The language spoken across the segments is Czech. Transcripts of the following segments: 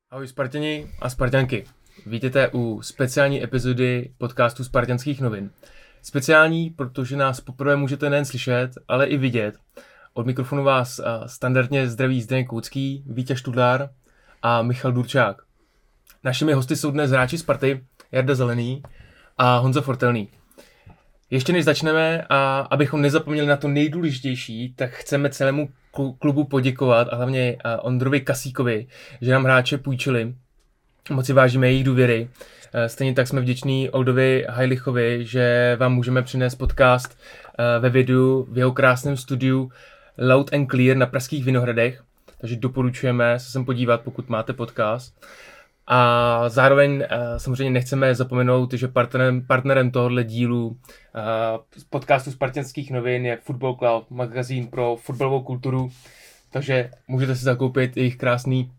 Ahoj Spartěni a Sparťanky. Vítejte u speciální epizody podcastu Spartanských novin. Speciální, protože nás poprvé můžete nejen slyšet, ale i vidět. Od mikrofonu vás standardně zdraví Zdeněk Koucký, Vítěz Tudlár a Michal Durčák. Našimi hosty jsou dnes hráči Sparty, Jarda Zelený a Honza Fortelný. Ještě než začneme a abychom nezapomněli na to nejdůležitější, tak chceme celému klubu poděkovat a hlavně Ondrovi Kasíkovi, že nám hráče půjčili. Moc si vážíme jejich důvěry. Stejně tak jsme vděční Oldovi Hajlichovi, že vám můžeme přinést podcast ve videu v jeho krásném studiu Loud and Clear na Pražských Vinohradech. Takže doporučujeme se sem podívat, pokud máte podcast. A zároveň samozřejmě nechceme zapomenout, že partnerem tohoto dílu podcastu Spartanských novin je Football Club, magazín pro fotbalovou kulturu, takže můžete si zakoupit jejich krásný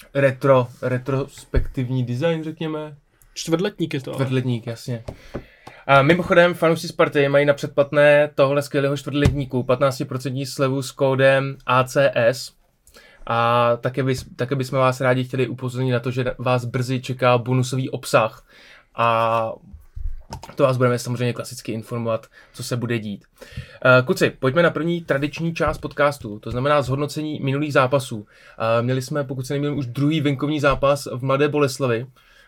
retrospektivní design, řekněme. Čtvrtletník je to. Čtvrtletník, jasně. A mimochodem, fanoušci Sparty mají na předplatné tohle skvělého čtvrtletníku 15% slevu s kódem ACS. A také bychom vás rádi chtěli upozornit na to, že vás brzy čeká bonusový obsah a to vás budeme samozřejmě klasicky informovat, co se bude dít. Kluci, pojďme na první tradiční část podcastu, to znamená zhodnocení minulých zápasů. Měli jsme, pokud se nemýlím, už druhý venkovní zápas v Mladé Boleslavi.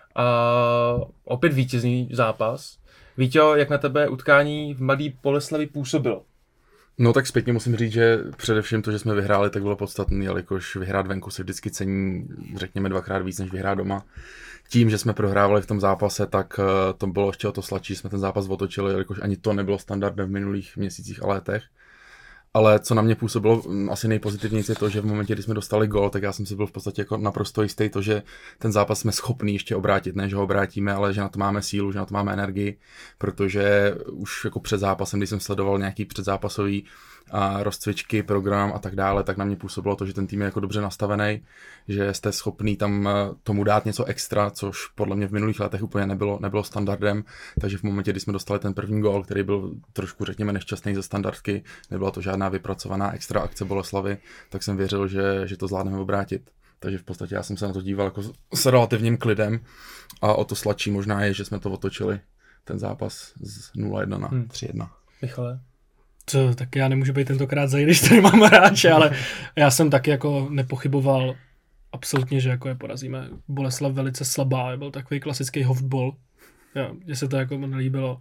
Opět vítězný zápas. Víťo, jak na tebe utkání v Mladé Boleslavi působilo? No tak zpětně musím říct, že především to, že jsme vyhráli, tak bylo podstatné, jelikož vyhrát venku se vždycky cení, řekněme, dvakrát víc, než vyhrát doma. Tím, že jsme prohrávali v tom zápase, tak to bylo ještě o to sladší, jsme ten zápas otočili, jelikož ani to nebylo standardem v minulých měsících a letech. Ale co na mě působilo asi nejpozitivnější je to, že v momentě, kdy jsme dostali gól, tak já jsem si byl v podstatě jako naprosto jistý to, že ten zápas jsme schopní ještě obrátit, ne že ho obrátíme, ale že na to máme sílu, že na to máme energii, protože už jako před zápasem, když jsem sledoval nějaký předzápasový rozcvičky, program a tak dále, tak na mě působilo to, že ten tým je jako dobře nastavený, že jste schopný tam tomu dát něco extra, což podle mě v minulých letech úplně nebylo standardem, takže v momentě, kdy jsme dostali ten první gól, který byl trošku, řekněme, nešťastný ze standardky, nebyla to žádná vypracovaná extra akce Boleslavy, tak jsem věřil, že to zvládneme obrátit. Takže v podstatě já jsem se na to díval jako s relativním klidem a o to sladší možná je, že jsme to otočili, ten zápas z 0-1 na 3-1. Michale? Tak já nemůžu být tentokrát za, když tady mám hráče, ale já jsem taky jako nepochyboval absolutně, že jako je porazíme. Boleslav velice slabá, byl takový klasický hoftball. Mně se to jako nelíbilo.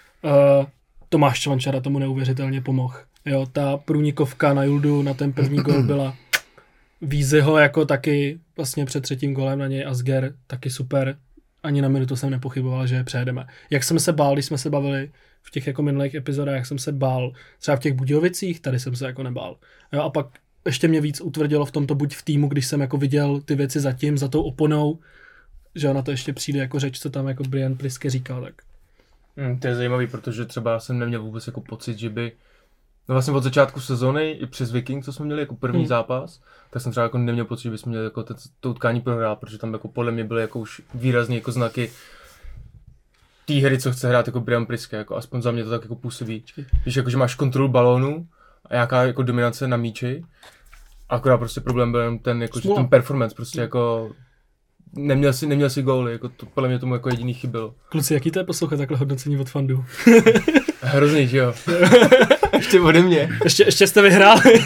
Tomáš Čvančara tomu neuvěřitelně pomohl. Jo, ta průnikovka na Juldu na ten první gol byla Vízeho jako taky vlastně před třetím golem na něj Asger, taky super. Ani na minutu jsem nepochyboval, že je přejedeme. Jak jsem se bál, když jsme se bavili v těch jako minulých epizodách, jak jsem se bál třeba v těch Budějovicích, tady jsem se jako nebál. Jo, a pak ještě mě víc utvrdilo v tomto buď v týmu, když jsem jako viděl ty věci zatím, za tou oponou, že na to ještě přijde jako řeč, co tam jako Brian Pliske říkal. Tak. To je zajímavý, protože třeba jsem neměl vůbec jako pocit, že by no vlastně od začátku sezóny i přes Viking, co jsme měli jako první zápas, tak jsem třeba jako neměl pocit, že bychom měli jako to utkání prohrát, protože tam jako podle mě byly jako už výrazně jako znaky té hry, co chce hrát jako Brian Pliske, jako aspoň za mě to tak jako působí. Víš, jako že máš kontrolu balónu a jaká jako dominace na míči, akorát prostě problém byl ten jako že ten performance prostě jako neměl si góly, jako to podle mě tomu jako jediný chybělo. Kluci, jaký to je poslouchat takhle hodnocení od fandů? Hrozný, že jo? Ještě ode mě. Ještě jste vyhráli.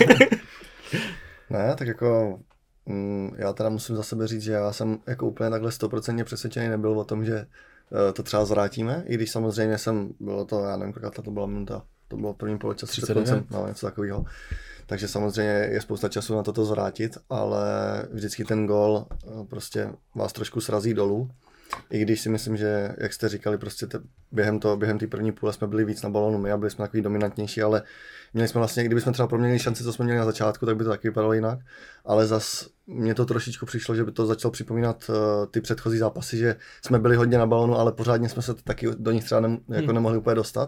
Ne, tak jako já teda musím za sebe říct, že já jsem jako úplně takhle 100% přesvědčený nebyl o tom, že to třeba zvrátíme, i když samozřejmě bylo to, já nevím, jaká to byla minuta, to bylo první poločas 30%, no něco takového. Takže samozřejmě je spousta času na to zvrátit, ale vždycky ten gól prostě vás trošku srazí dolů. I když si myslím, že, jak jste říkali, prostě během té první půle jsme byli víc na balonu my a byli jsme takový dominantnější, ale měli jsme vlastně, kdybychom třeba proměnili šanci, co jsme měli na začátku, tak by to taky vypadalo jinak. Ale zas mně to trošičku přišlo, že by to začalo připomínat ty předchozí zápasy, že jsme byli hodně na balonu, ale pořádně jsme se taky do nich třeba nemohli úplně dostat.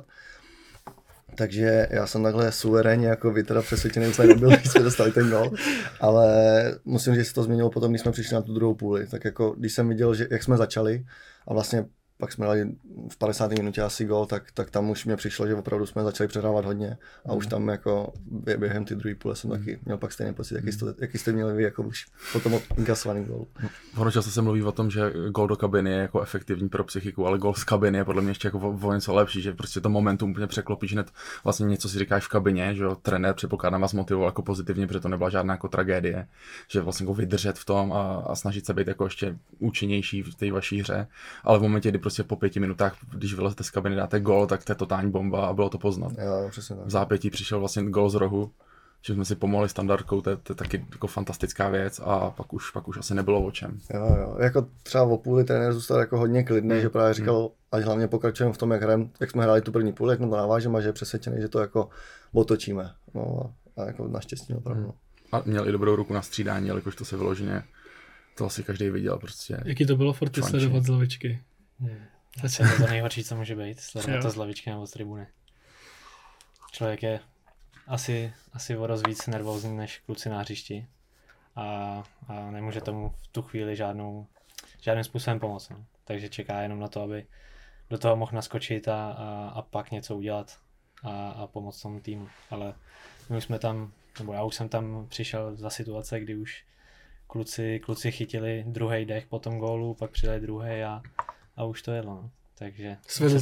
Takže já jsem takhle suverénně, jako vy teda přesvědčený úplně nebyl, když jsme dostali ten gol, ale musím říct, že se to změnilo potom, když jsme přišli na tu druhou půli. Tak jako když jsem viděl, že jak jsme začali a vlastně pak jsme dali v 50. minutě asi gól, tak tam už mě přišlo, že opravdu jsme začali přehrávat hodně a už tam jako během ty druhé půle jsem taky měl pak stejný pocit, jaký jste měli vy jako už po tom inkasovaným gólu. Ono často se mluví o tom, že gól do kabiny je jako efektivní pro psychiku, ale gól z kabiny je podle mě ještě jako o něco lepší, že prostě to momentum úplně překlopíš hned vlastně něco si říkáš v kabině, že jo, trenér předpokládám vás motivoval jako pozitivně, protože to nebyla žádná jako tragédie, že vlastně jako vydržet v tom a snažit se být jako ještě účinnější v té vaší hře, ale v momentě, kdy prostě po 5 minutách, když vylezete z kabiny, dáte gól, tak to je totální bomba a bylo to poznat. Jo, přesně tak. V zápětí přišel vlastně gól z rohu, že jsme si pomohli standardkou, to je taky jako fantastická věc a pak už asi nebylo o čem. Jo, jako třeba o půli trenér zůstal jako hodně klidný, že právě říkal, ať hlavně pokračujeme v tom, jak jsme hráli tu první půli, jak na to navážeme a že je přesvědčený, že to jako otočíme. No a jako naštěstí opravdu. A měl i dobrou ruku na střídání, jelikož to se vyloženě, to asi každý viděl prostě. Jaký to bylo Forty sledovat z lavičky? To je to nejhorší, co může být, sledovat to z lavičky nebo z tribuny. Člověk je asi o roz víc nervózní než kluci na hřišti a nemůže tomu v tu chvíli žádným způsobem pomoct. No. Takže čeká jenom na to, aby do toho mohl naskočit a pak něco udělat a pomoct tomu týmu. Ale my už jsme tam, nebo já už jsem tam přišel za situace, kdy už kluci chytili druhý dech po tom gólu, pak přidali druhý a už to jedlo. No. Takže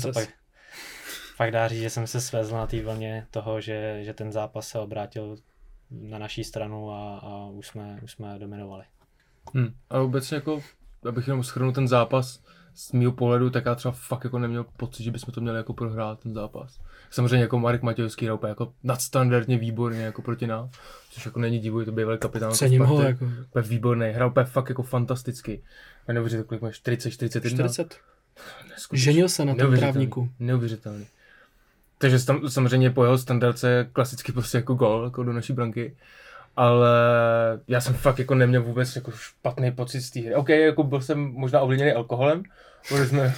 pak dá říct, že jsem se svezl na té vlně toho, že ten zápas se obrátil na naší stranu a už jsme dominovali. A obecně jako, abych jenom shrnul ten zápas z mýho pohledu, tak já třeba fakt jako neměl pocit, že bychom to měli jako prohrát ten zápas. Samozřejmě jako Marek Matějovský hrál jako nadstandardně výborně jako proti nám, což jako není divu, je to bývalý kapitán. Cením ho jako. Výborný, hrál fakt jako fantasticky. A neuvěřitelný, kolik máš 41? 40. Ženil se na tom trávníku. Neuvěřitelný. Takže tam samozřejmě po jeho standardce klasicky prostě jako gól jako do naší branky. Ale já jsem fakt jako neměl vůbec jako špatný pocit z té hry. OK, jako byl jsem možná ovlivněný alkoholem, protože jsme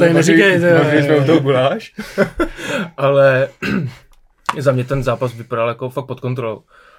u toho guláš. Ale za mě ten zápas vypadal jako fakt pod kontrolou.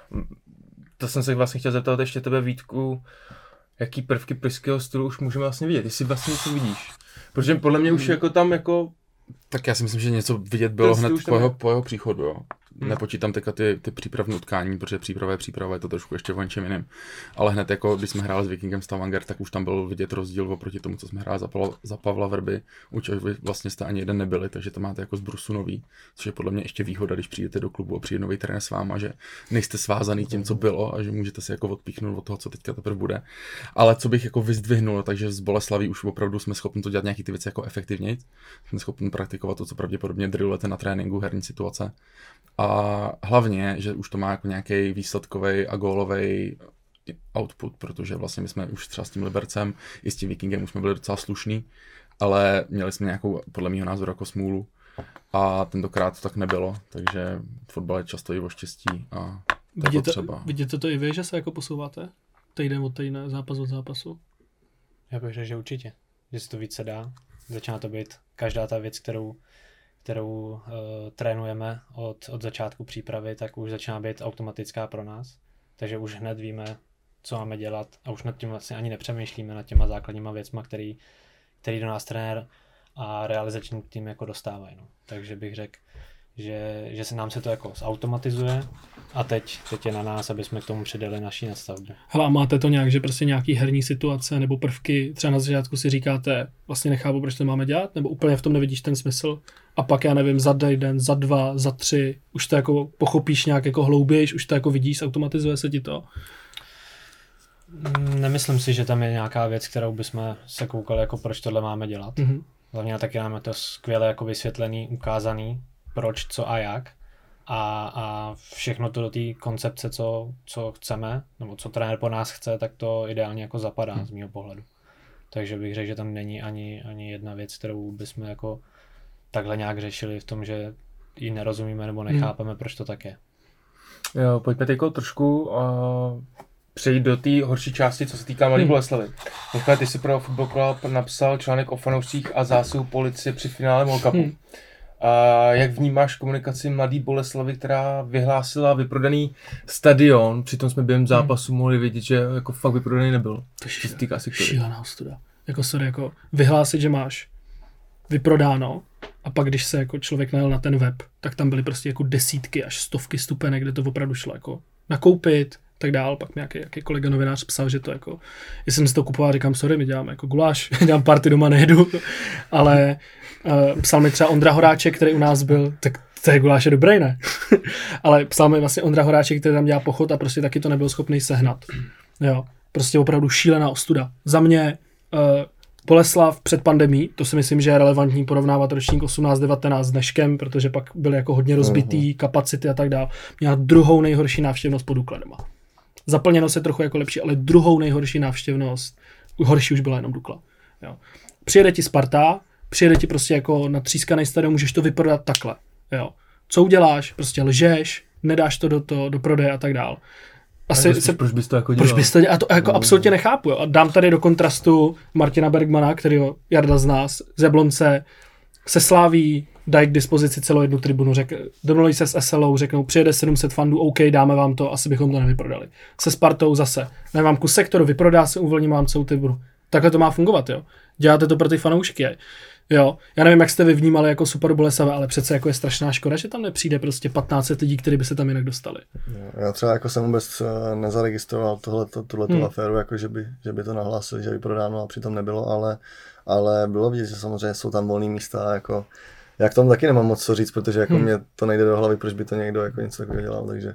To jsem se vlastně chtěl zeptat ještě tebe, Vítku, jaký prvky pražského stylu už můžeme vlastně vidět, jestli vlastně něco vidíš. Protože podle mě už jako tam jako... Tak já si myslím, že něco vidět bylo hned po jeho příchodu, jo. Nepočítám teďka ty přípravné utkání, protože příprava je to trošku ještě o něčem jiném. Ale hned jako, když jsme hráli s Vikingem Stavanger, tak už tam byl vidět rozdíl oproti tomu, co jsme hráli za Pavla Vrby. Už vy vlastně jste ani jeden nebyli, takže to máte jako z brusu nový, což je podle mě ještě výhoda, když přijdete do klubu a přijde nový trenér s váma, že nejste svázaný tím, co bylo a že můžete se jako odpíchnout od toho, co teďka teprve bude. Ale co bych jako vyzdvihnul, takže z Boleslaví už opravdu jsme schopni to dělat nějaký ty věci jako efektivněji. Jsme schopni praktikovat to, co pravděpodobně drillujete na tréninku, herní situace. A hlavně, že už to má jako nějaký výsledkový a gólový output, protože vlastně my jsme už třeba s tím Libercem i s tím Vikingem už jsme byli docela slušní, ale měli jsme nějakou, podle mého názoru, jako smůlu a tentokrát to tak nebylo, takže fotbal je často i o štěstí a to je potřeba. Vidíte to i vy, že se jako posouváte? Týden od týdne, zápas od zápasu? Já bych řekl, že určitě, že se to více dá, začíná to být každá ta věc, kterou trénujeme od začátku přípravy, tak už začíná být automatická pro nás. Takže už hned víme, co máme dělat a už nad tím vlastně ani nepřemýšlíme, nad těma základníma věcma, který do nás trenér a realizační tým jako dostávají. No. Takže bych řekl, že se nám se to jako zautomatizuje a teď je na nás, aby jsme k tomu přidali naší nadstavbu. Hele, a máte to nějak, že prostě nějaký herní situace nebo prvky, třeba na začátku si říkáte, vlastně nechápu, proč to máme dělat, nebo úplně v tom nevidíš ten smysl a pak já nevím, za den, za 2, za 3, už to jako pochopíš nějak jako hloubějš, už to jako vidíš, automatizuje se ti to? Nemyslím si, že tam je nějaká věc, kterou bychom se koukali, jako proč tohle máme dělat. Mm-hmm. Hlavně taky máme to skvěle jako vysvětlený, ukázaný, proč, co a jak. A všechno to do té koncepce, co chceme, nebo co trenér po nás chce, tak to ideálně jako zapadá z mého pohledu. Takže bych řekl, že tam není ani jedna věc, kterou bychom jako takhle nějak řešili v tom, že ji nerozumíme nebo nechápeme, proč to tak je. Jo, pojďme teď trošku přejít do té horší části, co se týká Mladé Boleslavy. Michale, ty jsi pro Football Club napsal článek o fanoušcích a zásahu policie při finále World Cupu. A jak vnímáš komunikaci Mladé Boleslavy, která vyhlásila vyprodaný stadion, přitom jsme během zápasu mohli vidět, že jako fakt vyprodaný nebyl. To je šílená ostuda. Jako sorry, jako vyhlásit, že máš vyprodáno. A pak, když se jako člověk najel na ten web, tak tam byly prostě jako desítky až stovky stupenek, kde to opravdu šlo jako nakoupit, tak dál. Pak mi nějaký kolega novinář psal, že to jako, jestli jsem si to kupoval, říkám, sorry, my děláme jako guláš, dělám party doma, nejedu, ale psal mi třeba Ondra Horáček, který u nás byl, tak to je guláš je dobrý, ne? Ale psal mi vlastně Ondra Horáček, který tam dělá pochod a prostě taky to nebyl schopný sehnat. Jo, prostě opravdu šílená ostuda. Za mě Boleslav před pandemí, to si myslím, že je relevantní porovnávat ročník 18-19 s dneškem, protože pak byly jako hodně rozbitý kapacity a tak dále. Měla druhou nejhorší návštěvnost po Dukle doma. Zaplněnost je trochu jako lepší, ale druhou nejhorší návštěvnost, horší už byla jenom Dukla. Jo. Přijede ti Sparta, přijede ti prostě jako na třískaný stadion, můžeš to vyprodat takhle. Jo. Co uděláš? Prostě lžeš, nedáš to do prodeje a tak dále. Proč bys to jako dělal? Proč bys to dělal? A to jako absolutně nechápu. Jo. A dám tady do kontrastu Martina Bergmana, kterýho Jarda zná z Jablonce, se Slaví, dají k dispozici celou jednu tribunu, domluví se s SLou, řeknou, přijede 700 fandů, OK, dáme vám to, asi bychom to nevyprodali. Se Spartou zase, dám vám kus sektoru, vyprodá se, uvolním vám celou tribunu. Takhle to má fungovat, jo. Děláte to pro ty fanoušky, jo. Já nevím, jak jste vy vnímali jako Super Boleslav, ale přece jako je strašná škoda, že tam nepřijde prostě 1500 lidí, kteří by se tam jinak dostali. Já třeba jako jsem vůbec nezaregistroval tuhletu aféru, jako že by to nahlásili, že vyprodáno a přitom nebylo, ale bylo vidět, že samozřejmě jsou tam volné místa, jako já k tomu taky nemám moc co říct, protože jako mě to nejde do hlavy, proč by to někdo jako něco takového dělal, takže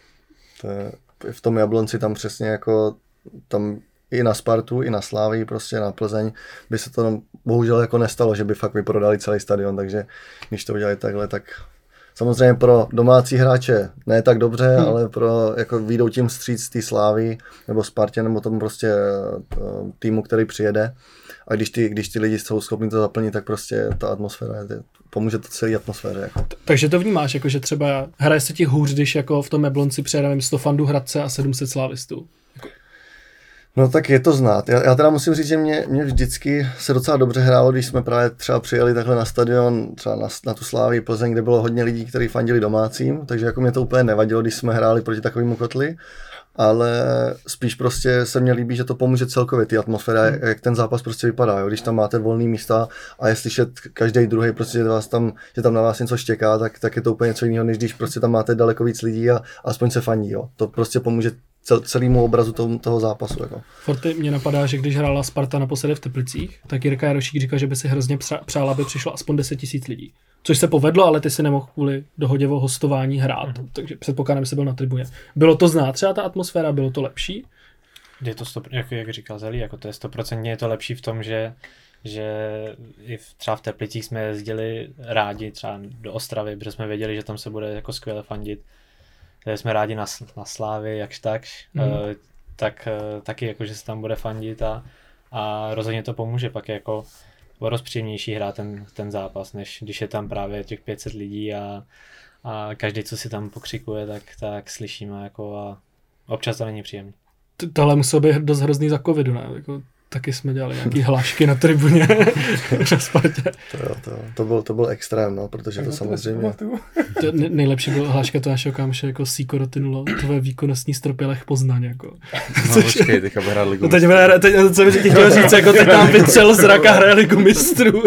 to je, v tom Jablonci tam přesně jako tam i na Spartu, i na Slávii, prostě na Plzeň by se to bohužel jako nestalo, že by fakt vyprodali celý stadion, takže když to udělali takhle, tak samozřejmě pro domácí hráče ne tak dobře, ale pro jako výjdou tím vstříc té Slávii nebo Spartě nebo tomu prostě týmu, který přijede. A když ty lidi jsou schopni to zaplnit, tak prostě ta atmosféra, pomůže to celé atmosféře. Jako. Takže to vnímáš, jako že třeba hraje se ti hůř, když jako v tom Jablonci přijede 100 fandů Hradce a 700 slávistů? No tak je to znát. Já teda musím říct, že mě vždycky se docela dobře hrálo, když jsme právě třeba přijeli takhle na stadion, třeba na tu Slávii Plzeň, kde bylo hodně lidí, kteří fandili domácím, takže jako mě to úplně nevadilo, když jsme hráli proti takovému kotli, ale spíš prostě se mně líbí, že to pomůže celkově ty atmosféra, jak ten zápas prostě vypadá, jo? Když tam máte volné místa a je slyšet každý druhý prostě, že tam na vás něco štěká, tak je to úplně něco jiného, než když prostě tam máte daleko víc lidí a aspoň se fandí, jo? To prostě pomůže celému obrazu toho zápasu. Jako. Forty, mě napadá, že když hrála Sparta naposledy v Teplicích, tak Jirka Jarošík říkal, že by si hrozně přál, aby přišlo aspoň 10 000 lidí. Což se povedlo, ale ty si nemohl kvůli dohodě o hostování hrát, takže předpokládám, že jsi byl na tribuně. Bylo to znát třeba ta atmosféra, bylo to lepší? Je to jak říkal Zelí, jako to je 100% je to lepší v tom, že i třeba v Teplicích jsme jezdili rádi třeba do Ostravy, protože jsme věděli, že tam se bude jako skvěle fandit. Jsme rádi na Slávy, jakž takž, tak taky jako, že se tam bude fandit a rozhodně to pomůže pak jako o rozpříjemnější hrát ten zápas, než když je tam právě těch 500 lidí a každý, co si tam pokřikuje, tak slyšíme jako a občas to není příjemný. Tohle muselo být dost hrozný za covidu, ne? Jako, taky jsme dělali nějaký hlášky na tribuně na Spartě. To byl extrém, no, protože to samozřejmě... Nejlepší byla hláška to našeho kámoše jako Sikoro Tynulo, tvoje výkonnostní stropy Lech Poznaň, jako. No počkej, teďka bude hrát ligu. Teď co bych ti chtěl říct, jako teď nám vytřel zrak a hraje ligu mistrů.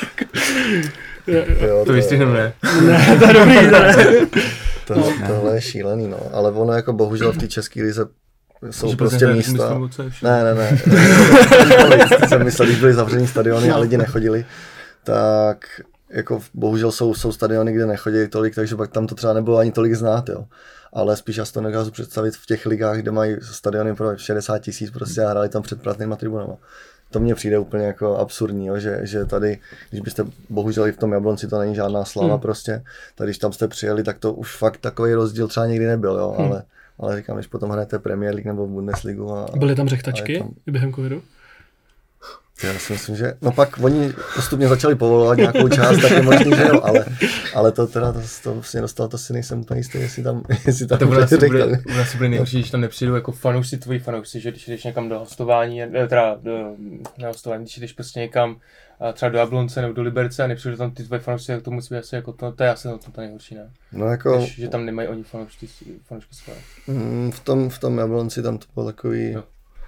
To vystihneme, ne? Ne, to je dobrý, Tohle je šílený, no, ale ono jako bohužel v té české lize jsou prostě místa. Ne. Jsem myslel, když byly zavřený stadiony a lidi nechodili, tak jako bohužel jsou stadiony, kde nechodí tolik, takže pak tam to třeba nebylo ani tolik znát, jo. Ale spíš já si to nedokážu představit v těch ligách, kde mají stadiony pro 60 000 prostě a hráli tam před prázdnýma tribunama. To mně přijde úplně jako absurdní, jo, že tady, když byste, bohužel i v tom Jablonci to není žádná slava prostě, tady když tam jste přijeli, tak to už fakt takový rozdíl třeba nikdy nebyl, jo, ale říkám, když potom hrajete Premier League nebo Bundesligu byly tam řechtačky i během covidu? Já si myslím, že no pak oni postupně začali povolovat nějakou část, tak je možný, že jo, ale to teda to vlastně dostalo, to si nejsem úplně jistý, jestli tam to bude nejhorší, když tam nepřijdou jako fanoušci, tvoji fanoušci, že když jdeš někam do hostování, teda na hostování, když jdeš prostě někam třeba do Jablonce nebo do Liberce a nepřijdou tam ty tvoji fanoušci, tak to musí být asi jako to je asi to nejhorší, ne? No jako... že tam nemají oni fanoušky své. V tom Jablonci tam to bylo takový... Jo.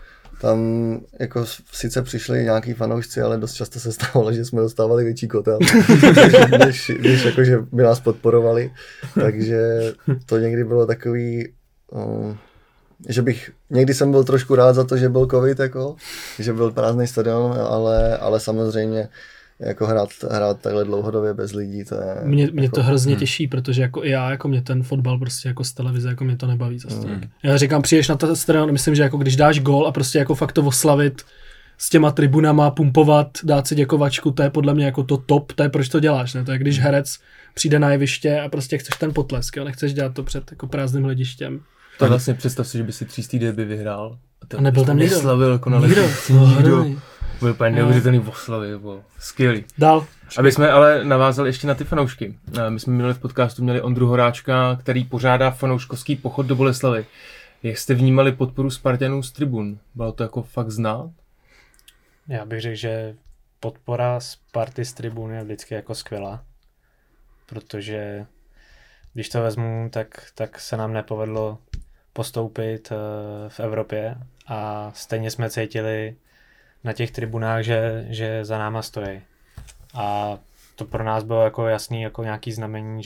tam jako sice přišli nějaký fanoušci, ale dost často se stávalo, že jsme dostávali větší kotel, než jako, že by nás podporovali, takže to někdy bylo takový, že někdy jsem byl trošku rád za to, že byl covid, jako, že byl prázdný stadion, ale samozřejmě jako hrát takhle dlouhodobě bez lidí, to je... Mě jako, to hrozně těší, protože jako i já, jako mě ten fotbal prostě jako z televize, jako mě to nebaví zase tak. Já říkám, přijdeš na ten stadion, myslím, že jako když dáš gól a prostě jako fakt to oslavit s těma tribunama, pumpovat, dát si děkovačku, to je podle mě jako to top, to je proč to děláš, ne? To je když herec přijde na jeviště a prostě chceš ten potlesk, jo? Nechceš dělat to před jako prázdným hledištěm. To vlastně představ si, že by si 3. derby vyhrál. A nebyl tam nikdo. Slavil jako na Nikdo. Byl úplně neuvěřitelný oslavy, bylo skvělý. Dál. Aby jsme ale navázali ještě na ty fanoušky. My jsme minuli v podcastu měli Ondru Horáčka, který pořádá fanouškovský pochod do Boleslavy. Jak jste vnímali podporu Spartanů z tribun? Bylo to jako fakt znát? Já bych řekl, že podpora Sparty z tribun je vždycky jako skvělá. Protože když to vezmu, tak se nám nepovedlo postoupit v Evropě a stejně jsme cítili na těch tribunách, že za náma stojí. A to pro nás bylo jako jasný, jako nějaký znamení,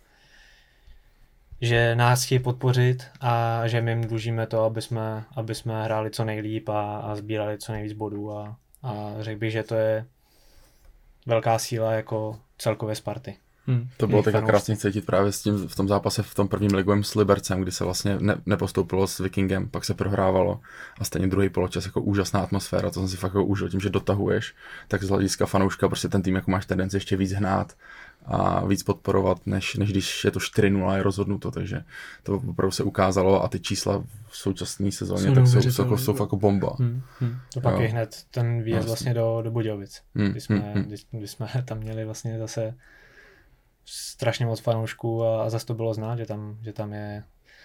že nás chtějí podpořit a že my jim dlužíme to, aby jsme hráli co nejlíp a sbírali co nejvíc bodů a řekl bych, že to je velká síla jako celkově Sparty. To bylo tak krásně cítit právě v tom zápase v tom prvním ligovém s Libercem, kdy se vlastně nepostoupilo s Vikingem, pak se prohrávalo a stejně druhý poločas jako úžasná atmosféra, to jsem si fakt jako užil tím, že dotahuješ, tak z hlediska fanouška prostě ten tým jako máš tendenci ještě víc hnát a víc podporovat, než když je to 4-0 a je rozhodnuto, takže to opravdu se ukázalo a ty čísla v současné sezóně tak jsou jako bomba. To pak je hned ten výjezd vlastně do Budějovic, kdy jsme tam měli vlastně zase strašně moc fanoušků a zase to bylo znát, že tam je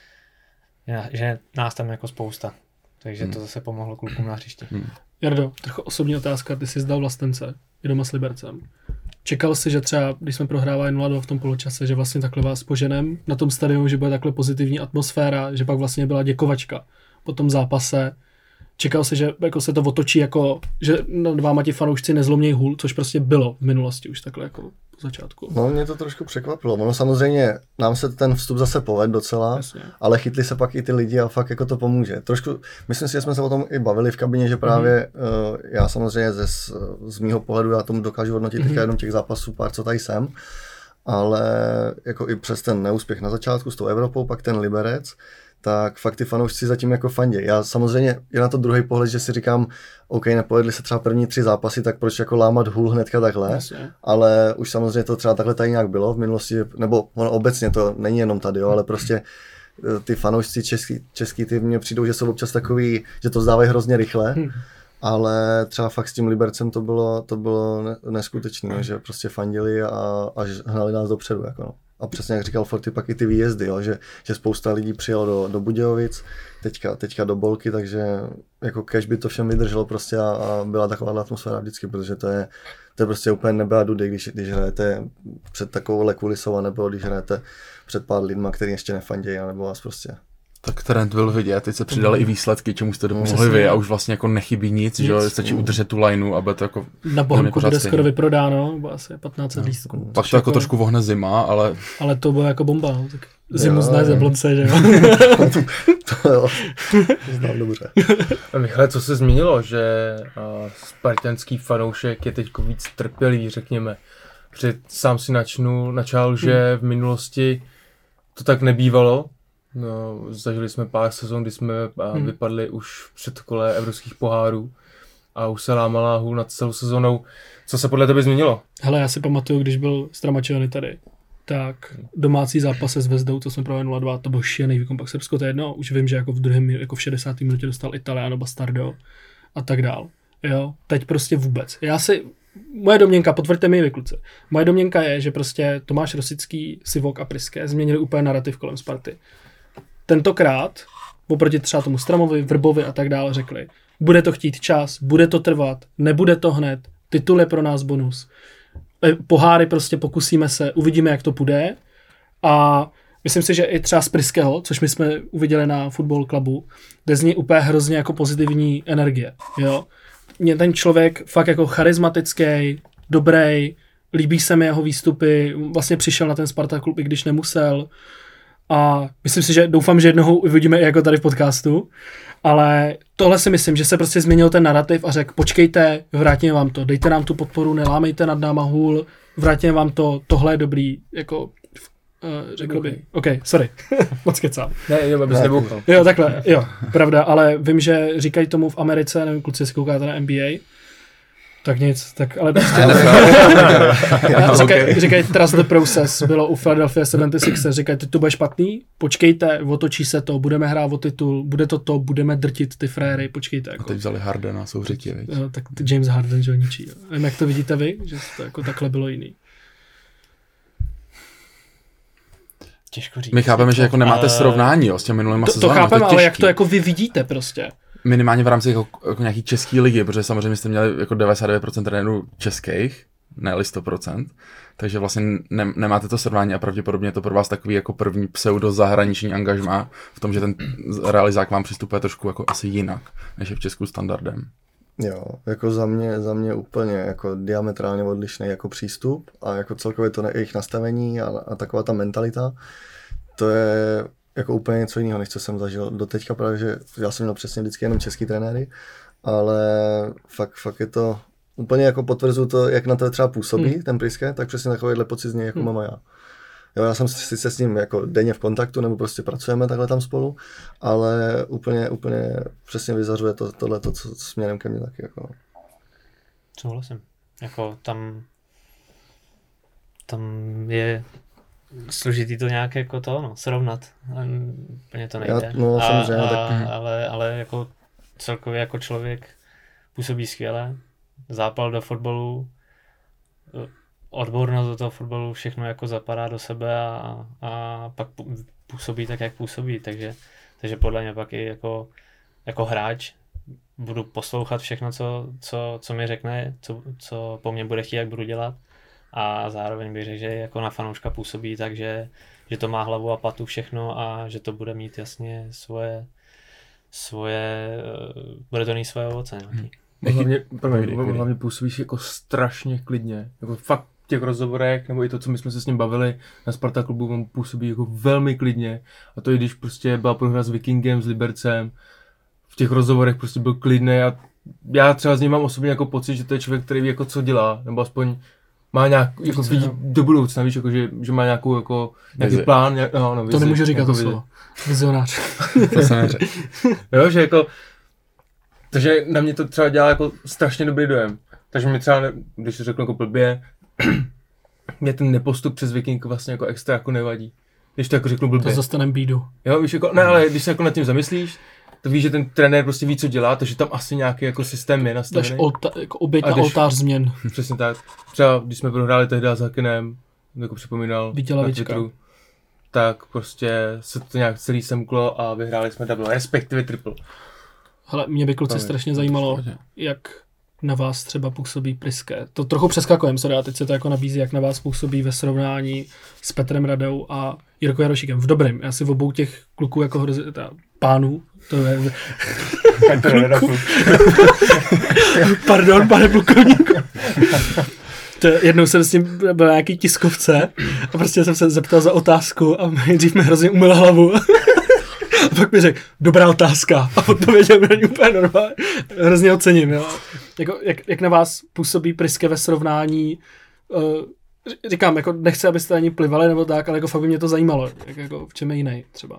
že nás tam jako spousta. Takže to zase pomohlo klukům na hřišti. Jardo, trochu osobní otázka, ty jsi zdal Vlastence, i doma s Libercem. Čekal jsi, že třeba, když jsme prohrávali 0-2 v tom poločase, že vlastně takhle vás poženem na tom stadionu, že bude takhle pozitivní atmosféra, že pak vlastně byla děkovačka po tom zápase. Čekal jsi, že jako se to otočí jako, že nad váma ti fanoušci nezlomnějí hůl, což prostě bylo v minulosti už takhle jako po začátku. No mě to trošku překvapilo. Ono samozřejmě, nám se ten vstup zase povedl docela, Jasně. ale chytli se pak i ty lidi a fakt jako to pomůže. Trošku, myslím si, že jsme se o tom i bavili v kabině, že právě já samozřejmě z mýho pohledu, já tomu dokážu hodnotit teďka jenom těch zápasů pár, co tady jsem, ale jako i přes ten neúspěch na začátku s tou Evropou, pak ten Liberec, tak fakt ty fanoušci zatím jako fandí. Já samozřejmě je na to druhý pohled, že si říkám, OK, nepovedli se třeba první 3 zápasy, tak proč jako lámat hůl hnedka takhle, ale už samozřejmě to třeba takhle tady nějak bylo v minulosti, nebo obecně to není jenom tady, jo, ale prostě ty fanoušci český ty mně přijdou, že jsou občas takový, že to zdávají hrozně rychle, ale třeba fakt s tím Libercem to bylo neskutečné, že prostě fandili a hnali nás dopředu, jako no. A přesně jak říkal Forty, pak i ty výjezdy, jo, že spousta lidí přijelo do Budějovic, teďka do Bolky, takže jako cash by to všem vydrželo prostě a byla taková atmosféra vždycky, protože to je prostě úplně nebe a dudy, když hrajete před takovouhle kulisou, nebo když hrajete před pár lidma, který ještě nefandějí, nebo vás prostě. Tak trend byl vidět, teď se přidali i výsledky, čemu jste dopomohli vy a už vlastně jako nechybí nic, že stačí udržet tu lineu a bude to jako... Na Bohemku bude skoro vyprodáno, bylo asi 1500 lístků. Pak to jako trošku vohne zima, ale... Ale to bylo jako bomba, no. Tak zimu znáš Jablonce, že jo? To jo, znám dobře. Michale, co se změnilo, že spartanský fanoušek je teď víc trpělivý, řekněme. Protože sám si načal, že v minulosti to tak nebývalo. No, zažili jsme pár sezon, kdy jsme vypadli už v předkole evropských pohárů a už se lámala hůl nad celou sezonou. Co se podle tebe změnilo? Hele, já si pamatuju, když byl Stramačony tady, tak domácí zápase s Vezdou, co jsme právě 0-2, to byl šílený výkon, pak Srbsko to je jedno, už vím, že jako v druhém, jako v 60. minutě dostal Italiano Bastardo a tak dál. Jo, teď prostě vůbec. Moje domněnka, potvrďte mi, vy kluci, moje domněnka je, že prostě Tomáš Rosický, Sivok a Priske změnili úplně narrativ kolem Sparty. Tentokrát, oproti třeba tomu Stramovi, Vrbovi a tak dále řekli, bude to chtít čas, bude to trvat, nebude to hned, titul je pro nás bonus. Poháry prostě pokusíme se, uvidíme, jak to půjde a myslím si, že i třeba z Priského, což my jsme uviděli na Football Clubu, jde z ní úplně hrozně jako pozitivní energie, jo. Mě ten člověk fakt jako charismatický, dobrý, líbí se mi jeho výstupy, vlastně přišel na ten Sparta klub, i když nemusel. A myslím si, že doufám, že jednoho uvidíme i jako tady v podcastu, ale tohle si myslím, že se prostě změnil ten narrativ a řekl, počkejte, vrátíme vám to, dejte nám tu podporu, nelámejte nad náma hůl, vrátíme vám to, tohle je dobrý, jako řekl by. OK, sorry, moc kecám. Ne, abys nebouchal. Jo, takhle, jo, pravda, ale vím, že říkají tomu v Americe, nevím, kluci, si koukáte na NBA, tak nic, tak ale prostě... říkají trust the process, bylo u Philadelphia 76ers, říkají, to bude špatný, počkejte, otočí se to, budeme hrát o titul, bude to, budeme drtit ty fréry, počkejte. Jako. A teď vzali Hardena, jsou řiti, viď? Jo, tak James Harden, že ho ničí. Jo. Nevím, jak to vidíte vy, že to jako takhle bylo jiný. Těžko říct. My chápeme, že jako nemáte srovnání, jo, s těmi minulýma sezónami. To chápeme, ale jak to jako vy vidíte prostě. Minimálně v rámci jako nějaký český ligy, protože samozřejmě jste měli jako 99% trenérů českých, ne 100%, takže vlastně nemáte to srovnání a pravděpodobně je to pro vás takový jako první pseudo zahraniční angažmá v tom, že ten realizák vám přistupuje trošku jako asi jinak, než je v Česku standardem. Jo, jako za mě úplně jako diametrálně odlišný jako přístup a jako celkově to jejich nastavení a taková ta mentalita, to je jako úplně něco jiného, než co jsem zažil doteďka, protože já jsem měl přesně vždycky jenom český trenéry, ale fakt je to, úplně jako potvrzuju to, jak na to třeba působí ten Priske, tak přesně takovýhle pocit z něj jako mám já. Jo, já jsem sice s ním jako denně v kontaktu, nebo prostě pracujeme takhle tam spolu, ale úplně přesně vyzařuje tohleto, co směrem ke mně taky. Jako. Souhlasím. Jako tam je složitý to nějak jako srovnat. Úplně to nejde. Ale jako celkově jako člověk působí skvěle, zápal do fotbalu, odbornost do toho fotbalu, všechno jako zapadá do sebe a pak působí tak, jak působí, takže podle mě pak i jako hráč budu poslouchat všechno, co mi řekne, co po mně bude chtít, jak budu dělat a zároveň bych řekl, že jako na fanouška působí, takže že to má hlavu a patu všechno a že to bude mít jasně bude to mít svoje ovoce. Hlavně působíš jako strašně klidně, jako fakt v těch rozhovorech, nebo i to, co my jsme se s ním bavili na Sparta klubu, on působí jako velmi klidně a to i když prostě byla prohra s Vikingem, s Libercem, v těch rozhovorech prostě byl klidný a já třeba z něj mám osobně jako pocit, že to je člověk, který ví jako co dělá, nebo aspoň má nějak, jako vidí do budoucna, víš, jako, že má nějaký plán, vizi, to nemůžu říkat to slovo. Vizionář. To jsem neřekl. Jo, že jako, takže na mě to třeba dělá jako strašně dobrý dojem. Takže mi třeba, když to řeknu jako blbě, mě ten nepostup přes Viking vlastně jako extra jako nevadí. Když to jako řeknu blbě. To zastanem bídu. Jo, víš, jako, ne, ale když se jako nad tím zamyslíš, to víš, že ten trenér prostě ví, co dělá, takže tam asi nějaký jako systém je nastavený. Dáš jako oběť na oltář změn. Přesně tak. Třeba když jsme prohráli tehdy s Hakenem, jako připomínal na Twitteru, tak prostě se to nějak celý semklo a vyhráli jsme double, respektive triple. Hele, mě by kluci strašně zajímalo, jak na vás třeba působí Priske. To trochu přeskakujeme, sorry, a teď se to jako nabízí, jak na vás působí ve srovnání s Petrem Radou a Jirkou Jarošíkem. V dobrém, já si v obou těch kluků jako pánů, to je... Pardon, pane plukovníku. Jednou jsem s ním byl na nějaký tiskovce a prostě jsem se zeptal za otázku a nejdřív mi hrozně umyl hlavu. A pak mi řekl, dobrá otázka. A odpověděl mi na ní úplně normálně. Hrozně ocením. Jo. Jako, jak na vás působí Priske ve srovnání, říkám, jako nechci, abyste ani plivali nebo tak, ale jako fakt by mě to zajímalo. Jako v čem je jiný třeba?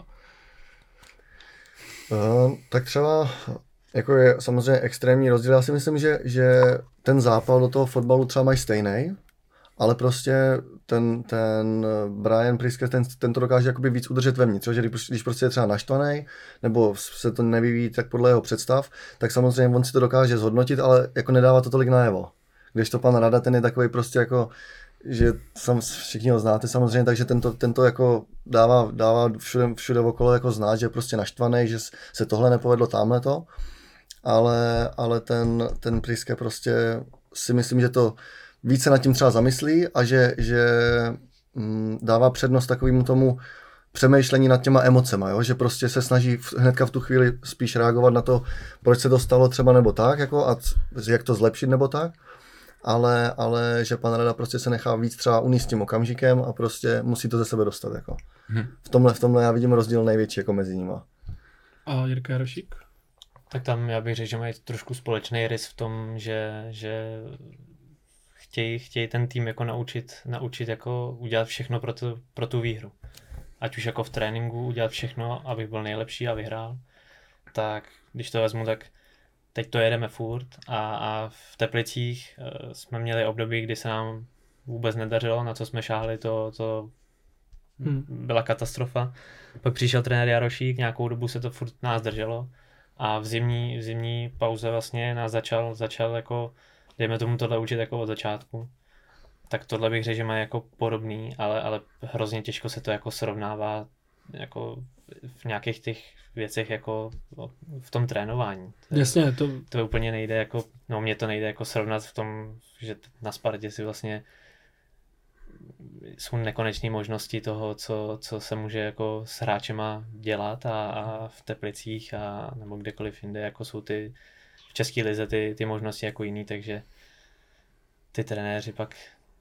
Tak třeba jako je samozřejmě extrémní rozdíl. Já si myslím, že ten zápal do toho fotbalu třeba mají stejný, ale prostě ten Brian Priske, ten to dokáže jakoby víc udržet vevnitř, že když prostě je třeba naštvaný, nebo se to nevyvíjí tak podle jeho představ, tak samozřejmě on si to dokáže zhodnotit, ale jako nedává to tolik najevo. Když to pan Rada, ten je takový prostě jako, že všichni ho znáte samozřejmě, takže tento jako dává všude okolo jako znát, že je prostě naštvaný, že se tohle nepovedlo, tamhleto, ale ten Priske prostě si myslím, že to více nad tím třeba zamyslí a že dává přednost takovému tomu přemýšlení nad těma emocema, jo? Že prostě se snaží hnedka v tu chvíli spíš reagovat na to, proč se to stalo třeba nebo tak, jako a jak to zlepšit nebo tak, ale že pan Rada prostě se nechá víc třeba unést tím okamžikem a prostě musí to ze sebe dostat, jako. V tomhle já vidím rozdíl největší jako mezi nima. A Jirka Jarošík? Tak tam já bych řekl, že mají trošku společný rys v tom, že chtějí ten tým jako naučit jako udělat všechno pro tu výhru. Ať už jako v tréninku udělat všechno, aby byl nejlepší a vyhrál. Tak když to vezmu, tak teď to jedeme furt a v Teplicích jsme měli období, kdy se nám vůbec nedařilo, na co jsme šáhli, to byla katastrofa. Pak přišel trenér Jarošík, nějakou dobu se to furt nás drželo a v zimní pauze vlastně nás začal jako, dejme tomu tohle učit jako od začátku. Tak tohle bych řekl, že má jako podobný, ale hrozně těžko se to jako srovnává jako v nějakých těch věcech jako v tom trénování. Jasně, to úplně nejde jako, no mně to nejde jako srovnat v tom, že na Spartě si vlastně jsou nekonečné možnosti toho, co se může jako s hráčema dělat a v Teplicích a nebo kdekoliv jinde, jako jsou ty v české lize ty možnosti jako jiný, takže ty trenéři pak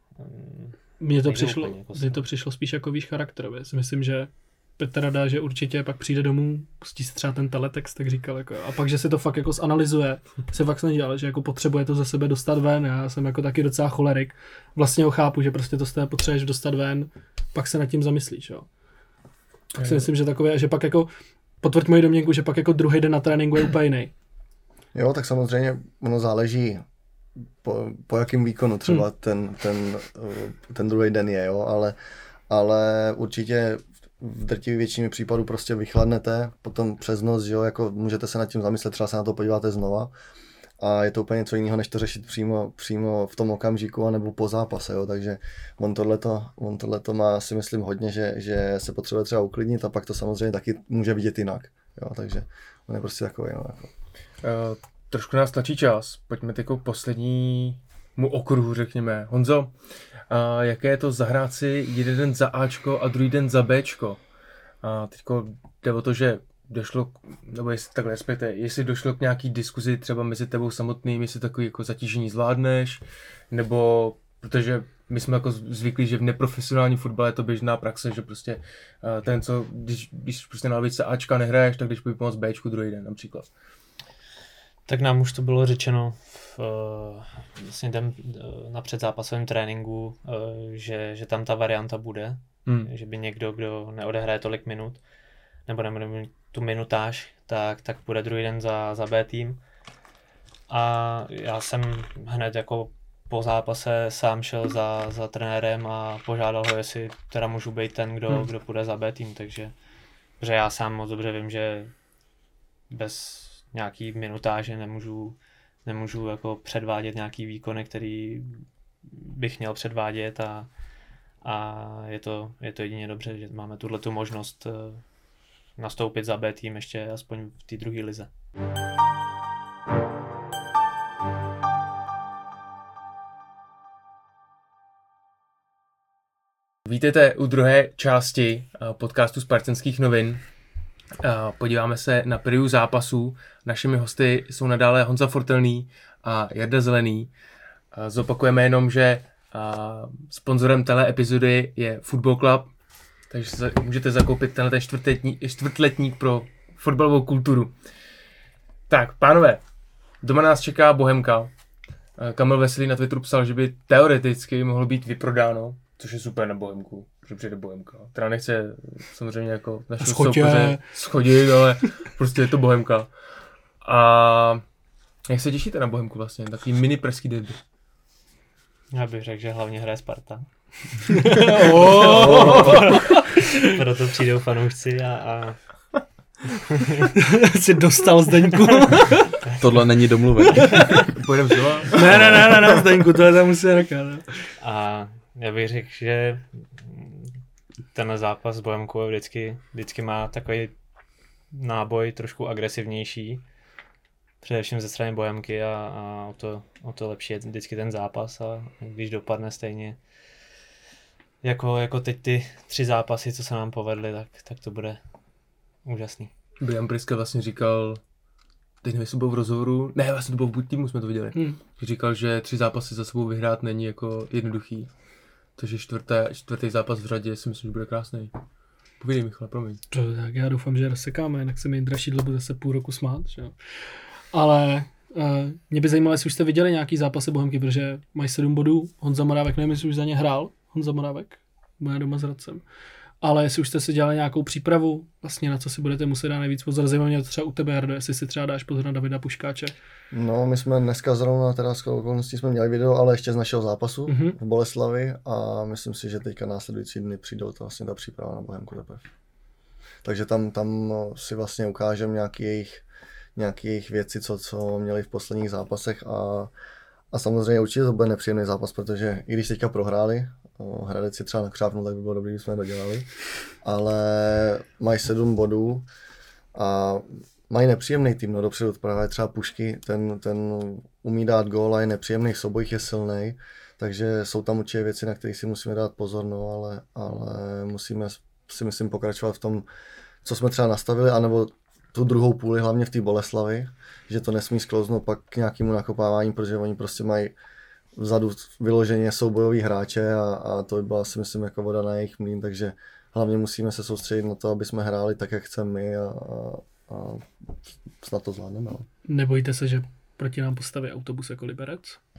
mně to přišlo spíš jako víš charakterově. Myslím, že Petr Rada, že určitě pak přijde domů, pustí si třeba ten teletext, tak říkal, jako, a pak, že se to fakt jako zanalyzuje, se fakt nedělal, že jako potřebuje to ze sebe dostat ven, já jsem jako taky docela cholerik, vlastně ho chápu, že prostě to z té potřebuješ dostat ven, pak se nad tím zamyslíš, jo. Tak si myslím, že takové, že pak jako, potvrď moji domněnku, že pak jako druhý den na tréninku je úplně jiný. Jo, tak samozřejmě ono záleží po jakém výkonu třeba ten druhý den je, jo, ale určitě v drtivé většině případů prostě vychladnete, potom přes noc, že jo, jako můžete se nad tím zamyslet, třeba se na to podíváte znova a je to úplně něco jiného, než to řešit přímo v tom okamžiku anebo po zápase, jo, takže on tohleto má, si myslím, hodně, že se potřebuje třeba uklidnit a pak to samozřejmě taky může vidět jinak, jo, takže on je prostě takový, no, jako. Trošku nás tlačí čas, pojďme teď k poslednímu okruhu, řekněme. Honzo, jaké je to zahrát si jeden den za Ačko a druhý den za Bčko? Teďko jde o to, že došlo, nebo jestli došlo k nějaký diskuzi třeba mezi tebou samotným, jestli takový jako zatížení zvládneš, nebo protože my jsme jako zvyklí, že v neprofesionálním fotbale je to běžná praxe, že prostě ten, co, když prostě na lavičce Ačka nehraješ, tak když půjde pomoct Bčku druhý den například. Tak nám už to bylo řečeno vlastně na předzápasovém tréninku, že tam ta varianta bude, že by někdo, kdo neodehraje tolik minut, nebo nebude mít tu minutáž, tak bude druhý den za B tým. A já jsem hned jako po zápase sám šel za trenérem a požádal ho, jestli teda můžu být ten, kdo půjde za B tým, takže já sám moc dobře vím, že bez nějaký minutáže nemůžu jako předvádět nějaký výkony, který bych měl předvádět a je to jedině dobře, že máme tuhletu možnost nastoupit za B tým ještě aspoň v té druhé lize. Vítejte u druhé části podcastu Spartanských novin. Podíváme se na preview zápasů. Našimi hosty jsou nadále Honza Fortelný a Jarda Zelený. Zopakujeme jenom, že sponzorem téhle epizody je Football Club, takže můžete zakoupit tenhle čtvrtletník pro fotbalovou kulturu. Tak, pánové, doma nás čeká Bohemka. Kamil Veselý na Twitteru psal, že by teoreticky mohlo být vyprodáno, což je super na Bohemku, že přijde Bohemka. Teda nechce samozřejmě jako našeho soupeře schodit, ale prostě je to Bohemka. A jak se těšíte na Bohemku vlastně? Takový mini pražský derby. Já bych řekl, že hlavně hraje Sparta. Proto přijdou fanoušci a... si dostal Zdeňku. Tohle není domluvené. Pojedem znova? Ne, Zdeňku, tohle tam musí nechat. A já bych řekl, že ten zápas s Bohemkou vždycky má takový náboj trošku agresivnější. Především ze strany Bohemky a o to lepší je vždycky ten zápas a když dopadne stejně jako teď ty 3 zápasy, co se nám povedly, tak to bude úžasný. Brian Priska vlastně říkal, teď nevím, jestli byl v rozhovoru, ne, vlastně to bylo v Buď týmu, jsme to viděli. Říkal, že 3 zápasy za sebou vyhrát není jako jednoduchý. Takže čtvrtý zápas v řadě si myslím, že bude krásný. Povídej, Michale, promiň. Tak já doufám, že rozsekáme, jinak se mi Jindra Šídlo bude zase půl roku smát. Že? Ale mě by zajímalo, jestli už jste viděli nějaký zápasy Bohemky, protože mají 7 bodů, Honza Morávek, nevím, jestli už za ně hrál, Honza Morávek, bude doma s Hradcem. Ale jestli už jste si dělali nějakou přípravu, vlastně na co si budete muset dát nejvíc pozor, zajímá mě to třeba u tebe, Jardo, jestli si třeba dáš pozor na Davida Puškáče. No, my jsme dneska zrovna teda s okolností jsme měli video, ale ještě z našeho zápasu v Boleslavi a myslím si, že teďka následující dny přijdou to vlastně ta příprava na Bohemku teprve. Takže tam si vlastně ukážem nějaký jejich věci, co měli v posledních zápasech a samozřejmě určitě to bude nepříjemný zápas, protože i když teďka prohráli, Hradec si třeba nakřápnul, tak by bylo dobré, kdyby jsme je dodělali, ale mají 7 bodů a mají nepříjemný tým, no dopředu právě třeba Pušky, ten umí dát gól a je nepříjemný, v soubojích je silný, takže jsou tam určitě věci, na které si musíme dát pozor, no, ale musíme si myslím pokračovat v tom, co jsme třeba nastavili, anebo tu druhou půli, hlavně v té Boleslavi, že to nesmí sklouznout pak k nějakému nakopávání, protože oni prostě mají vzadu vyloženě soubojový hráče a to by byla si myslím jako voda na jejich mlýn, takže hlavně musíme se soustředit na to, aby jsme hráli tak, jak chceme my a snad to zvládneme. No. Nebojíte se, že proti nám postaví autobus jako Liberec?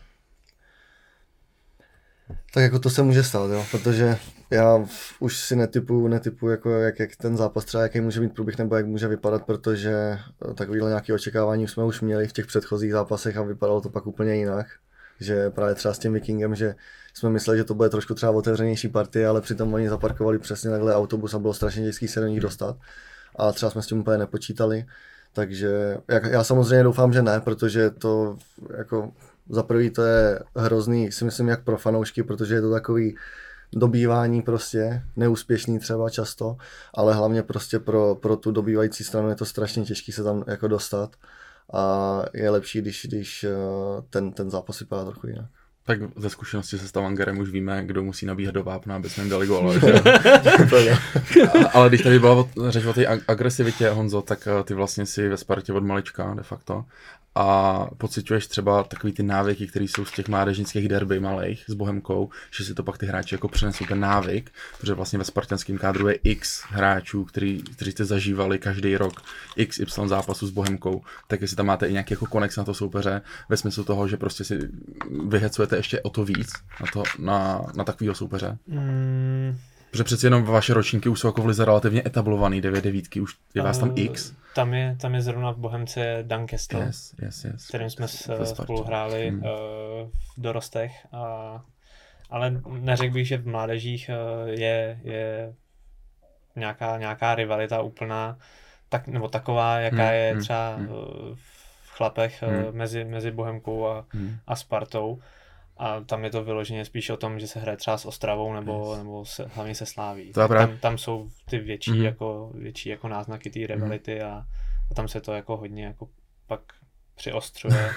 Tak jako to se může stát, jo, protože já už si netipuju jako jak ten zápas třeba, jaký může mít průběh nebo jak může vypadat, protože takovýhle nějaké očekávání jsme už měli v těch předchozích zápasech a vypadalo to pak úplně jinak. Že právě třeba s tím Vikingem, že jsme mysleli, že to bude trošku třeba otevřenější partie, ale přitom oni zaparkovali přesně takhle autobus a bylo strašně těžký se do nich dostat. A třeba jsme s tím úplně nepočítali. Takže já samozřejmě doufám, že ne, protože to jako za prvý to je hrozný, si myslím, jak pro fanoušky, protože je to takový dobývání prostě, neúspěšný třeba často, ale hlavně prostě pro tu dobývající stranu je to strašně těžký se tam jako dostat. A je lepší, když ten zápas vypadá trochu jinak. Tak ze zkušenosti se Stavangerem už víme, kdo musí nabíhat do vápna, aby jsme jim dali góla. Ale když tady byla řeč o té agresivitě, Honzo, tak ty vlastně si ve Spartě od malička de facto. A pociťuješ třeba takový ty návyky, které jsou z těch mládežnických derby malých s Bohemkou, že si to pak ty hráči jako přenesou ten návyk, protože vlastně ve spartanském kádru je x hráčů, kteří jste zažívali každý rok XY zápasu s Bohemkou, tak jestli tam máte i nějaký jako konex na to soupeře, ve smyslu toho, že prostě si vyhecujete ještě o to víc na takovýho soupeře. Protože přeci jenom vaše ročníky už jsou jako v lize relativně etablovaný, 9 už je vás tam x. Tam je zrovna v Bohemce Dan Kestel, yes. kterým jsme spolu hráli v dorostech, ale neřekl bych, že v mládežích je nějaká rivalita úplná, nebo taková, jaká je třeba v chlapech mezi Bohemkou a Spartou. A tam je to vyloženě spíš o tom, že se hraje třeba s Ostravou nebo hlavně se Sláví. Tam jsou ty větší jako náznaky té rivality a tam se to jako hodně jako pak přiostřuje.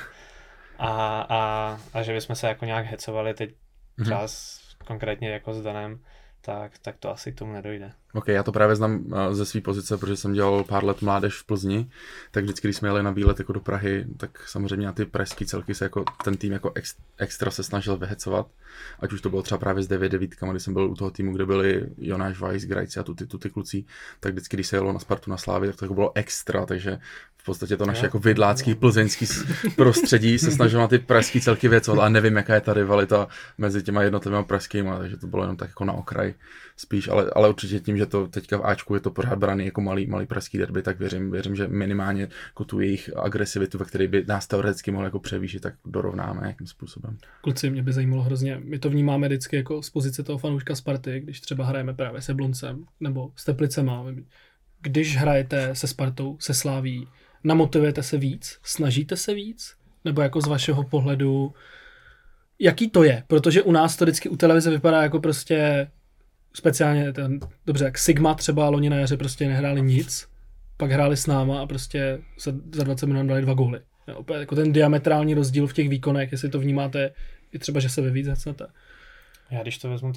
A že bychom se jako nějak hecovali teď třeba konkrétně jako s Danem, tak to asi k tomu nedojde. Ok, já to právě znám ze své pozice, protože jsem dělal pár let mládež v Plzni, tak vždycky, když jsme jeli na výlet jako do Prahy, tak samozřejmě na ty pražský celky se jako ten tým jako extra se snažil vyhecovat, ať už to bylo třeba právě s 9-9, když jsem byl u toho týmu, kde byli Jonáš Weiss, Grajci a ty kluci, tak vždycky, když se jelo na Spartu na Slávy, tak to jako bylo extra, takže v podstatě to naše jako vidlácký plzeňský prostředí se snažilo na ty pražský celky věcovat, ale nevím, jaká je ta rivalita mezi těma jednotlivými pražskými, takže to bylo jenom tak jako na okraj spíš, ale určitě tím, že to teďka v Ačku je to pořád braný jako malý pražský derby, tak věřím, že minimálně jako tu jejich agresivitu, ve které by nás teoreticky mohli jako převýšit, tak dorovnáme jakým způsobem. Kluci, mě by zajímalo hrozně, my to vnímáme vždycky jako z pozice toho fanouška Sparty, když třeba hrajeme právě se Jabloncem nebo s Teplicema. Když hrajete se Spartou, se Sláví, namotivujete se víc, snažíte se víc, nebo jako z vašeho pohledu, jaký to je? Protože u nás to vždycky u televize vypadá jako prostě speciálně dobře, jak Sigma třeba loni na jaře prostě nehráli nic, pak hráli s náma a prostě za 20 minut dali 2 góly. Opět jako ten diametrální rozdíl v těch výkonech, jestli to vnímáte, i třeba, že se vy víc hecnete. Já když to vezmu, tak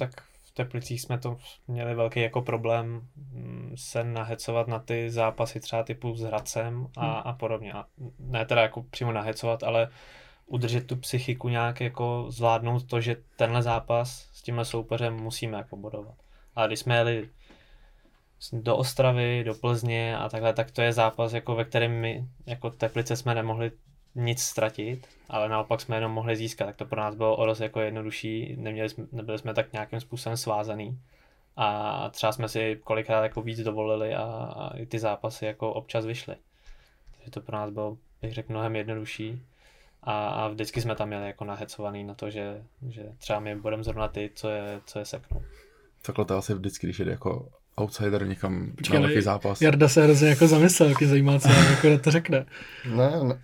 v Teplicích jsme to měli velký jako problém se nahecovat na ty zápasy třeba typu s Hradcem a podobně. A ne teda jako přímo nahecovat, ale udržet tu psychiku nějak jako zvládnout to, že tenhle zápas s tímhle soupeřem musíme jako bodovat. A když jsme jeli do Ostravy, do Plzně a takhle, tak to je zápas, jako ve kterém my jako Teplice jsme nemohli nic ztratit, ale naopak jsme jenom mohli získat, tak to pro nás bylo o dost jako jednodušší, nebyli jsme tak nějakým způsobem svázaný a třeba jsme si kolikrát jako víc dovolili a i ty zápasy jako občas vyšly. Takže to pro nás bylo, bych řekl, mnohem jednodušší a vždycky jsme tam měli jako nahecovaný na to, že třeba my budeme zrovna ty, co je seknou. Takhle to asi vždycky, když jde jako outsider někam na velký zápas. Jarda se hrozně jako zamyslel, jak je zajímá, co jako to řekne. No,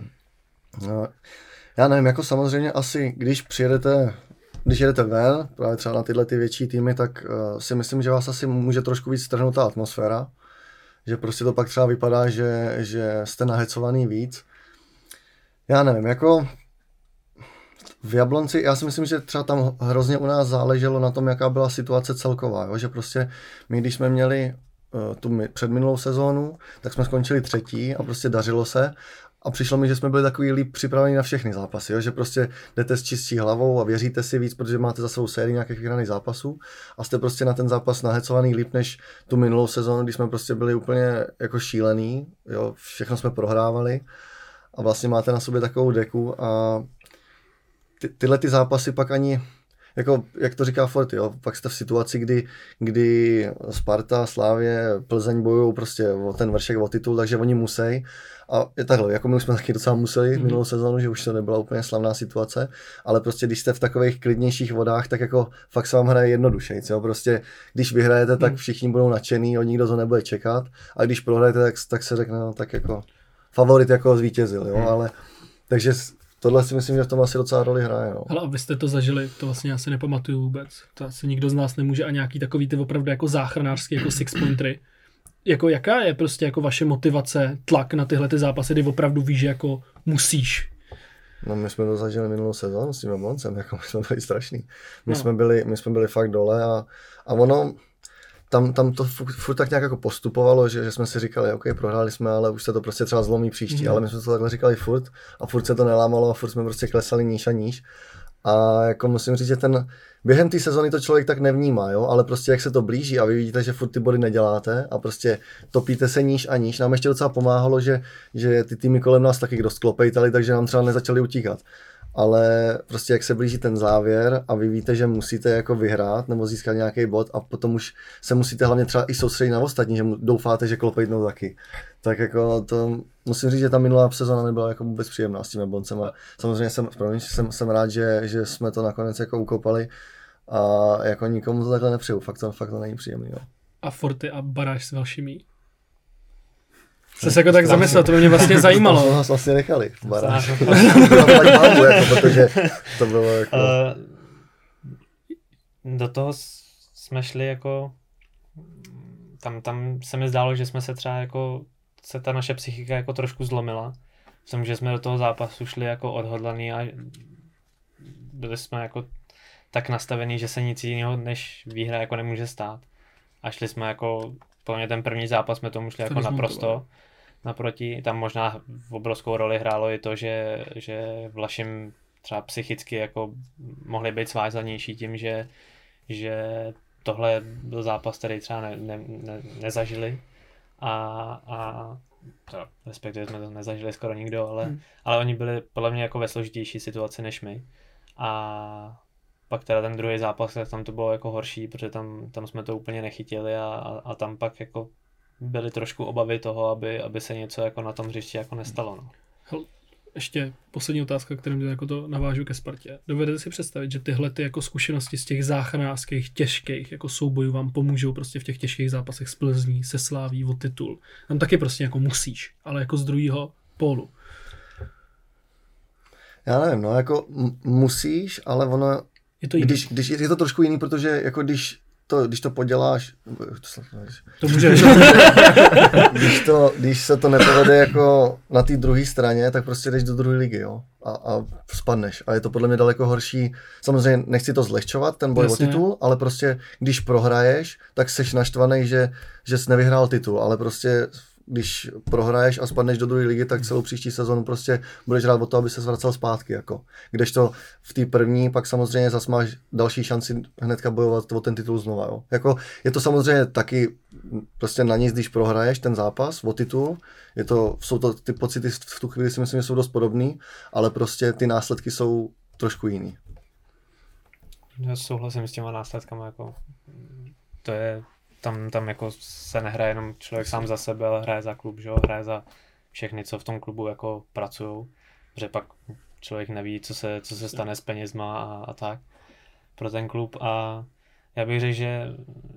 já nevím, jako samozřejmě asi, když jedete ven, právě třeba na tyhle ty větší týmy, tak si myslím, že vás asi může trošku víc strhnout ta atmosféra, že prostě to pak třeba vypadá, že jste nahecovaný víc. Já nevím, jako v Jablonci, já si myslím, že třeba tam hrozně u nás záleželo na tom, jaká byla situace celková, jo? Že prostě my, když jsme měli tu předminulou sezónu, tak jsme skončili 3. a prostě dařilo se a přišlo mi, že jsme byli takový líp připraveni na všechny zápasy, jo? Že prostě jdete s čistší hlavou a věříte si víc, protože máte za svou sérii nějakých vyhraných zápasů a jste prostě na ten zápas nahecovaný líp než tu minulou sezónu, kdy jsme prostě byli úplně jako šílený, jo? Všechno jsme prohrávali a vlastně máte na sobě takovou deku a tyhle ty zápasy pak ani, jako, jak to říká Forty, jo, pak jste v situaci, kdy Sparta, Slavie, Plzeň bojují prostě o ten vršek, o titul, takže oni musí. A je takhle, jako my už jsme taky docela museli minulou sezónu, že už to nebyla úplně slavná situace, ale prostě když jste v takových klidnějších vodách, tak jako fakt se vám hraje jednodušejc, jo, prostě když vyhrajete, tak všichni budou nadšený, nikdo to nebude čekat a když prohrajete, tak se řekne, no, tak jako favorit jako zvítězil, jo, ale takže tohle si myslím, že v tom asi docela roli hraje. No. Hele, a vy jste to zažili, to vlastně asi nepamatuju vůbec. To asi nikdo z nás nemůže a nějaký takový ty opravdu jako záchranářský, jako six pointery. Jako jaká je prostě jako vaše motivace, tlak na tyhle ty zápasy, kdy opravdu víš, že jako musíš? No my jsme to zažili minulou sezónu s tím Jabloncem, jako my jsme byli strašný. My jsme byli fakt dole a ono tam to furt tak nějak jako postupovalo, že jsme si říkali, OK, prohráli jsme, ale už se to prostě třeba zlomí příští, ale my jsme to takhle říkali furt a furt se to nelámalo a furt jsme prostě klesali níž a níž. A jako musím říct, že během té sezony to člověk tak nevnímá, jo, ale prostě jak se to blíží a vy vidíte, že furt ty body neděláte a prostě topíte se níž a níž. Nám ještě docela pomáhalo, že ty týmy kolem nás taky dost klopejtali, takže nám třeba nezačali utíkat. Ale prostě jak se blíží ten závěr a vy víte, že musíte jako vyhrát nebo získat nějaký bod a potom už se musíte hlavně třeba i soustředit na ostatní, že doufáte, že klopejtnou taky. Tak jako to musím říct, že ta minulá sezóna nebyla jako vůbec příjemná s tím Jabloncem a samozřejmě jsem rád, že jsme to nakonec jako ukopali a jako nikomu to takhle nepřeju, fakt to není příjemný. Jo. A Forty a baráž s Velšimí? Jste se jako tak zamyslel, to by mě vlastně zajímalo. To nás vlastně nechali v baráži. Protože to bylo jako... Do toho jsme šli jako... Tam se mi zdálo, že jsme se třeba jako... Se ta naše psychika jako trošku zlomila. V tom, že jsme do toho zápasu šli jako odhodlaný a byli jsme jako tak nastavení, že se nic jiného než výhra jako nemůže stát. A šli jsme jako... Podle mě ten první zápas jsme tomu šli jako naprosto naproti. Tam možná v obrovskou roli hrálo i to, že Vlašim třeba psychicky jako mohli být svázanější tím, že tohle byl zápas, který třeba nezažili a respektive jsme to nezažili skoro nikdo, ale oni byli podle mě jako ve složitější situaci než my. A pak teda ten druhý zápas, tak tam to bylo jako horší, protože tam jsme to úplně nechytili a tam pak jako byly trošku obavy toho, aby se něco jako na tom hřišti jako nestalo. No. Ještě poslední otázka, kterým jako to navážu ke Spartě. Dovedete si představit, že tyhle ty jako zkušenosti z těch záchranářských, těžkých jako soubojů vám pomůžou prostě v těch těžkých zápasech s Plzní, se Slaví o titul. Tam taky prostě jako musíš, ale jako z druhého pólu. Já nevím, no jako musíš, ale ono... Je to když je to trošku jiný, protože jako když když to poděláš, To můžeš. když se to nepovede jako na té druhé straně, tak prostě jdeš do druhé ligy, jo, a spadneš. A je to podle mě daleko horší. Samozřejmě nechci to zlehčovat, ten boj o titul, ale prostě když prohraješ, tak seš naštvaný, že jsi nevyhrál titul, ale prostě když prohraješ a spadneš do druhé ligy, tak celou příští sezonu prostě budeš rád o to, aby se vracel zpátky. Jako. Kdežto v té první pak samozřejmě zas máš další šanci hnedka bojovat o ten titul znova. Jo. Jako, je to samozřejmě taky prostě na nic, když prohraješ ten zápas o titul, jsou to ty pocity v tu chvíli si myslím, že jsou dost podobný, ale prostě ty následky jsou trošku jiný. Já souhlasím s těma následkama, jako to je tam jako se nehraje jenom člověk sám za sebe, ale hraje za klub, že jo? Hraje za všechny, co v tom klubu jako pracujou, protože pak člověk neví, co se stane s penězma a tak pro ten klub. A já bych řekl, že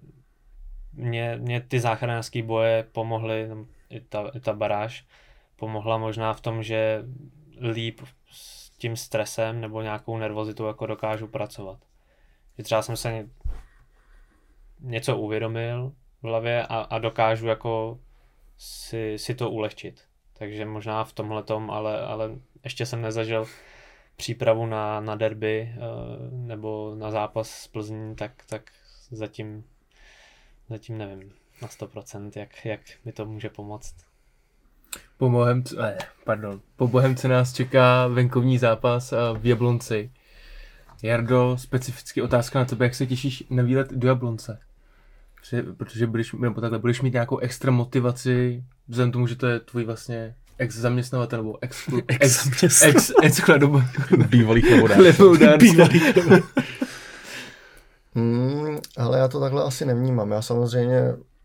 mě ty záchranářský boje pomohly, i ta baráž pomohla možná v tom, že líp s tím stresem nebo nějakou nervozitou jako dokážu pracovat. Že třeba jsem se něco uvědomil v hlavě a dokážu jako si to ulehčit. Takže možná v tomhletom, ale ještě jsem nezažil přípravu na derby nebo na zápas s Plzní, tak zatím nevím na 100%, jak mi to může pomoct. Po Bohemce nás čeká venkovní zápas v Jablonci. Jardo, specificky otázka na tebe, jak se těšíš na výlet do Jablonce? Protože budeš mít nějakou extra motivaci, vzhledem tomu, že to je tvůj vlastně ex-zaměstnavatel nebo ex-kladoba. Bývalý chlebodár. Ale já to takhle asi nevnímám. Já samozřejmě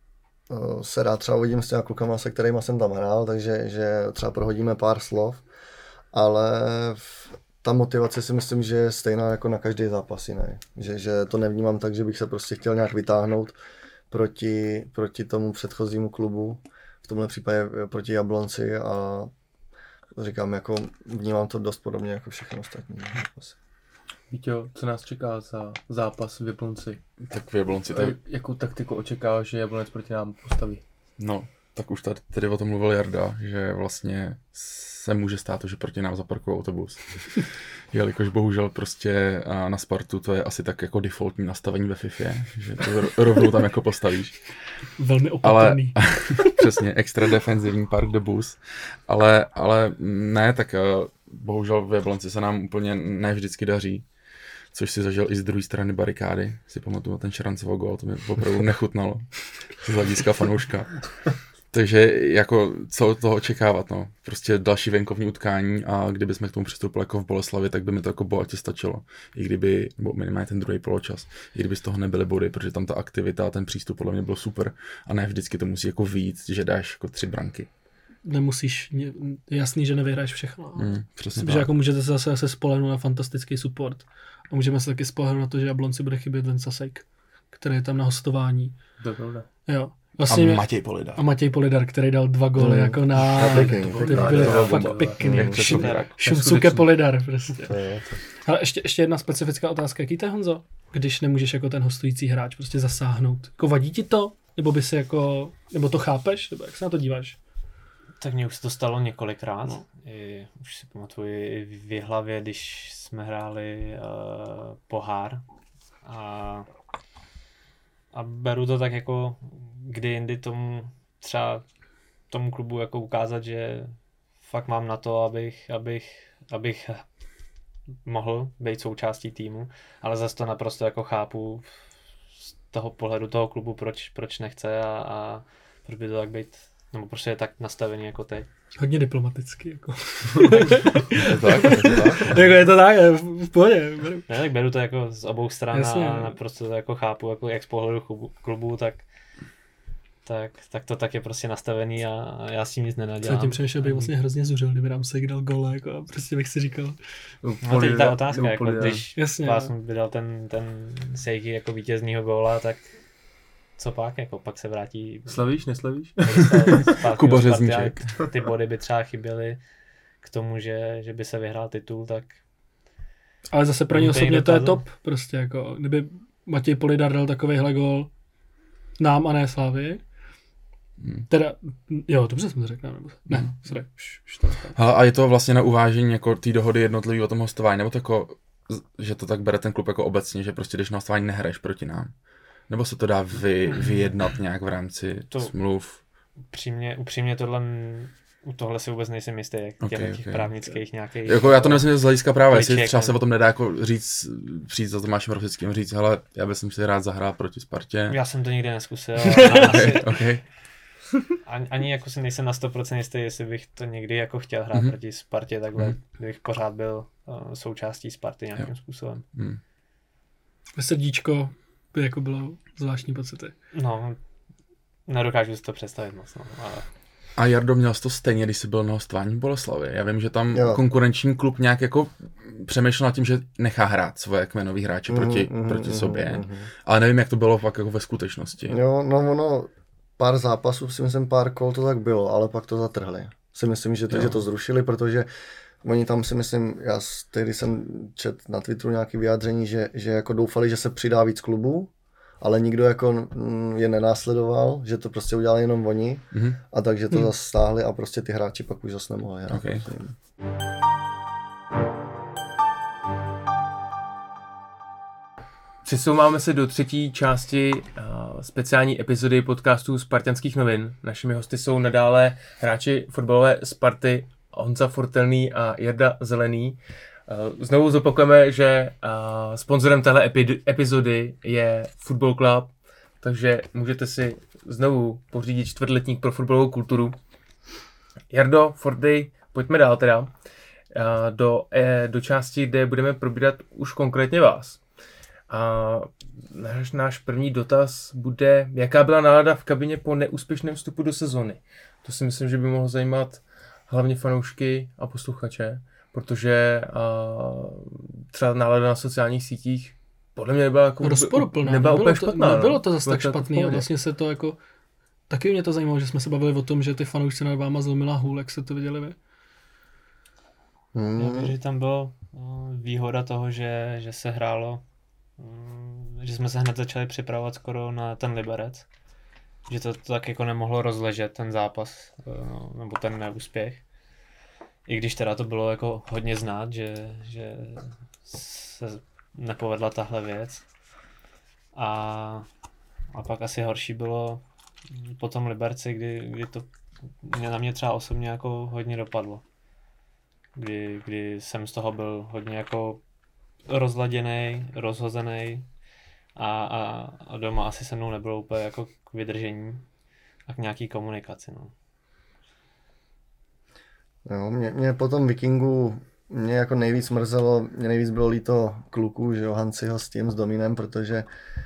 se rád třeba uvidím s těma klukama, se kterýma jsem tam hrál, takže třeba prohodíme pár slov, ale ta motivace si myslím, že je stejná jako na každý zápas jiný. Že to nevnímám tak, že bych se prostě chtěl nějak vytáhnout proti tomu předchozímu klubu, v tomhle případě proti Jablonci, a říkám, jako vnímám to dost podobně jako všechny ostatní zápasy. Víťo, co nás čeká za zápas v Jablonci? Tak v Jablonci to... Jakou taktiku očekáváš, že Jablonec proti nám postaví? No, tak už tady o tom mluvil Jarda, že vlastně se může stát to, že proti nám zaparkuje autobus. Jelikož bohužel prostě na Spartu to je asi tak jako defaultní nastavení ve FIFA, že to rovnou tam jako postavíš. Velmi opatrný. Přesně, extra defenzivní park the bus. Ale ne, tak bohužel v Jablonci se nám úplně ne vždycky daří. Což si zažil i z druhé strany barikády. Si pamatuju ten Šrancov gól, to mi opravdu nechutnalo. Z hlediska fanouška. Takže jako co od toho očekávat, no. Prostě další venkovní utkání, a kdyby jsme k tomu přistoupili jako v Boleslavi, tak by mi to jako bohatě stačilo. I kdyby, nebo minimálně ten druhý poločas, i kdyby z toho nebyly body, protože tam ta aktivita a ten přístup podle mě byl super, a ne vždycky to musí jako vyjít, že dáš jako 3 branky. Nemusíš, jasný, že nevyhráš všechno. Přesně tak. Že jako můžete se zase spolehnout na fantastický support. A můžeme se taky spolehnout na to, že Jablonci bude chybět Vencasek, který je tam na hostování. Dobré. Jo. Vlastně A Matěj Polidar, který dal 2 góly jako na... Ty byly fakt pěkný. Šumcuke Polidar prostě. Ale ještě jedna specifická otázka. Jaký to je, Honzo? Když nemůžeš jako ten hostující hráč prostě zasáhnout. Jako vadí ti to? Nebo by si jako... Nebo to chápeš? Nebo jak se na to díváš? Tak mně už se to stalo několikrát. No. Už si pamatuju v Jihlavě, když jsme hráli pohár. A beru to tak jako kdy jindy tomu klubu jako ukázat, že fakt mám na to, abych mohl být součástí týmu, ale zase to naprosto jako chápu z toho pohledu toho klubu, proč nechce a proč by to tak být, nebo prostě je tak nastavený jako teď. Hodně diplomaticky, jako. Je to tak, v pohodě. Ne, tak beru to jako z obou stran a naprosto to jako chápu, jako jak z pohledu klubu, tak to tak je prostě nastavený a já s tím nic nenadělám. Co tím přemýšlel, bych vlastně hrozně zuřil, kdyby nám se dal gole, jako, a prostě bych si říkal. No teď ta otázka, jako, když vás vydal ten Sejky jako vítěznýho góla, tak co pak, jako pak se vrátí... Slavíš, neslavíš? Kuba Řezníček. Ty body by třeba chyběly k tomu, že by se vyhrál titul, tak... Ale zase pro ně osobně to je top, prostě jako, kdyby Matěj Polidar dal takovejhle gól nám a ne Slávy. Teda, jo, dobře jsem to řekl, nebo ne, sorry, už to řekl. A je to vlastně na uvážení jako té dohody jednotlivý o tom hostování, nebo to jako, že to tak bere ten klub jako obecně, že prostě když na hostování nehraješ proti nám? Nebo se to dá vyjednat nějak v rámci smluv? Upřímně tohle si vůbec nejsem jistý, jak těch právnických nějakých... Jako já to nemyslím z hlediska práva, jestli třeba se o tom nedá jako říct, přijít za Tomášem Rosickým, říct, hele, já bych si rád zahrál proti Spartě. Já jsem to nikdy neskusil. Ani jako si nejsem na 100% jistý, jestli bych to někdy jako chtěl hrát proti Spartě takhle, kdybych pořád byl součástí Sparty nějakým způsobem. Srdíčko by jako bylo zvláštní pocity. No, nedokážu si to představit moc, no, ale... A Jardo, měl jsi to stejně, když jsi byl na hostování Boleslavy. Já vím, že tam konkurenční klub nějak jako přemýšlel nad tím, že nechá hrát svoje kmenový hráče proti sobě, ale nevím, jak to bylo fakt jako ve skutečnosti. Jo, no ono, pár zápasů, si myslím, pár kol to tak bylo, ale pak to zatrhli. Si myslím, že to zrušili, protože oni tam si myslím, já tehdy jsem četl na Twitteru nějaké vyjádření, že jako doufali, že se přidá víc klubů, ale nikdo jako je nenásledoval, že to prostě udělali jenom oni a takže to zase stáhli a prostě ty hráči pak už zase nemohli hrát. Okay. Přesouváme se do třetí části speciální epizody podcastu Spartanských novin. Našimi hosty jsou nadále hráči fotbalové Sparty Honza Fortelný a Jarda Zelený. Znovu zopakujeme, že sponzorem téhle epizody je Football Club, takže můžete si znovu pořídit čtvrtletník pro fotbalovou kulturu. Jardo, Fordy, pojďme dál teda do části, kde budeme probírat už konkrétně vás. A náš první dotaz bude, jaká byla nálada v kabině po neúspěšném vstupu do sezony. To si myslím, že by mohlo zajímat hlavně fanoušky a posluchače, protože třeba nálada na sociálních sítích podle mě nebyla jako rozporuplná. Nebyla úplně špatná. Nebylo to zase tak špatný a vlastně se to jako taky mě to zajímalo, že jsme se bavili o tom, že ty fanoušci nad váma zlomila hůl, jak se to viděli vy? Já vím, že tam bylo výhoda toho, že se hrálo, že jsme se hned začali připravovat skoro na ten Liberec, že to tak jako nemohlo rozležet ten zápas nebo ten neúspěch. I když teda to bylo jako hodně znát, že se nepovedla tahle věc. A pak asi horší bylo po tom Liberci, kdy to na mě třeba osobně jako hodně dopadlo. Kdy jsem z toho byl hodně jako rozladěnej, rozhozenej a doma asi se mnou nebylo úplně jako k vydržení a k nějaký komunikaci. No. Jo, mě po tom Vikingu mě jako nejvíc mrzelo, mě nejvíc bylo líto kluků, že jo, Hanciho s Dominem, protože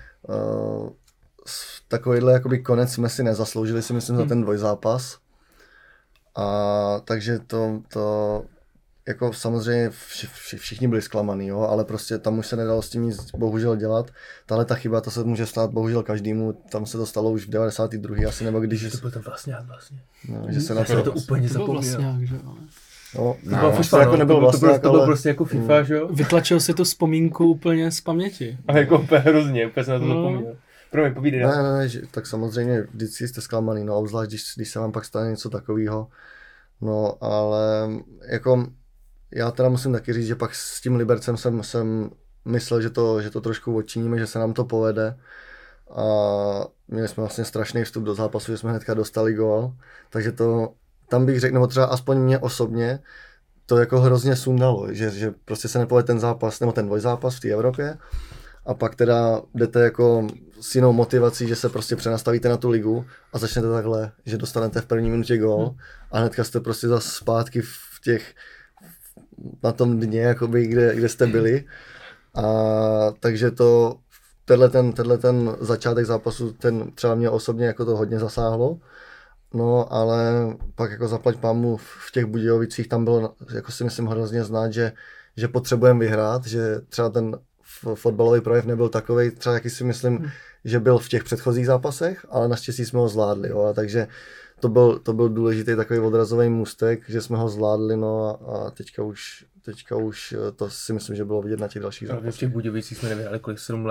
takovýhle jakoby konec jsme si nezasloužili, si myslím, za ten dvojzápas. A takže to jako samozřejmě všichni byli zklamaný, jo, ale prostě tam už se nedalo s tím nic bohužel dělat. Tahle ta chyba, to se může stát bohužel každému, tam se to stalo už v 92. asi, nebo když... To byl ten vlastně. No, že se na to úplně zapomněl. No, to nebyl vlastně, to bylo prostě jako FIFA, že jo? Vytlačil si tu vzpomínku úplně z paměti. A jako úplně hrozně, úplně se na to zapomněl. Promiň, povídej. Ne, tak samozřejmě vždycky jste zklamaný, no, obzvlášť když se vám pak stane něco takového. No, ale jako já teda musím taky říct, že pak s tím Libercem jsem myslel, že to trošku odčiníme, že se nám to povede. A měli jsme vlastně strašný vstup do zápasu, že jsme hnedka dostali gól. Takže to, tam bych řekl, nebo třeba aspoň mě osobně, to jako hrozně sundalo, že prostě se nepovede ten zápas, nebo ten dvojzápas v té Evropě. A pak teda jdete jako s jinou motivací, že se prostě přenastavíte na tu ligu a začnete takhle, že dostanete v první minutě gól a hnedka jste prostě zase zpátky na tom dně, jakoby, kde jste byli. A takže tenhle ten začátek zápasu, ten třeba mě osobně jako to hodně zasáhlo. No, ale pak jako zaplať pámu v těch Budějovicích tam bylo, jako si myslím, hrozně znát, že potřebujeme vyhrát, že třeba ten fotbalový projev nebyl takovej, třeba jaký si myslím, že byl v těch předchozích zápasech, ale naštěstí jsme ho zvládli, jo, a takže to byl důležitý takový odrazový můstek, že jsme ho zvládli, no a teďka už to si myslím, že bylo vidět na těch dalších zápasech. V těch Budějovicích jsme nevyhráli kolik 7 let?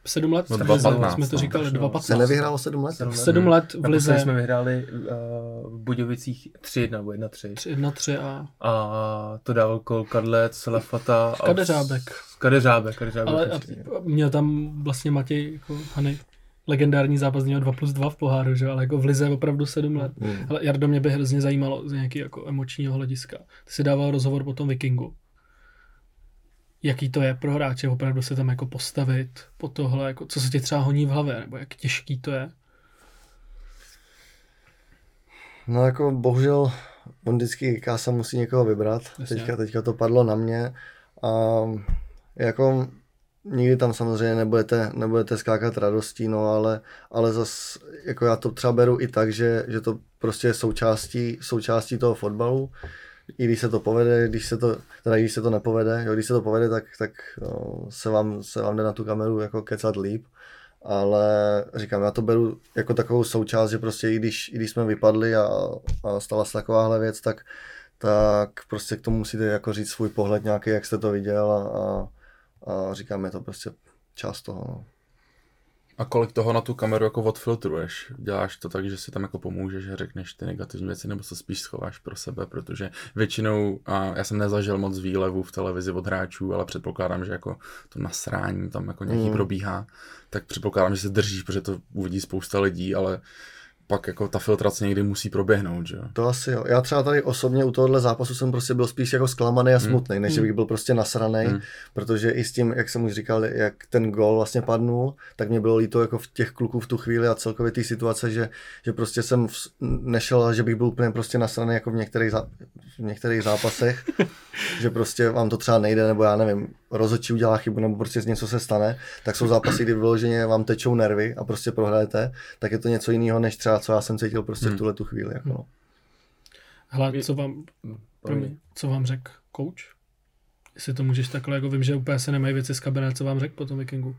7 let, No, v Lize, 2,15, jsme to říkali, no. 2,15. Se nevyhrálo 7 let? 7 let v Naposledy Lize. jsme vyhráli v Budějovicích 3-1 nebo 1-3. 1-3 a A to dával kol Kadlec, Salafata. Kadeřábek. Kadeřábek. Ale a měl tam vlastně Matěj jako Hany legendární zápas, měl 2+2 v poháru, že? Ale jako v Lize opravdu 7 let. Ale Jardo, mě by hrozně zajímalo z nějakého jako emočního hlediska. Ty si dával rozhovor po tom Vikingu. Jaký to je pro hráče opravdu se tam jako postavit po tohle, jako co se ti třeba honí v hlavě, nebo jak těžký to je? No jako bohužel on vždycky Kása musí někoho vybrat. Teďka to padlo na mě a jako nikdy tam samozřejmě nebudete skákat radostí, no ale zas jako já to třeba beru i tak, že to prostě je součástí toho fotbalu. I když se to povede, když se to nepovede, jo, když se to povede, tak se vám jde na tu kameru jako kecat líp. Ale říkám, já to beru jako takovou součást, že prostě i když jsme vypadli a stala se takováhle věc, tak prostě k tomu musíte jako říct svůj pohled nějaký, jak jste to viděl a říkám, je to prostě část toho. No. A kolik toho na tu kameru jako odfiltruješ? Děláš to tak, že si tam jako pomůžeš a řekneš ty negativní věci, nebo se spíš schováš pro sebe, protože většinou, a já jsem nezažil moc výlevů v televizi od hráčů, ale předpokládám, že jako to nasrání tam jako nějaký probíhá, tak předpokládám, že se držíš, protože to uvidí spousta lidí, ale pak jako ta filtrace někdy musí proběhnout, že jo? To asi jo. Já třeba tady osobně u tohohle zápasu jsem prostě byl spíš jako zklamaný a smutný, než bych byl prostě nasranej, protože i s tím, jak jsem už říkal, jak ten gól vlastně padnul, tak mě bylo líto jako v těch kluků v tu chvíli a celkově té situace, že prostě jsem nešel, že bych byl úplně prostě nasraný jako v některých zápasech, že prostě vám to třeba nejde, nebo já nevím, rozhodčí udělá chybu, nebo prostě něco se stane, tak jsou zápasy, kdy vyloženě vám tečou nervy a prostě prohrajete, tak je to něco jiného, než třeba co já jsem cítil prostě v tuhletu chvíli. Jako no. Hele, co vám řekl coach? Jestli to můžeš takhle, jako vím, že úplně se nemají věci z kabinet, co vám řekl po tom Vikingu?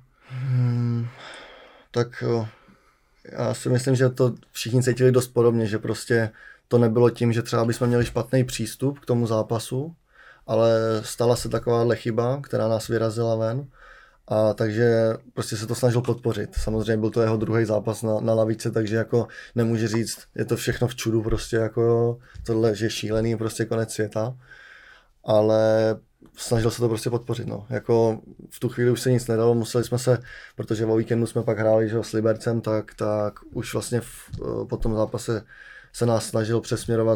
Tak já si myslím, že to všichni cítili dost podobně, že prostě to nebylo tím, že třeba bychom měli špatný přístup k tomu zápasu, ale stala se takováhle chyba, která nás vyrazila ven. A takže prostě se to snažil podpořit. Samozřejmě byl to jeho druhý zápas na lavičce, takže jako nemůže říct, je to všechno v čudu, prostě jako tohle, že je šílený, prostě konec světa. Ale snažil se to prostě podpořit, no. Jako v tu chvíli už se nic nedalo, museli jsme se, protože o víkendu jsme pak hráli, že, s Libercem, tak už vlastně po tom zápase se nás snažil přesměrovat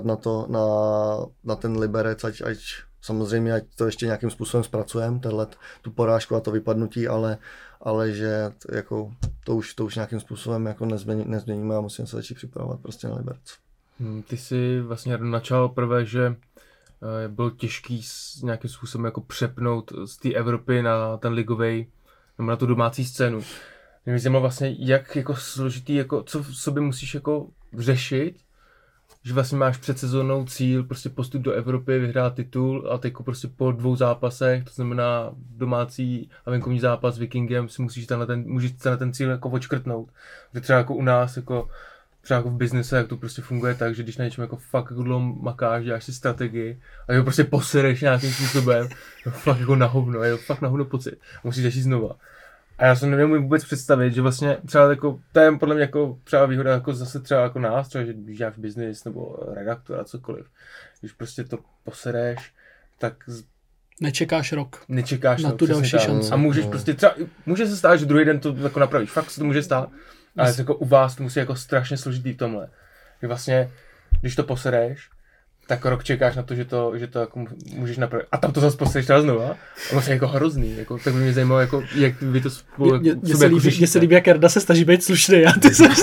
na ten Liberec, ať samozřejmě, ať to ještě nějakým způsobem zpracujeme, tu porážku a to vypadnutí, ale že jako, to už nějakým způsobem jako nezměníme a musíme se začít připravovat prostě na Liberec. Ty jsi vlastně načal prvé, že bylo těžký nějakým způsobem jako přepnout z té Evropy na ten ligovej, nebo na tu domácí scénu. Mě zajímalo vlastně, jak jako složitý, jako, co v sobě musíš jako řešit, že vlastně máš před sezónou cíl, prostě postup do Evropy, vyhrát titul a teď prostě po 2 zápasech, to znamená domácí a venkovní zápas s Vikingem, si můžeš ten cíl jako odškrtnout. Že třeba jako u nás, jako třeba jako v biznise, jak to prostě funguje tak, že když na něčem jako fakt jako dlouho makáš, děláš si strategii a jako prostě posereš nějakým způsobem, no fakt jako na hovno, je to fakt na hovno pocit. Musíš začít znova. A já jsem neměl vůbec představit, že vlastně třeba jako, to je podle mě jako třeba výhoda jako zase třeba jako nás, třeba že když děláš business nebo redaktor a cokoliv. Když prostě to posereš, tak nečekáš rok. Nečekáš na tu další šanci. A můžeš prostě třeba, může se stát, že druhý den to jako napravíš, fakt se to může stát. Ale jako u vás to musí jako strašně složitý v tomhle. Že vlastně, když to posereš, tak rok čekáš na to, že to jako můžeš napravit. A tam to zase posereš třeba znova. A vlastně jako hrozný. Jako, tak by mě zajímalo, jako, jak vy to spolu Mně se líbí, jak Jarda se snaží být slušný. Já ty jsem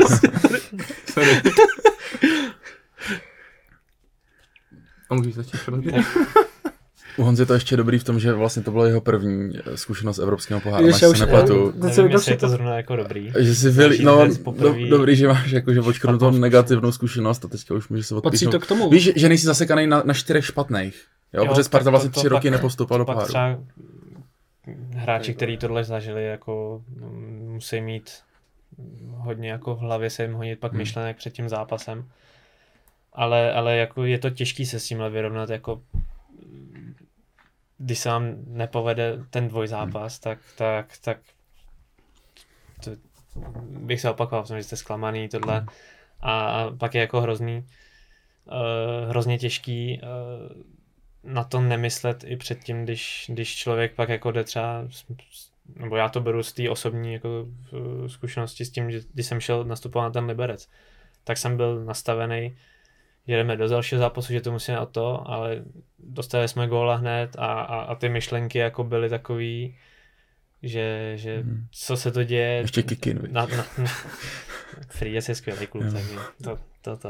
Sorry. A můžeš začít předat? U Honzy je to ještě dobrý v tom, že vlastně to byla jeho první zkušenost s evropským pohárem, až se nepletu. Nevím, jestli je to zrovna jako dobrý. Že si dobrý, že máš jako, že odškrtnutou negativnou zkušenost a teďka už můžeš se odpíchnout. Patří to k tomu. Víš, že nejsi zasekanej na 4 špatných. Jo, protože Sparta vlastně 3 roky nepostoupila do poháru. Třeba hráči, kteří tohle zažili, jako musí mít hodně jako v hlavě se jim honit pak myšlenek před tím zápasem. Ale jako je to těžký se s tímhle vyrovnat, jako když se vám nepovede ten dvojzápas, tak bych se opakoval, že jste zklamaný, tohle. A pak je jako hrozně těžký na to nemyslet i předtím, když člověk pak jako jde třeba, nebo já to beru z té osobní jako zkušenosti s tím, že když jsem šel nastupovat na ten Liberec, tak jsem byl nastavený, že jdeme do dalšího zápasu, že to musíme o to, ale dostali jsme góla hned a ty myšlenky jako byly takový, že co se to děje. Ještě Kikin. Friedec je skvělý kluk, takže to.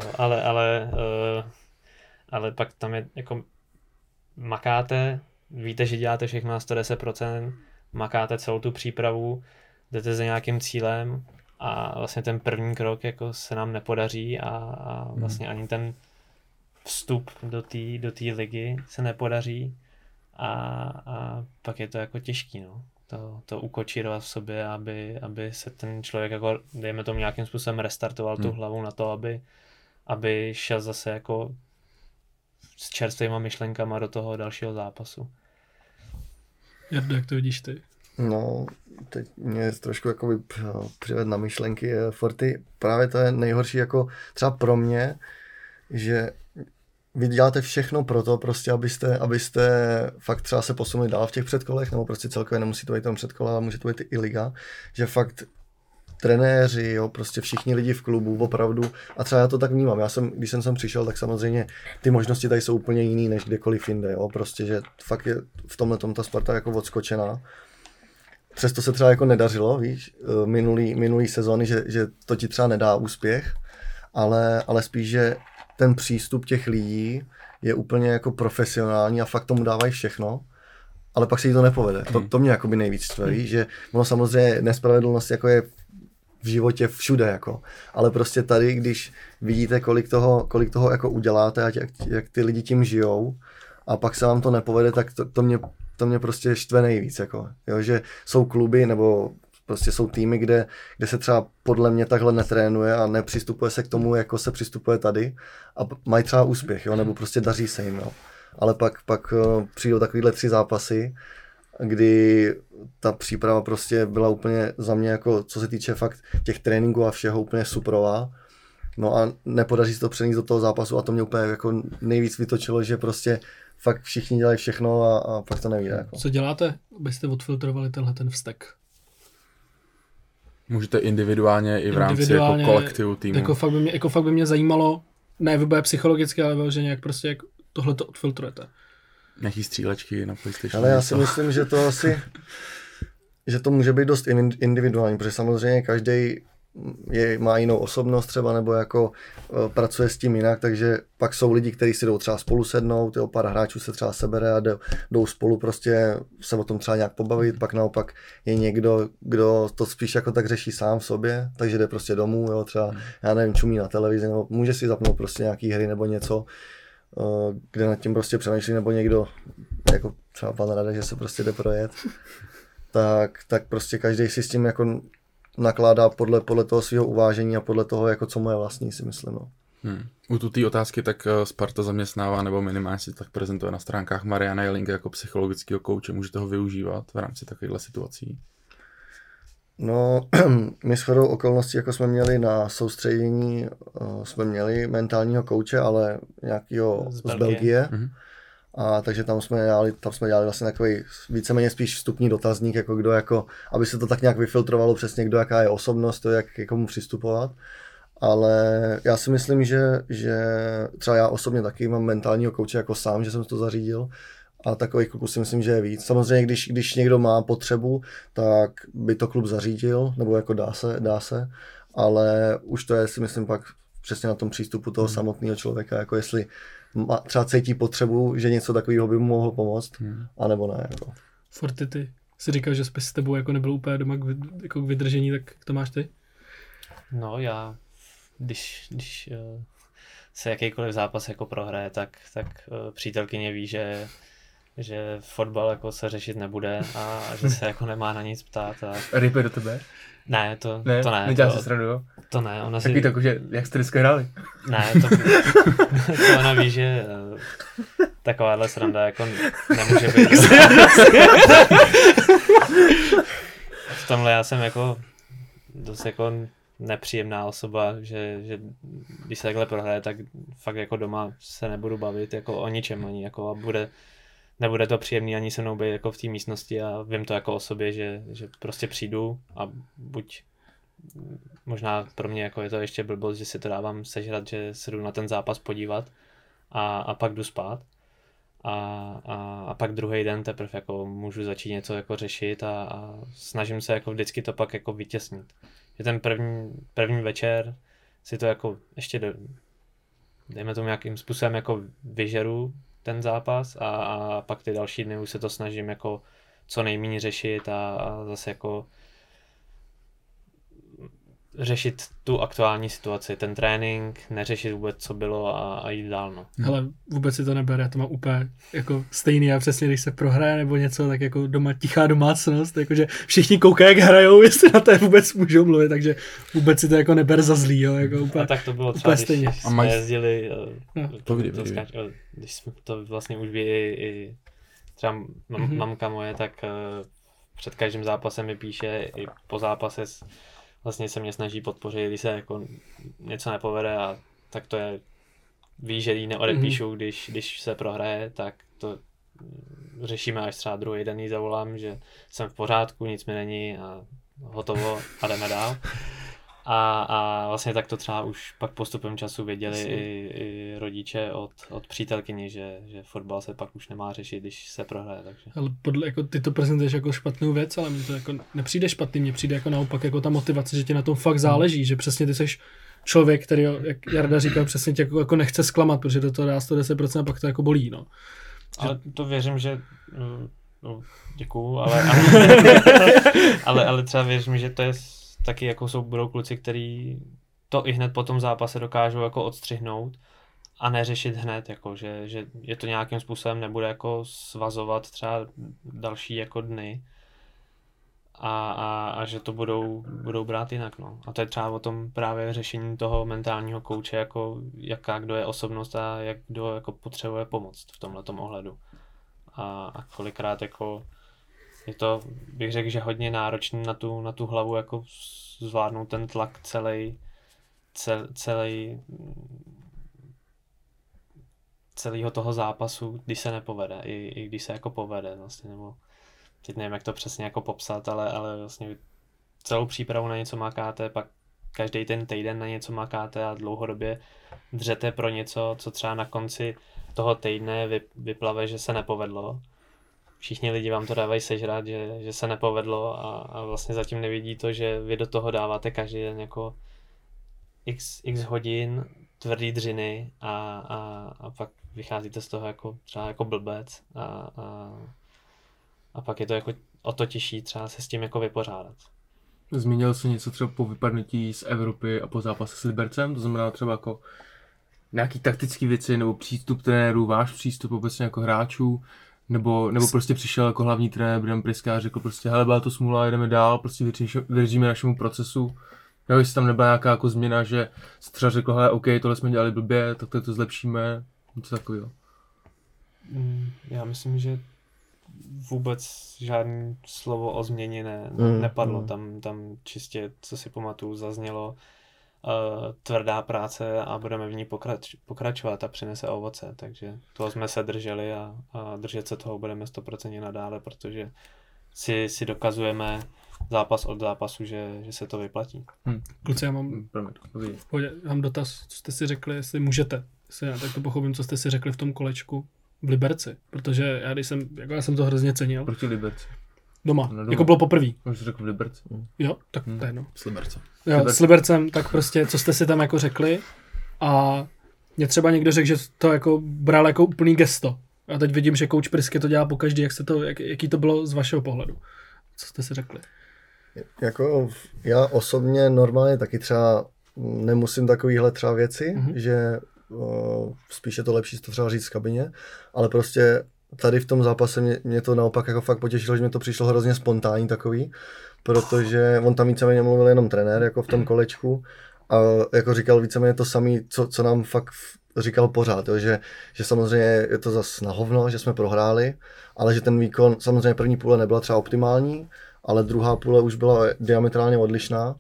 Ale pak tam je jako makáte, víte, že děláte všechno na 110%, makáte celou tu přípravu, jdete za nějakým cílem a vlastně ten první krok jako se nám nepodaří a vlastně ani ten vstup do té ligy se nepodaří a pak je to jako těžký, no. To ukočírovat v sobě, aby se ten člověk jako, dejme tomu nějakým způsobem restartoval tu hlavu na to, aby šel zase jako s čerstvýma myšlenkama do toho dalšího zápasu. Jardo, jak to vidíš ty? No, teď mě trošku jakoby přived na myšlenky Forty. Právě to je nejhorší jako třeba pro mě, že vy děláte všechno pro to, prostě, abyste fakt třeba se posunuli dál v těch předkolech, nebo prostě celkově nemusí to být tam předkola, ale může to být i liga, že fakt trenéři, jo, prostě všichni lidi v klubu, opravdu, a třeba já to tak vnímám, když jsem sem přišel, tak samozřejmě ty možnosti tady jsou úplně jiný, než kdekoliv jinde, jo, prostě, že fakt je v tomhletom ta Sparta jako odskočená. Přesto se třeba jako nedařilo, víš, minulý sezóny, že to ti třeba nedá úspěch, ale spíš, že ten přístup těch lidí je úplně jako profesionální a fakt tomu dávají všechno, ale pak se jí to nepovede. To mě jakoby nejvíc štve, že ono samozřejmě nespravedlnost jako je v životě všude, jako. Ale prostě tady, když vidíte, kolik toho jako uděláte a jak ty lidi tím žijou a pak se vám to nepovede, tak to mě prostě štve nejvíc, jako. Jo, že jsou kluby nebo prostě jsou týmy, kde se třeba podle mě takhle netrénuje a nepřistupuje se k tomu, jako se přistupuje tady a mají třeba úspěch, jo, nebo prostě daří se jim, jo. Ale pak přijdou takovýhle 3 zápasy, kdy ta příprava prostě byla úplně za mě jako, co se týče fakt těch tréninků a všeho úplně superová. No a nepodaří se to přenést do toho zápasu a to mě úplně jako nejvíc vytočilo, že prostě fakt všichni dělají všechno a pak to nevíde. Jako. Co děláte, abyste odfiltrovali tenhle ten vztek? Můžete individuálně i v rámci jako kolektivu týmu. Jako fakt by mě zajímalo, ne vůbec psychologicky, ale vyloženě jak prostě jak tohle to odfiltrujete. Nějaký střílečky na PlayStation. Ale já si myslím, že to že to může být dost individuální, protože samozřejmě každý má jinou osobnost třeba, nebo jako pracuje s tím jinak, takže pak jsou lidi, kteří si jdou třeba spolu sednout, pár hráčů se třeba sebere a jdou spolu prostě se o tom třeba nějak pobavit, pak naopak je někdo, kdo to spíš jako tak řeší sám v sobě, takže jde prostě domů, jo, třeba, já nevím, čumí na televizi, nebo může si zapnout prostě nějaký hry nebo něco, kde nad tím prostě přemýšlí, nebo někdo, jako třeba pan Radek, že se prostě jde projet, tak prostě každý si s tím jako nakládá podle toho svého uvážení a podle toho, jako co mu je vlastní, si myslím. No. U té otázky tak Sparta zaměstnává, nebo minimálně si tak prezentuje na stránkách Mariana Jelinka jako psychologického kouče. Můžete ho využívat v rámci takovýchhle situací? No, my shodou okolností, jako jsme měli na soustředění, jsme měli mentálního kouče, ale nějakého z Belgie. A takže tam jsme dělali vlastně takový víceméně spíš vstupní dotazník, jako kdo jako, aby se to tak nějak vyfiltrovalo přesně, kdo jaká je osobnost, to jak komu přistupovat. Ale já si myslím, že třeba já osobně taky mám mentálního kouče jako sám, že jsem to zařídil. A takových klubů si myslím, že je víc. Samozřejmě, když někdo má potřebu, tak by to klub zařídil, nebo jako dá se, ale už to je, si myslím, pak přesně na tom přístupu toho samotného člověka, jako jestli třeba cítí potřebu, že něco takového by mu mohlo pomoct, anebo ne. Jako. Forty, ty jsi říkal, že jsi s tebou jako nebyl úplně doma k vydržení, tak to máš ty? No já, když se jakýkoliv zápas jako prohraje, tak přítelkyně ví, že fotbal jako se řešit nebude a že se jako nemá na nic ptát. Rype do tebe? Ne, to ne. Nedělá se srandu, jo? To ne, ona Taky tak, že jak jste dneska hráli? Ne, to ona ví, že takováhle sranda jako nemůže být. V tomhle já jsem jako dost jako nepříjemná osoba, že když se takhle prohraje, tak fakt jako doma se nebudu bavit jako o ničem ani jako a nebude to příjemný ani se mnou být jako v té místnosti a vím to jako o sobě, že prostě přijdu a buď možná pro mě jako je to ještě blbost, že si to dávám sežrat, že se jdu na ten zápas podívat a pak jdu spát a pak druhý den teprve jako můžu začít něco jako řešit a snažím se jako vždycky to pak jako vytěsnit. Že ten první večer si to jako ještě dejme tomu nějakým způsobem jako vyžeru ten zápas a pak ty další dny už se to snažím jako co nejméně řešit a zase jako řešit tu aktuální situaci, ten trénink, neřešit vůbec, co bylo a jít dál, no. Hele, vůbec si to nebere, já to mám úplně jako stejný a přesně, když se prohraje nebo něco, tak jako doma tichá domácnost, jakože všichni koukají, jak hrajou, jestli na to vůbec můžou mluvit, takže vůbec si to jako neber za zlý, jo, jako úplně. A tak to bylo třeba, když jsme jezdili, když jsme to vlastně už i třeba mamka moje, tak před každým zápasem mi píše, i po zápase vlastně se mě snaží podpořit, když se jako něco nepovede a tak to je, ví, že jí neodepíšu, když se prohraje, tak to řešíme až třeba druhý den jí zavolám, že jsem v pořádku, nic mi není a hotovo a jdeme dál. A vlastně tak to třeba už pak postupem času věděli i rodiče od přítelkyni, že fotbal se pak už nemá řešit, když se prohraje. Takže. Ale jako ty to prezentuješ jako špatnou věc, ale mně to jako nepřijde špatný, mně přijde jako naopak jako ta motivace, že ti na tom fakt záleží, že přesně ty seš člověk, který, jak Jarda říkal, přesně tě jako nechce zklamat, protože do toho dá 110% a pak to jako bolí, no. Ale to věřím, že děkuju, ale třeba věřím, že to je taky jako budou kluci, kteří to i hned po tom zápase dokážou jako odstřihnout a neřešit hned, jako, že je to nějakým způsobem nebude jako svazovat třeba další jako dny a že to budou brát jinak. No. A to je třeba o tom právě řešení toho mentálního kouče, jako jaká kdo je osobnost a jak kdo jako potřebuje pomoct v tomhletom ohledu. A kolikrát jako je to, bych řekl, že hodně náročný na tu hlavu jako zvládnout ten tlak celého toho zápasu, když se nepovede, i když se jako povede vlastně, nebo teď nevím, jak to přesně jako popsat, ale vlastně celou přípravu na něco makáte, pak každý ten týden na něco makáte a dlouhodobě dřete pro něco, co třeba na konci toho týdne vyplave, že se nepovedlo. Všichni lidi vám to dávají sežrat, že se nepovedlo a vlastně zatím nevidí to, že vy do toho dáváte každý den jako x hodin tvrdý dřiny a pak vycházíte z toho jako třeba jako blbec a pak je to jako o to těžší třeba se s tím jako vypořádat. Zmínil jsi něco třeba po vypadnutí z Evropy a po zápase s Libercem, to znamená třeba jako nějaký taktický věci nebo přístup trenérů, váš přístup obecně jako hráčů, nebo prostě přišel jako hlavní trenér Brian Priska a řekl prostě, hele, byla to smůla, jdeme dál, prostě věříme našemu procesu. Jo, jestli tam nebyla nějaká jako změna, že se třeba řekl, hele, OK, tohle jsme dělali blbě, tak to zlepšíme, něco takového. Já myslím, že vůbec žádný slovo o změně nepadlo. Tam čistě, co si pamatuju, zaznělo tvrdá práce a budeme v ní pokračovat a přinese ovoce. Takže toho jsme se drželi a držet se toho budeme 100% nadále, protože si dokazujeme zápas od zápasu, že se to vyplatí. Kluci, já mám dotaz, co jste si řekli, jestli můžete. Tak to pochopím, co jste si řekli v tom kolečku v Liberci, protože já jsem to hrozně cenil. Proti Liberci. Doma. Jako bylo poprvý. Už jsi řekl v Liberci. Jo, tak to je jedno. S Libercem. Jo, s Libercem, tak prostě, co jste si tam jako řekli a mě třeba někdo řekl, že to jako bral jako úplný gesto. A teď vidím, že coach Prisky to dělá pokaždý, jaký to bylo z vašeho pohledu. Co jste si řekli? Jako já osobně normálně taky třeba nemusím takovýhle třeba věci, že spíš je to lepší to třeba říct v kabině, ale prostě tady v tom zápase mě to naopak jako fakt potěšilo, že mi to přišlo hrozně spontánní takový, protože on tam víceméně mluvil jenom trenér jako v tom kolečku a jako říkal víceméně to samé, co nám fakt říkal pořád, jo, že samozřejmě je to zas na hovno, že jsme prohráli, ale že ten výkon, samozřejmě první půle nebyla třeba optimální, ale druhá půle už byla diametrálně odlišná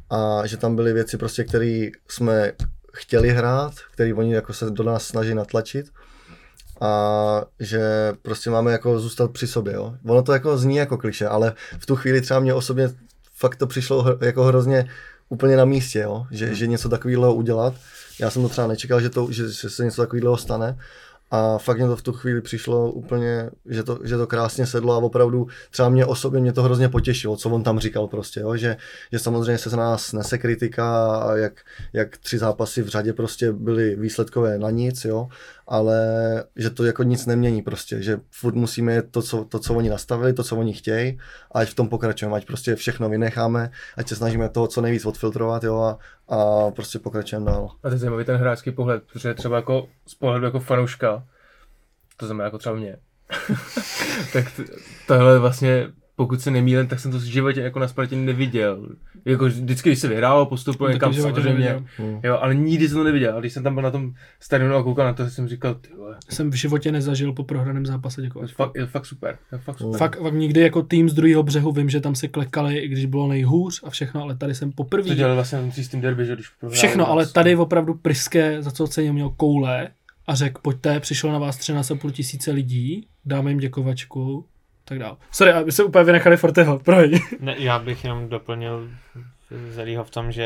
a že tam byly věci prostě, které jsme chtěli hrát, které oni jako se do nás snaží natlačit a že prostě máme jako zůstat při sobě, jo. Ono to jako zní jako klišé, ale v tu chvíli třeba mě osobně fakt to přišlo jako hrozně úplně na místě, jo, že něco takového udělat. Já jsem to třeba nečekal, že se něco takového stane. A fakt mě to v tu chvíli přišlo úplně, že to krásně sedlo a opravdu třeba mě osobně to hrozně potěšilo, co on tam říkal prostě, jo? Že samozřejmě se z nás nese kritika a jak 3 zápasy v řadě prostě byly výsledkové na nic, jo? Ale že to jako nic nemění prostě, že furt musíme jet to, co oni nastavili, to, co oni chtějí, a ať v tom pokračujeme, ať prostě všechno vynecháme, ať se snažíme toho co nejvíc odfiltrovat, jo? A prostě pokračujeme dál. A to je zajímavý ten hráčský pohled, protože třeba jako z pohledu jako fanouška, to znamená jako třeba mě, tak tohle vlastně, pokud se nemýlím, tak jsem to v životě jako na Spartě neviděl. Jako vždycky, když se vyhrálo, postupuje někam samozřejmě, jo, ale nikdy jsem to neviděl. A když jsem tam byl na tom stadionu a koukal na to, jsem říkal, ty vole. Jsem v životě nezažil po prohraném zápase děkovat. Je fakt super. Fakt nikdy jako tým z druhého břehu, vím, že tam se klekali, i když bylo nejhůř a všechno, ale tady jsem poprvé. To dělali vlastně s tím derby, že když prohráli. Všechno, ale tady opravdu Priske, za co ocením, měl koule a řekl, pojďte, přišlo na vás 13,5 tisíce lidí, dáme jim děkovačku, tak dál. Sorry, aby se úplně vynechali Forteho, promiň. Ne, já bych jenom doplnil Zelího v tom,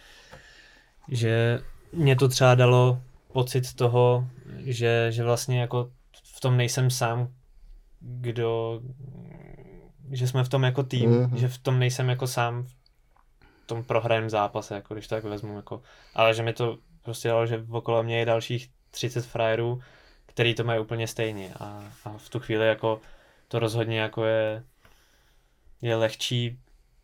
že mě to třeba dalo pocit toho, že vlastně jako v tom nejsem sám, že jsme v tom jako tým, že v tom nejsem jako sám v tom prohrajem zápase, jako když to tak vezmu, jako, ale že mi to prostě dalo, že okolo mě je dalších 30 frajerů, který to mají úplně stejně a v tu chvíli jako to rozhodně jako je lehčí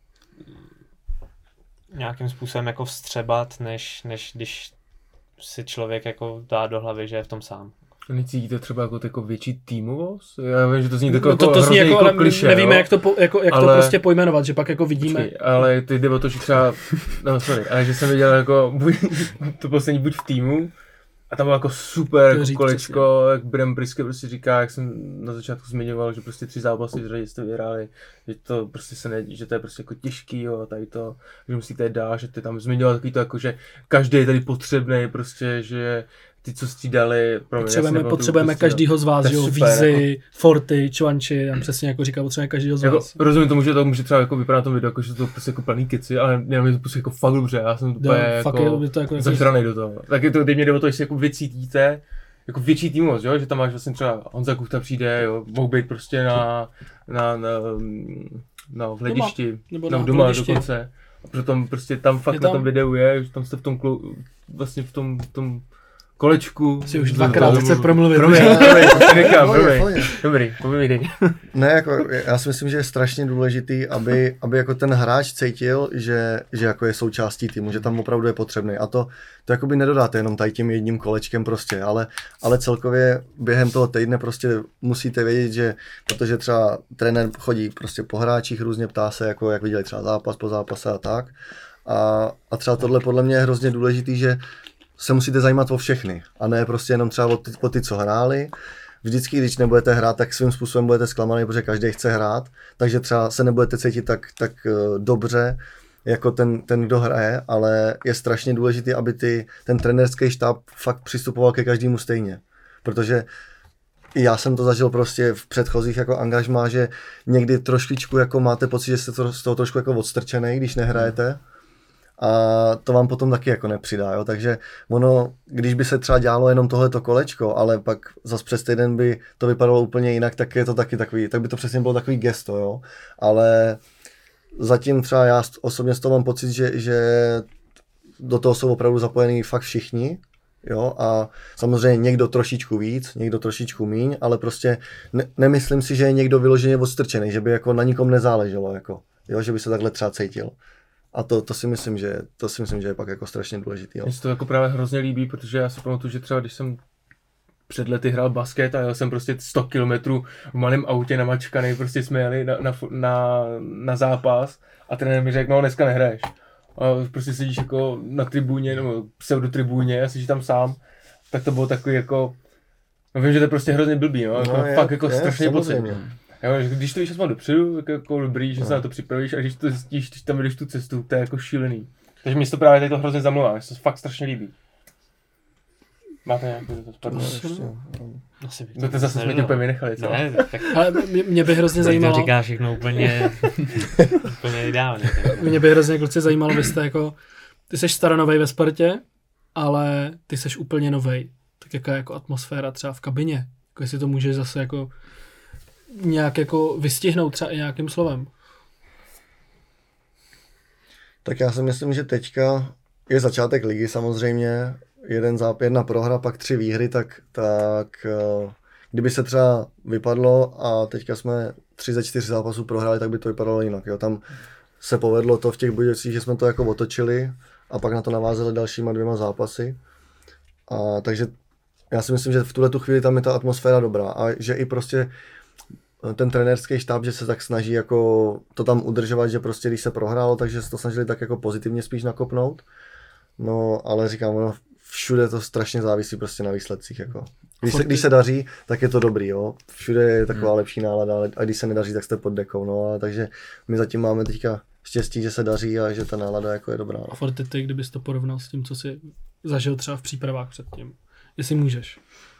nějakým způsobem jako vstřebat, než když si člověk jako dá do hlavy, že je v tom sám. Necítíte třeba jako větší týmovost? Já vím, že to zní takové to zní jako, ale klišé, nevíme, jo? jak to prostě pojmenovat, že pak jako vidíme. Počkej, ale ty jde o to, že třeba, ale že jsem viděl jako to poslední buď v týmu, a tam bylo jako super jako kolečko, jak Bram Priske prostě říká, jak jsem na začátku zmiňoval, že prostě 3 zápasy v řadě jste vyhráli, že to prostě že to je prostě jako těžký, jo, tady to, že musíte dát, že ty tam zmiňoval takový to jako, že každý je tady potřebný, prostě, že ty, co střídali, potřebujeme každýho z vás, jo, Vízy, jako Forty, Čvanči, já přesně jako říkal, potřebujeme každýho z vás. Jako, rozumím tomu, že to může třeba jako vypadat na tom videu, jako, že to prostě jako plný kici, ale jenom je to prostě jako fakt dobře, já jsem úplně jako zažranej do toho. Tak to, teď mě jde o to, jestli jako vy cítíte, jako větší týmovost, jo, že tam máš vlastně třeba Honza Kuchta přijde, jo, mohl být prostě na hledišti, nebo doma dokonce. A potom prostě tam fakt na tom videu je, že tam jste v tom vlastně v tom kolečku. Si už dvakrát chce promluvit. Dobrý, povídej. Ne, jako já si myslím, že je strašně důležitý, aby jako ten hráč cítil, že jako je součástí týmu, že tam opravdu je potřebný. A to jakoby nedodáte jenom tady tím jedním kolečkem prostě, ale celkově během toho týdne prostě musíte vědět, že protože třeba trenér chodí prostě po hráčích, různě ptá se, jako jak viděli třeba zápas po zápase a tak. A třeba tohle podle mě je hrozně důležitý, že se musíte zajímat o všechny a ne prostě jenom třeba o ty, co hráli. Vždycky, když nebudete hrát, tak svým způsobem budete zklamaný, protože každý chce hrát, takže třeba se nebudete cítit tak dobře, jako ten, kdo hraje, ale je strašně důležité, aby ten trenérský štáb fakt přistupoval ke každému stejně. Protože i já jsem to zažil prostě v předchozích jako angažmá, že někdy trošičku jako máte pocit, že jste z toho trošku jako odstrčený, když nehrajete. A to vám potom taky jako nepřidá, jo? Takže ono, když by se třeba dělalo jenom tohleto kolečko, ale pak zas přes týden by to vypadalo úplně jinak, tak je to taky takový, tak by to přesně bylo takový gesto, jo? Ale zatím třeba já osobně z toho mám pocit, že do toho jsou opravdu zapojení fakt všichni, jo? A samozřejmě někdo trošičku víc, někdo trošičku míň, ale prostě nemyslím si, že je někdo vyloženě odstrčený, že by jako na nikom nezáleželo, jako, jo? Že by se takhle třeba cítil. A to si myslím, že je pak jako strašně důležitý. Jo. Mně se to jako právě hrozně líbí, protože já si pamatuju, že třeba když jsem před lety hrál basket a jel jsem prostě 100 kilometrů v malém autě namačkaný, prostě jsme jeli na zápas a trenér mi řekl, no dneska nehraješ. A prostě sedíš jako na tribuně nebo pseudotribuně a sedíš tam sám, tak to bylo takový jako, no vím, že to je prostě hrozně blbý, no, jako fakt jako strašně pocit. Jo, když to víš aspoň dopředu, tak jako dobrý, že se na to připravíš a když to zjistíš, když tam jdeš tu cestu, to je jako šílený. Takže mi to právě tady to hrozně zamlouvá, mi se to fakt strašně líbí. Máte nějaký to spadlo? Asi bych To zase jsme tě úplně vynechali, co? Ne, tak Ale mě by hrozně zajímalo, to říká všechno úplně ideálně. mě by hrozně kluci zajímalo, vy jste jako, ty seš staronovej ve Spartě, ale ty seš úplně novej. Tak jaká je jako atmosféra třeba v kabině? Jako jestli to můžeš zase jako nějak jako vystihnout třeba i nějakým slovem. Tak já si myslím, že teďka je začátek ligy samozřejmě, jedna prohra, pak 3 výhry, tak kdyby se třeba vypadlo a teďka jsme 3 ze 4 zápasů prohráli, tak by to vypadalo jinak. Jo. Tam se povedlo to v těch Budějovicích, že jsme to jako otočili a pak na to navázali dalšíma 2 zápasy. Takže já si myslím, že v tuhletu chvíli tam je ta atmosféra dobrá a že i prostě ten trenérský štáb, že se tak snaží jako to tam udržovat, že prostě když se prohrálo, takže se to snažili tak jako pozitivně spíš nakopnout. No, ale říkám, no, všude to strašně závisí prostě na výsledcích, jako. Když se daří, tak je to dobrý, jo. Všude je taková lepší nálada, a když se nedaří, tak jste pod dekou, no. Takže my zatím máme teďka štěstí, že se daří a že ta nálada jako je dobrá. No. A Forty, ty, kdybys to porovnal s tím, co jsi zažil třeba v přípravách předtím, jestli můžeš.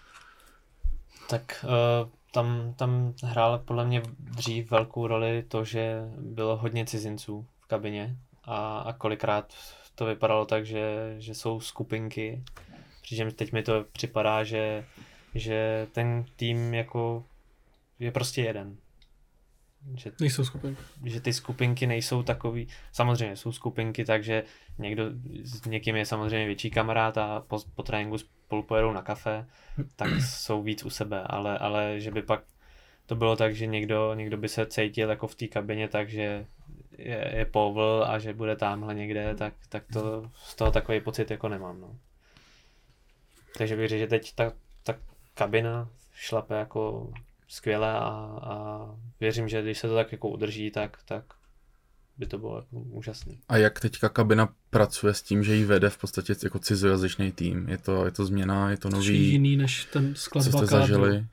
Tak tam hrálo podle mě dřív velkou roli to, že bylo hodně cizinců v kabině a kolikrát to vypadalo tak, že jsou skupinky, přičemž teď mi to připadá, že ten tým jako je prostě jeden. Nejsou skupinky. Že ty skupinky nejsou takový, samozřejmě jsou skupinky, takže s někým je samozřejmě větší kamarád a po tréninku spolu pojedou na kafe, tak jsou víc u sebe, ale že by pak to bylo tak, že někdo by se cítil jako v té kabině, takže je povl a že bude tamhle někde, tak to z toho takový pocit jako nemám. No. Takže bych řekl, že teď ta kabina šlape jako skvěle a věřím, že když se to tak jako udrží, tak by to bylo jako úžasné. A jak teďka kabina pracuje s tím, že ji vede v podstatě jako cizojazyčný tým? Je to změna, je to nový? Což je jiný než ten skladba co jste zažili?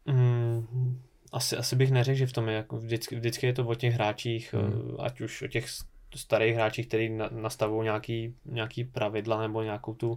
Asi bych neřekl, že v tom je jako vždycky je to o těch hráčích, ať už o těch starých hráčích, kteří nastavují nějaký pravidla nebo nějakou tu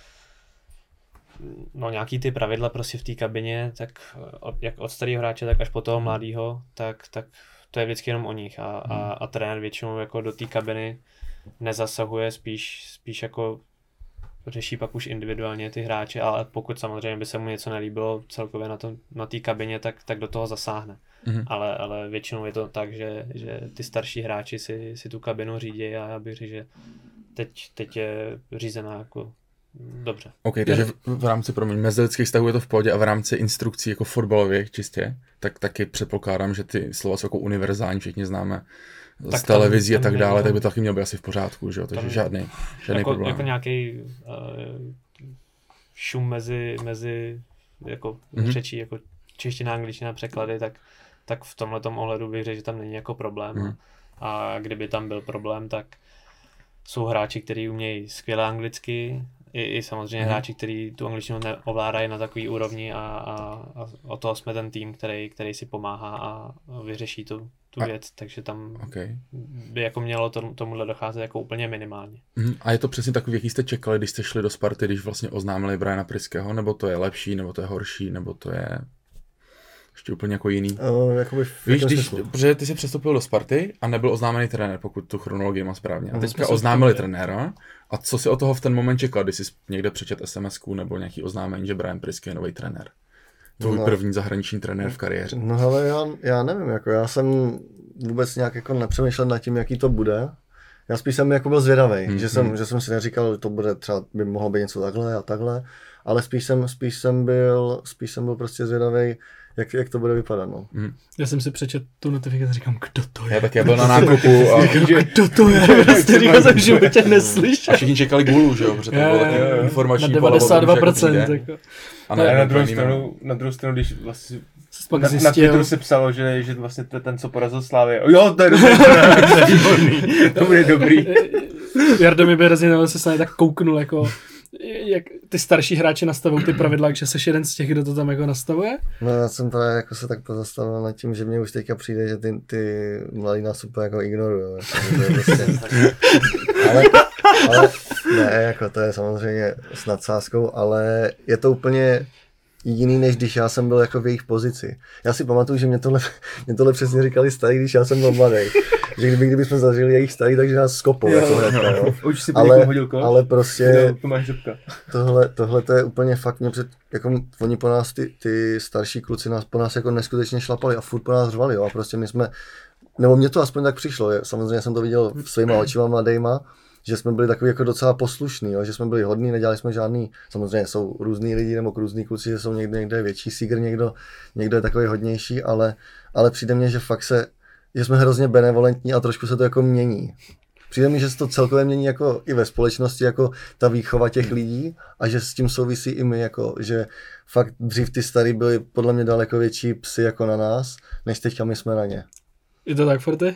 nějaký ty pravidla prostě v té kabině, tak jak od starého hráče, tak až po toho mladého, tak to je vždycky jenom o nich a trenér většinou jako do té kabiny nezasahuje, spíš jako řeší pak už individuálně ty hráče, ale pokud samozřejmě by se mu něco nelíbilo celkově na té kabině, tak do toho zasáhne. Ale většinou je to tak, že ty starší hráči si tu kabinu řídí a já bych řekl, že teď je řízená jako dobře. OK, takže v rámci mezilidských vztahů je to v pohodě a v rámci instrukcí jako fotbalových čistě, tak taky předpokládám, že ty slova jsou jako univerzální, všichni známe z televizí a tak dále, tak by to taky mělo být asi v pořádku, že jo, takže žádný problém. Jako nějaký šum mezi jako řečí, jako čeština, angličtina, překlady, tak v tomhletom ohledu bych řekl, že tam není jako problém. A kdyby tam byl problém, tak jsou hráči, kteří umějí skvěle anglicky, i samozřejmě hráči, kteří tu angličtinu neovládají na takový úrovni a o toho jsme ten tým, který si pomáhá a vyřeší tu věc, takže tam by jako mělo tomuhle docházet jako úplně minimálně. A je to přesně takový, jaký jste čekali, když jste šli do Sparty, když vlastně oznámili Briana Pryského, nebo to je lepší, nebo to je horší, nebo to je ještě úplně jako jiný? Víš, protože ty jsi přestoupil do Sparty a nebyl oznámený trenér, pokud tu chronologii mám správně. A teďka oznámili trenéra. A co si od toho v ten moment čekal, když jsi někde přečet SMS-ku nebo nějaký oznámení, že Brian Pryský je nový trenér? Tvůj první zahraniční trenér v kariéře. No hele, já nevím, jako já jsem vůbec nějak jako nepřemýšlel nad tím, jaký to bude. Já spíš jsem jako byl zvědavej, že jsem si neříkal, že to bude třeba, by mohlo být něco takhle a takhle, ale spíš jsem byl prostě zvědavej, jak to bude vypadat, no. Já jsem si přečet tu notifikaci a říkám, kdo to je? Já byl na nákupu a kdo to je? Prostě říkal jsem, že by tě neslyšel. A všichni čekali gólu, že jo, protože to bylo taky informační na 92%. Jako. A na druhou stranu, když vlastně na Twitteru se psalo, že vlastně to je ten, co porazil Slávy. Jo, to je dobrý, to bude dobrý. Jarda mi by hrozně se s námi tak kouknul, jako jak ty starší hráči nastavují ty pravidla, že jsi jeden z těch, kdo to tam jako nastavuje? No já jsem právě jako se tak pozastavil nad tím, že mě už teďka přijde, že ty mladí nás úplně jako ignorujou. Ale ne, jako to je samozřejmě s nadsázkou, ale je to úplně jiný, než když já jsem byl jako v jejich pozici. Já si pamatuju, že mě tohle přesně říkali starý, když já jsem byl mladý. Že kdybychom zažili jejich starý, takže nás skopou. Jako hnedka, jo. Už si hodil koš. Ale prostě Tomáš Řepka. tohle to je úplně fakt mě jako oni po nás, ty starší kluci po nás jako neskutečně šlapali a furt po nás řvali, jo. A prostě my jsme, nebo mně to aspoň tak přišlo, samozřejmě jsem to viděl svýma očima mladejma, že jsme byli takový jako docela poslušní, jo? Že jsme byli hodní, nedělali jsme žádný, samozřejmě jsou různý lidi nebo různý kluci, že jsou někde větší sígr, někdo je takový hodnější, ale přijde mně, že fakt že jsme hrozně benevolentní a trošku se to jako mění. Přijde mi, že se to celkově mění jako i ve společnosti, jako ta výchova těch lidí a že s tím souvisí i my, jako, že fakt dřív ty starý byli podle mě daleko větší psy jako na nás, než teďka my jsme na ně. Je to tak, Forty?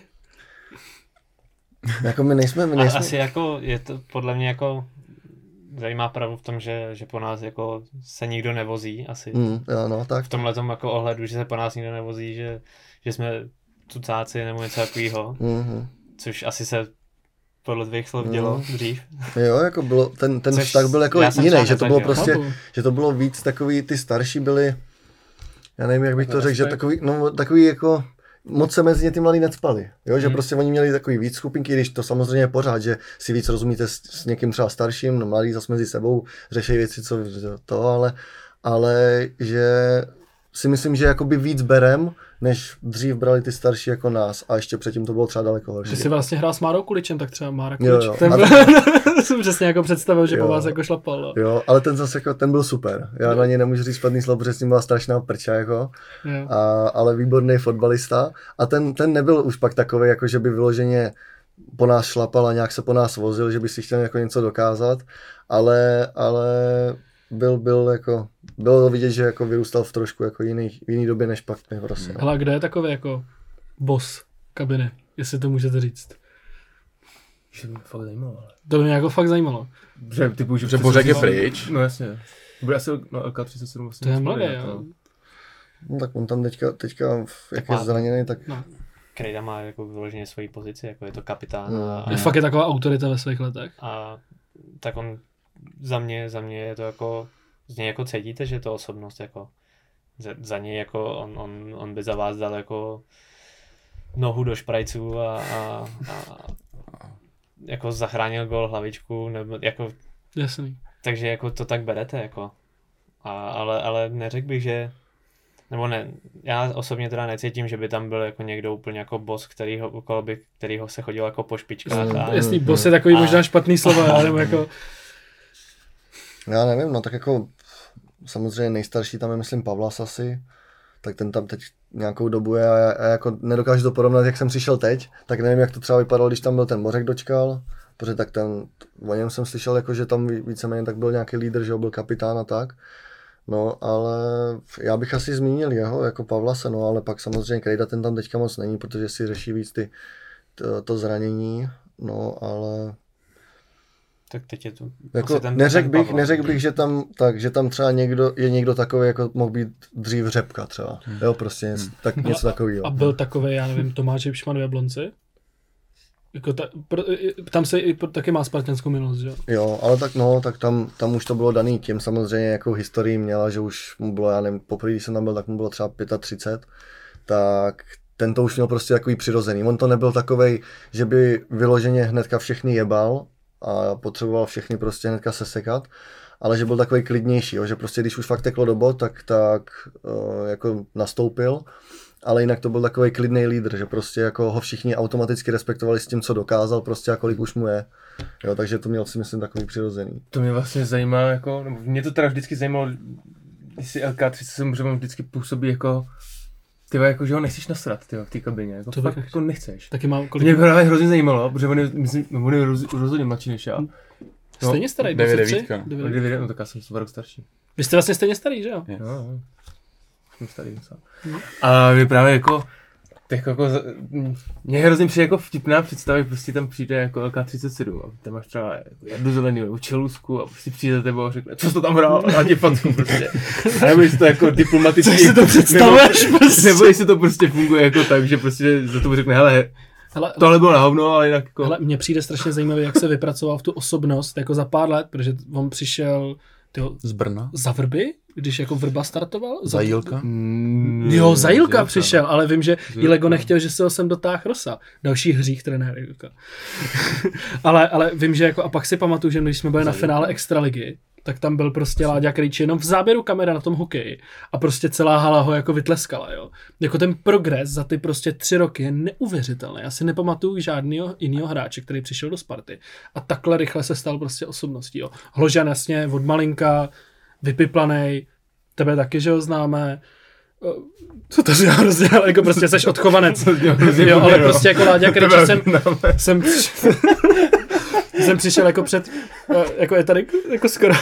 Jako my nejsme. Asi jako je to podle mě jako zajímá pravdu v tom, že po nás jako se nikdo nevozí asi. Jo, no, tak. V tomhletom jako ohledu, že se po nás nikdo nevozí, že jsme cucáci nebo něco takového. Což asi se podle tvých slov dělo dřív. Jo, jako bylo, ten vztah byl jako jiný, že to bylo prostě, že to bylo víc takový, ty starší byli, já nevím, jak bych to řekl, že takový jako moc se mezi ně ty mladí necpali, jo, že prostě oni měli takový víc skupinky, když to samozřejmě je pořád, že si víc rozumíte s někým třeba starším, no mladí zase mezi sebou řeší věci, co to, ale že si myslím, že jakoby víc berem, než dřív brali ty starší jako nás a ještě předtím to bylo třeba daleko horší. Když jsi vlastně hrál s Márou Kuličem, tak třeba Mára Kulič. Jo. Ten jsem přesně jako představil, že po vás jako šlapal. No. Jo, ale ten zase jako, ten byl super. Já na něj nemůžu říct špatný slovo, protože s ním byla strašná prča, jako. Ale výborný fotbalista. A ten nebyl už pak takový, jako že by vyloženě po nás šlapal a nějak se po nás vozil, že by si chtěl jako něco dokázat, ale bylo to vidět, že jako vyrůstal v trošku jako jiný době než pak my prostě. Hele, kde je takový jako boss kabiny, jestli to můžete říct? To by mě fakt zajímalo. To by mě jako fakt zajímalo. Že Bořek je pryč. No jasně. Bude asi LK37 vlastně. To je mladý, jo. No tak on tam teďka jak je zraněný, tak... No. Krejda má jako vyloženě svoji pozici, jako je to kapitán. Fakt je taková autorita ve svých letech. A tak on za mě je to jako, z něj jako cítíte, že je to osobnost, jako za něj jako on by za vás dal jako nohu do šprajců a jako zachránil gól hlavičku, nebo jako... Jasný. Takže jako to tak berete, jako. Ale neřekl bych, že... Nebo ne, já osobně teda necítím, že by tam byl jako někdo úplně jako boss, kterýho se chodil jako po špičkách. Jasný, boss je takový možná špatný slovo, ale jako... Já nevím, no tak jako samozřejmě nejstarší tam je, myslím, Pavlas asi, tak ten tam teď nějakou dobu je a jako nedokážu to porovnat, jak jsem přišel teď, tak nevím, jak to třeba vypadalo, když tam byl ten Bořek dočkal, protože tak o něm jsem slyšel, jako, že tam víceméně tak byl nějaký lídr, že byl kapitán a tak, no ale já bych asi zmínil jeho, jako Pavlase, no ale pak samozřejmě Krejda ten tam teďka moc není, protože si řeší víc to zranění, no ale... Tak teď je to... Jako neřekl bych, že tam třeba někdo takový, jako mohl být dřív Řepka třeba. Jo, prostě něco takového. A byl takový, já nevím, Tomáš Hipšman v Jablonci? Jako tam se taky má spartanskou minulost, že jo? Jo, ale tak tam už to bylo daný tím samozřejmě, jakou historii měla, že už mu bylo, já nevím, poprvé, když jsem tam byl, tak mu bylo třeba 35, tak ten to už měl prostě takový přirozený. On to nebyl takovej, že by vyloženě hnedka všechny jebal, a potřeboval všechny prostě hnedka sesekat, ale že byl takový klidnější, jo, že prostě když už fakt teklo do bod, tak jako nastoupil, ale jinak to byl takový klidný lídr, že prostě jako ho všichni automaticky respektovali s tím, co dokázal prostě a kolik už mu je, jo, takže to měl si myslím takový přirozený. To mě vlastně zajímá, jako, nebo mě to teda vždycky zajímalo, jestli LK37 vždycky působí jako tyhle, jako, že ho nechceš nasrat, tyhle, v té kabině, jako, to fakt jako nechceš. Taky mám kolik... Mě právě hrozně zajímalo, protože on je rozhodně mladší než já. No, stejně starý, 9. No tak já jsem o rok starší. Vy jste vlastně stejně starý, že jo? Jo. Jsem starý docela. A mě právě jako, Tak jako, mě hrozně přijde jako vtipná představa, že prostě tam přijde jako LK37 a tam máš třeba Jardu Zelený nebo Čelusku a prostě přijde za tebou a řekne, co jsi to tam hrál a dá tě facku prostě. A nebo jestli to jako diplomaticky, tak si to představuješ prostě. Nebo jestli to prostě funguje jako tak, že prostě za to řekne, hele, tohle bylo na hovno, ale jinak jako... Hele, mně přijde strašně zajímavé, jak se vypracoval v tu osobnost jako za pár let, protože on přišel z Brna? Za Vrby, když jako Vrba startoval? Zajílka? Jo, Zajílka přišel, ale vím, že i Lego nechtěl, že se ho sem dotáhl Rosa. Další hřích trenér. ale vím, že jako, a pak si pamatuju, že když jsme byli na finále Extraligy, tak tam byl prostě Láďa Krejčí jenom v záběru kamera na tom hokeji a prostě celá hala ho jako vytleskala, jo. Jako ten progres za ty prostě 3 roky je neuvěřitelný. Já si nepamatuju žádného jiného hráče, který přišel do Sparty a takhle rychle se stal prostě osobností, jo. Hložan jasně od malinka, vypiplanej, tebe taky, že ho známe. Co to říká hrozně, ale jako prostě seš odchovanec. Jo, ale prostě jako Láďa Krejčí jsem přišel jako před, jako je tady jako skoro.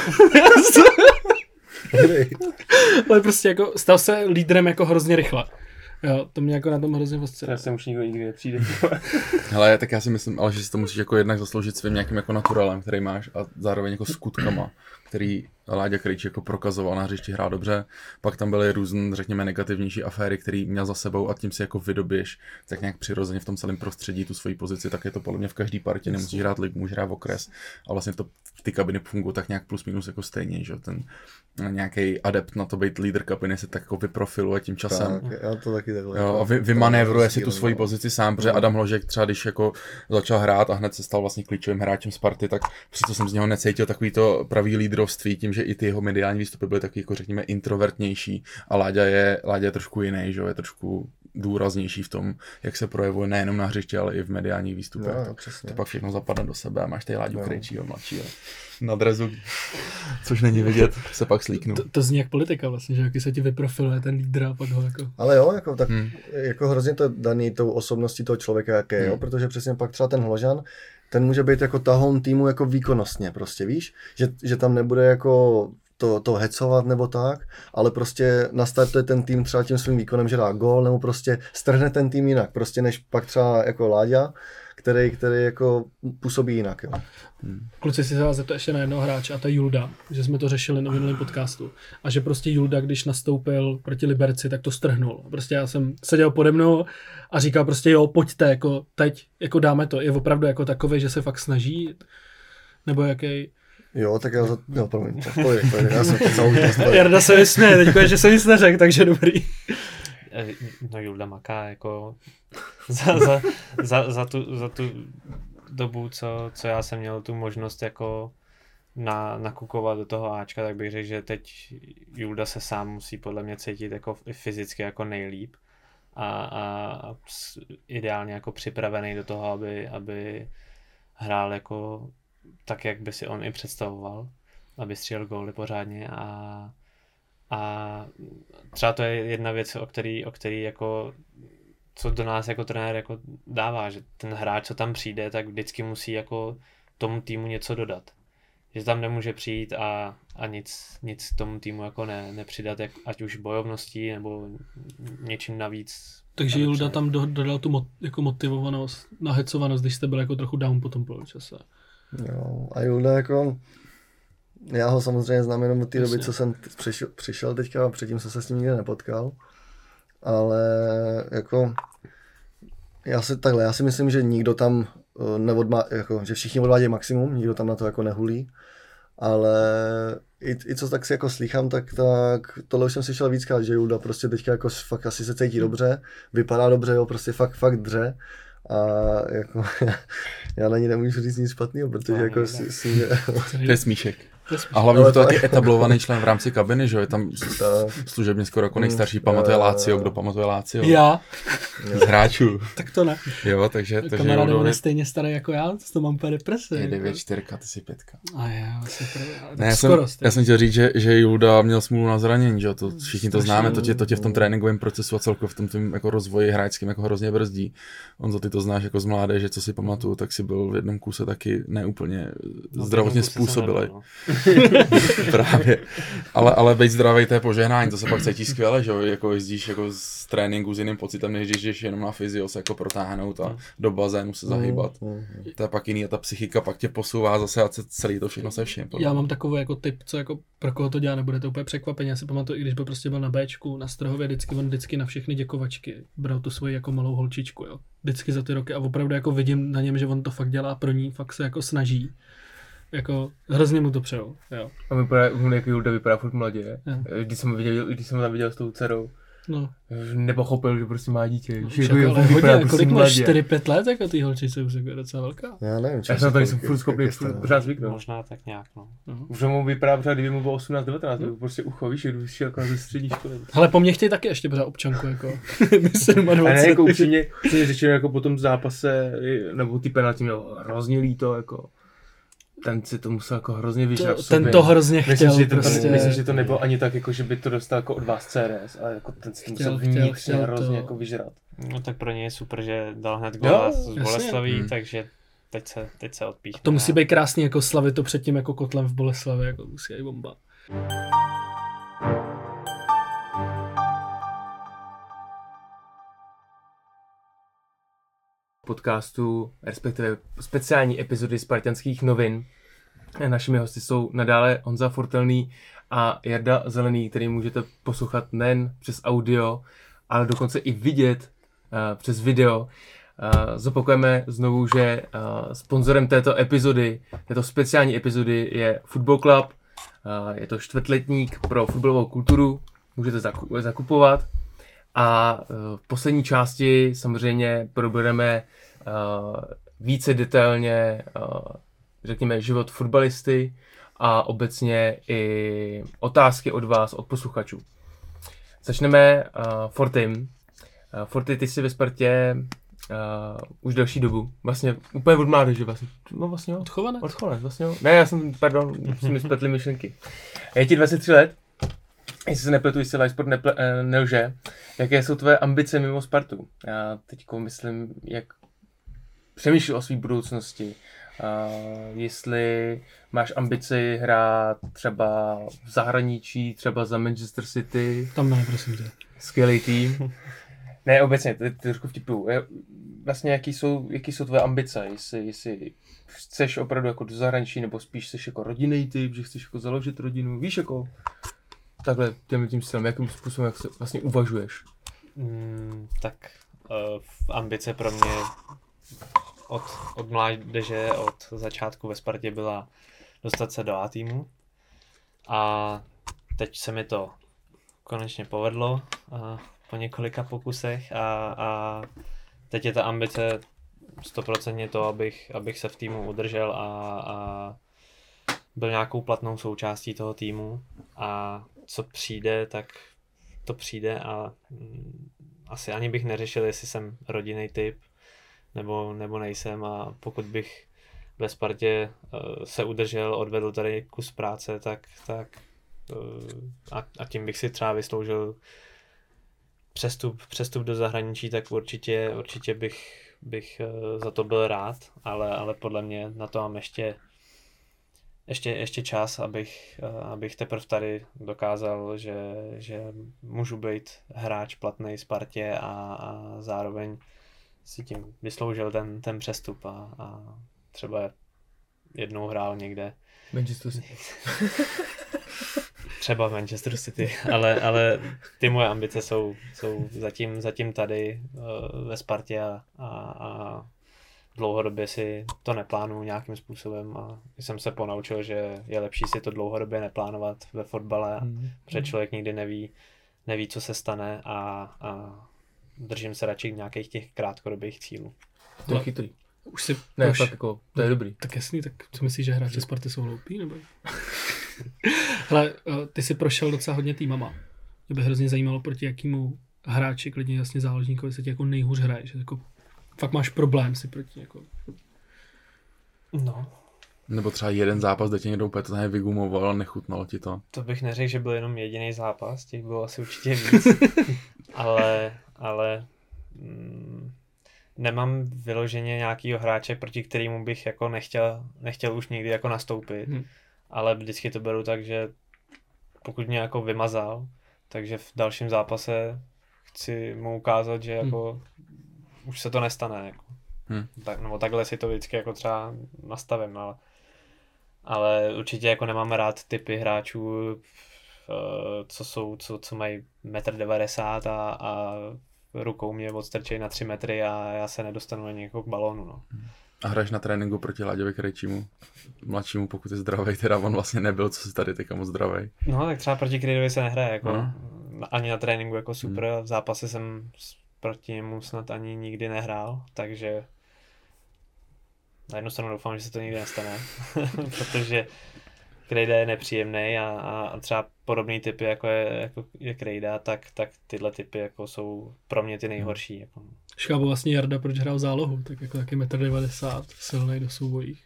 Ale prostě jako stal se lídrem jako hrozně rychle. Jo, to mě jako na tom hrozně fascinuje. Já jsem už nikdo nikdy nepřijde. Hele, tak já si myslím, ale že si to musíš jako jednak zasloužit svým nějakým jako naturalem, který máš a zároveň jako skutkama, který Láďa Krejčí jako prokazoval na hřišti, hrál dobře. Pak tam byly různé, řekněme, negativnější aféry, který měl za sebou a tím si jako vydobíš tak nějak přirozeně v tom celém prostředí tu svoji pozici, tak je to podle mě v každý partě, nemusíš hrát ligu, můžeš hrát v okres a vlastně to ty kabiny fungují tak nějak plus minus jako stejně, že ten nějaký adept na to být lídr kabiny se tak jako vyprofiluje tím časem. Tak, já to taky takhle. Jo, a vymanévruje si tu svoji pozici sám, protože Adam Hložek třeba když jako začal hrát a hned se stal vlastně klíčovým hráčem Sparty, tak přesto jsem z něho necítil takový to pravý lídrovství, tím, že i ty jeho mediální výstupy byly taky jako řekněme introvertnější a Láďa je trošku jiný, že jo, je trošku důraznější v tom, jak se projevuje nejenom na hřišti, ale i v mediálních výstupech. No, to pak všechno zapadne do sebe a máš tady Láďu Krejčího mladšího na drezu, což není vidět, se pak slíknu. To zní jak politika vlastně, že jaký se ti vyprofiluje ten lídr a pak ho jako... Ale jo, jako, tak, jako hrozně to daný tou osobností toho člověka, jaký je, jo, protože přesně pak třeba ten Hložan, ten může být jako tahoun týmu jako výkonnostně prostě, víš, že tam nebude jako to hecovat nebo tak, ale prostě nastartuje ten tým třeba tím svým výkonem, že dá gól, nebo prostě strhne ten tým jinak, prostě než pak třeba jako Láďa, který jako působí jinak, jo. Kluci, si se vás zeptat ještě na jednoho hráče, a to je Julda, že jsme to řešili na minulém podcastu. A že prostě Julda, když nastoupil proti Liberci, tak to strhnul. Prostě já jsem seděl pode mnou a říkal prostě jo, pojďte, jako teď, jako dáme to. Je opravdu jako takovej, že se fakt snaží, nebo jaký. Jo, tak já promiň, já jsem teď celou Jarda se vysměje, teďko, že jsem nic neřekl, takže dobrý. No Julda maká jako za tu dobu, co já jsem měl tu možnost jako nakukovat do toho Ačka, tak bych řekl, že teď Julda se sám musí podle mě cítit jako fyzicky jako nejlíp a ideálně jako připravený do toho, aby hrál jako tak, jak by si on i představoval, aby střílel góly pořádně a třeba to je jedna věc, o který jako co do nás jako trenér jako dává, že ten hráč, co tam přijde, tak vždycky musí jako tomu týmu něco dodat. Že tam nemůže přijít a nic tomu týmu jako nepřidat, ať už bojovností nebo něčím navíc. Takže Julda tam dodal tu jako motivovanost, nahecovanost, když jste byl jako trochu down po tom poločase. Jo, a Julda jako, já ho samozřejmě znám jenom od té doby, co jsem přišel teďka, předtím jsem se s ním nikdy nepotkal, ale jako, já si myslím, že nikdo tam jako, že všichni odvádějí maximum, nikdo tam na to jako nehulí, ale i co tak si jako slýchám, tak tohle už jsem slyšel víckrát, že Julda prostě teďka jako fakt asi se cítí dobře, vypadá dobře, jo, prostě fakt dře. A jako já na ní nemůžu říct nic špatného, protože jako to je smíšek. A hlavně je to taky etablovaný člen v rámci kabiny, že je tam služebně skoro jako nejstarší, pamatuje Lácio, kdo pamatuje Lácio? Já. Z hráčů. Tak to ne. Jo, takže kamarád je stejně starý jako já, to mám úplně deprese. Je 9-4, ty jsi 5. A já asi já jsem chtěl říct, že Julda měl smůlu na zranění, že to všichni to známe, to tě v tom tréninkovém procesu a celkově v tom tvým jako rozvoji hráčským jako hrozně brzdí. On ty to znáš jako z mládeže, co si pamatuju, tak si byl v jednom kuse taky neúplně zdravotně způsobilý. Právě. Ale být zdravý, to je požehnání, to se pak cítí skvěle, že jo, jako jezdíš jako z tréninku s jiným pocitem, než když jdeš jenom na fyzio se jako protáhnout a do bazénu se zahýbat. To je pak jiný a ta psychika pak tě posouvá zase a celý to všechno se vším. Já mám takový jako tip, co jako pro koho to dělá, nebude to úplně překvapení. Já si pamatuju, i když byl prostě byl na Bčku, na Strahově, vždycky na všechny děkovačky bral tu svoji jako malou holčičku, jo. Vždycky za ty roky a opravdu jako vidím na něm, že on to fakt dělá pro ní, fakt se jako snaží. Jako hrozně mu to přeju, jo. A jak Julda vypadá furt mladě. Když jsem ho tam viděl s tou dcerou, nepochopil, že prostě má dítě. Ale hodně, kolik máš 4-5 let, jako ty holčice už je docela velká. Já nevím, já jsem tady jsem furt schopný pořád zvyknout. Možná tak nějak, no. Už mu vypadá pořád, kdyby mu bylo 18-19, prostě ucho, víš, když šel jako ze střední školy. Hele, po mně chtějí taky ještě pořád občanku, jako. A ne, jako upřímně řečeno, jako po tom zápase, nebo ty penalty měl hrozně líto, jako. Ten si to musel jako hrozně vyžrat v sobě. Ten to hrozně chtěl. Myslím, že to nebylo ani tak, jako, že by to dostal jako od vás CRS, ale jako ten si to musel vnitřně hrozně jako vyžrat. No tak pro něj je super, že dal hned góla z Boleslaví, takže teď se odpíchne. To musí být krásný, jako slavit to před tím jako kotlem v Boleslavi, jako musí být bomba. Podcastu, respektive speciální epizody Spartanských novin. Našimi hosty jsou nadále Honza Fortelný a Jarda Zelený, který můžete poslouchat nejen přes audio, ale dokonce i vidět přes video. Zopakujeme znovu, že sponzorem této speciální epizody je Football Club. Je to čtvrtletník pro fotbalovou kulturu, můžete zakupovat. A v poslední části samozřejmě probereme více detailně, řekněme, život fotbalisty a obecně i otázky od vás, od posluchačů. Začneme Fortym. Forty, ty jsi ve Spartě už delší dobu, vlastně úplně od mládeže vlastně. No vlastně Odchovanec, vlastně. Ne, já jsem, pardon, jsem mi spletli myšlenky. Je ti 23 let? Jestli se nepletu, jestli Livesport nelže, jaké jsou tvé ambice mimo Spartu? Já teďko myslím, jak přemýšlel o své budoucnosti. Jestli máš ambici hrát třeba v zahraničí, třeba za Manchester City. Tam ne, prosím tě. Skvělý tým. Ne, obecně, to je trošku vtipuju. Vlastně, jaký jsou tvé ambice? Jestli chceš opravdu jako do zahraničí, nebo spíš jsi jako rodinný typ, že chceš jako založit rodinu, víš jako... Takhle tím stylem, jakým způsobem, jak se vlastně uvažuješ? Tak ambice pro mě od mládeže, od začátku ve Spartě byla dostat se do A týmu. A teď se mi to konečně povedlo po několika pokusech a teď je ta ambice 100% to, abych se v týmu udržel a byl nějakou platnou součástí toho týmu a co přijde, tak to přijde a asi ani bych neřešil, jestli jsem rodinný typ nebo nejsem a pokud bych ve Spartě se udržel, odvedl tady kus práce, tak a tím bych si třeba vysloužil přestup do zahraničí, tak určitě bych za to byl rád, ale podle mě na to mám ještě čas, abych teprve tady dokázal, že můžu být hráč platnej Spartě a zároveň si tím vysloužil ten přestup a třeba jednou hrál někde. Manchester City. Třeba v Manchester City, ale ty moje ambice jsou zatím tady ve Spartě a dlouhodobě si to neplánuju nějakým způsobem a jsem se ponaučil, že je lepší si to dlouhodobě neplánovat ve fotbale, protože člověk nikdy neví, co se stane a držím se radši nějakých těch krátkodobých cílů. To je chytrý. Už si fakt jako, to je dobrý. Tak jasný, tak co myslíš, že hráči Sparty jsou hloupí, nebo? Hele, ty jsi prošel docela hodně týmama. Mě by hrozně zajímalo, proti jakýmu hráči, klidně jasně záložníkovi, se ti jako nejhůř hraje, že jako fakt máš problém si proti jako... No. Nebo třeba jeden zápas, kde tě někdo úplně to vygumoval a nechutnalo ti to. To bych neřekl, že byl jenom jediný zápas, těch bylo asi určitě víc. ale nemám vyloženě nějakýho hráče, proti kterému bych jako nechtěl už nikdy jako nastoupit. ale vždycky to beru tak, že pokud mě jako vymazal, takže v dalším zápase chci mu ukázat, že jako už se to nestane. Jako. Tak, nebo takhle si to vždycky jako třeba nastavím, ale určitě jako nemám rád typy hráčů, co mají 1,90 m a rukou mě odstrčejí na 3 metry a já se nedostanu ani jako k balónu. No. A hraješ na tréninku proti Láďovi Krejčímu, mladšímu, pokud je zdravej, teda on vlastně nebyl, co si tady teďka moc zdravej. No tak třeba proti Krejdovi se nehraje, jako, ani na tréninku jako super, v zápase jsem proti němu snad ani nikdy nehrál, takže na jednu stranu doufám, že se to nikdy nestane, protože Krejda je nepříjemný a třeba podobný typy, jako je Krejda, tak tyhle typy jako jsou pro mě ty nejhorší. Jako. Škábo vlastně Jarda, proč hrál zálohu, tak jako taky 1,90 m, silnej do soubojích.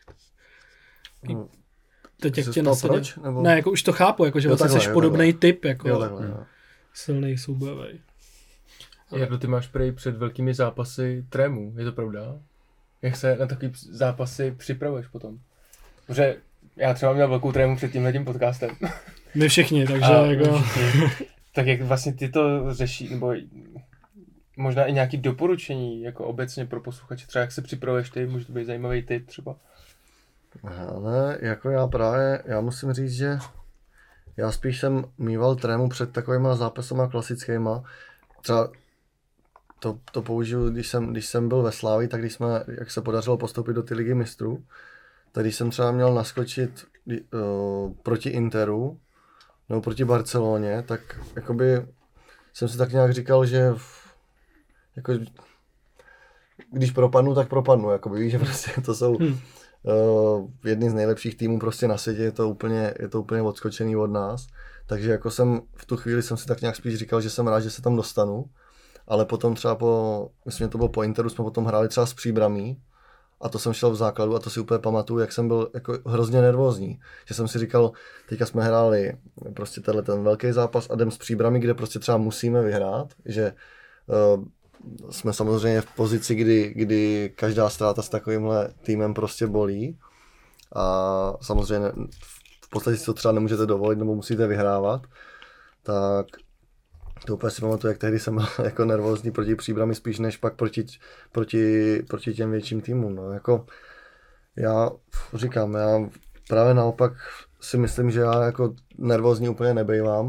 Teď jak tě nasadil. Nebo... Ne, jako už to chápu, jako, že vlastně jsi podobný typ, jako silnej soubojový. Jardo, ty máš prej před velkými zápasy trému, je to pravda? Jak se na takový zápasy připravuješ potom? Protože já třeba měl velkou trému před tímhletím podcastem. My všichni, takže jako... Tak jak vlastně ty to řeší, nebo možná i nějaké doporučení, jako obecně pro posluchače, třeba jak se připravuješ ty, může to být zajímavý tip třeba. Ale jako já musím říct, že já spíš jsem mýval trému před takovýma zápasama klasickýma. Třeba to použiju, když jsem byl ve Slávii, tak jak se podařilo postoupit do ty ligy mistrů, tak když jsem třeba měl naskočit proti Interu nebo proti Barceloně, tak jakoby jsem si tak nějak říkal, že jako, když propadnu, tak propadnu. Jakoby, víš, že prostě to jsou jedni z nejlepších týmů prostě na světě, je to úplně odskočený od nás. Takže jako v tu chvíli jsem si tak nějak spíš říkal, že jsem rád, že se tam dostanu. Ale potom třeba myslím, že to bylo po Interu, jsme potom hráli třeba s Příbramí. A to jsem šel v základu a to si úplně pamatuju, jak jsem byl jako hrozně nervózní. Že jsem si říkal, teďka jsme hráli prostě ten velký zápas a jdem s Příbrami, kde prostě třeba musíme vyhrát. Že jsme samozřejmě v pozici, kdy každá ztráta s takovýmhle týmem prostě bolí. A samozřejmě v podstatě si to třeba nemůžete dovolit nebo musíte vyhrávat. Tak to úplně si pamatuju, jak tehdy jsem byl jako nervózní proti Příbrami spíš než pak proti těm větším týmům. No. Jako, já říkám, já právě naopak si myslím, že já jako nervózní úplně nebejvám,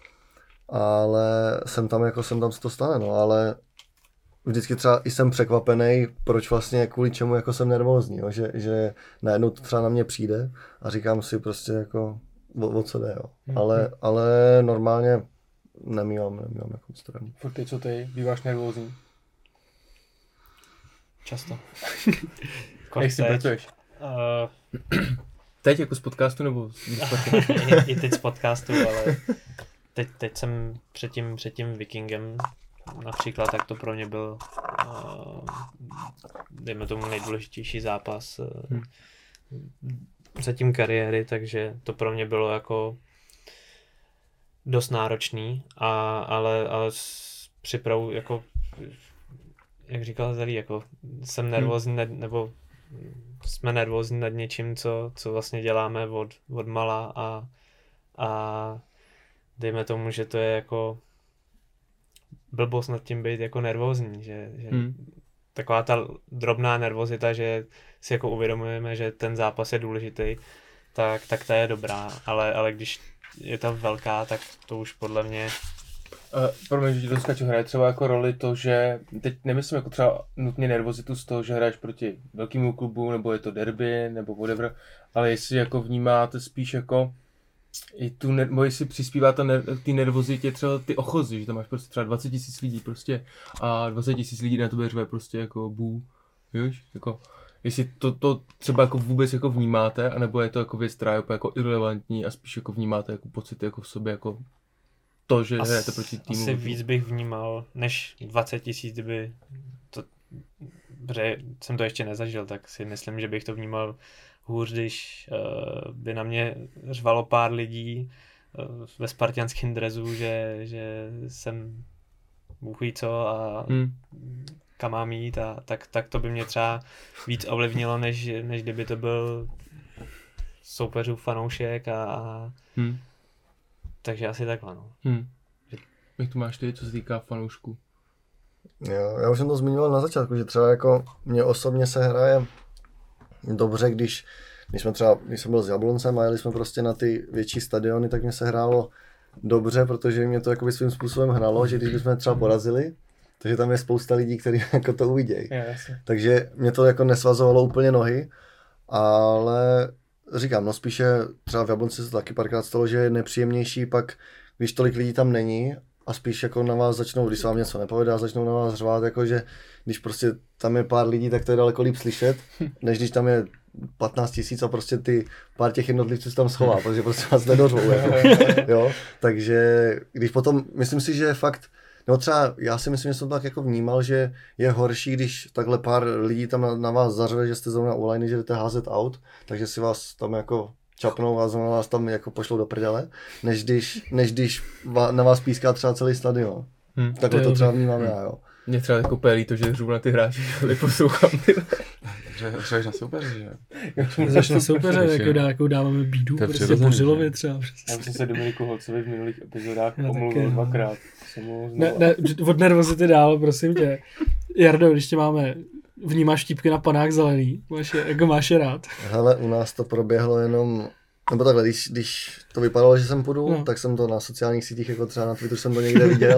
ale jsem tam se to stane, no, ale vždycky třeba i jsem překvapený, proč vlastně kvůli čemu jako jsem nervózní, jo? Že najednou to třeba na mě přijde a říkám si prostě jako o co jde, jo. Ale normálně nemývám jako stranu. Furt ty, co ty? Býváš nervózní? Často. Jak si pracuješ? Teď jako z podcastu nebo z podcastu? I teď z podcastu, ale teď jsem před tím Vikingem například, tak to pro mě byl dejme tomu nejdůležitější zápas zatím kariéry, takže to pro mě bylo jako dost náročný, ale připravu jako, jak říkal Zelí, jako jsem nervózní nebo jsme nervózní nad něčím, co vlastně děláme od mala a dejme tomu, že to je jako blbost nad tím být jako nervózní, že taková ta drobná nervozita, že si jako uvědomujeme, že ten zápas je důležitý, tak ta je dobrá, ale když je ta velká, tak to už podle mě... Promiň, že ti to skáču, hraje třeba jako roli to, že teď nemyslím jako třeba nutně nervozitu z toho, že hraješ proti velkému klubu, nebo je to derby, nebo whatever, ale jestli jako vnímáte spíš jako i tu, nebo jestli přispívá ty nervozitě třeba ty ochozy, že tam máš prostě třeba 20 000 lidí prostě a 20 000 lidí na tebe řve prostě jako bů, víš, jako jestli to třeba jako vůbec jako vnímáte, anebo je to jako věc, která je jako irelevantní a spíš jako vnímáte jako pocity jako v sobě jako to, že hrajete proti týmu. Asi víc bych vnímal, než 20 000, kdyby to, protože jsem to ještě nezažil, tak si myslím, že bych to vnímal hůř, když by na mě řvalo pár lidí ve spartianském drezu, že jsem bůh ví co a kam mám jít, tak to by mě třeba víc ovlivnilo, než kdyby to byl soupeřů fanoušek a takže asi takhle, no. Jak to máš ty, co se týká fanoušků? Jo, já už jsem to zmiňoval na začátku, že třeba jako mě osobně se hraje dobře, když jsem byl s Jabloncem a jeli jsme prostě na ty větší stadiony, tak mě se hrálo dobře, protože mě to jakoby svým způsobem hnalo, že když bychom třeba porazili, takže tam je spousta lidí, kteří jako to uvidějí. Takže mě to jako nesvazovalo úplně nohy, ale říkám, no spíše třeba v Jablonci se to taky párkrát stalo, že je nepříjemnější pak, když tolik lidí tam není a spíš jako na vás začnou, když se vám něco nepovede a začnou na vás řvát, jakože když prostě tam je pár lidí, tak to je daleko líp slyšet, než když tam je 15 000 a prostě ty pár těch jednotlivců se tam schová, protože prostě vás nedořvou, jako, jo, takže když potom, myslím si, že je fakt, no třeba já si myslím, že jsem tak jako vnímal, že je horší, když takhle pár lidí tam na vás zařve, že jste zrovna online, že jdete házet out, takže si vás tam jako čapnou a zrovna vás tam jako pošlou do prdele, než když na vás píská třeba celý stadion. Takhle to třeba vnímám já, jo. Mě třeba jako pélí to, že řvu na ty hráči, že poslouchám ty. Řveš na soupeře, že? Zaš na soupeře, jako dáváme bídu, prostě Bořilovi třeba. Já už jsem se Dominiku Holcovi v minulých epizodách omluvil dvakrát. Ne, od nervozity dál, prosím tě. Jardo, když tě máme, vnímáš štípky na panách zelený, máš je rád. Hele, u nás to proběhlo jenom, nebo takhle, když to vypadalo, že sem půjdu, tak jsem to na sociálních sítích, jako třeba na Twitteru jsem to někde viděl.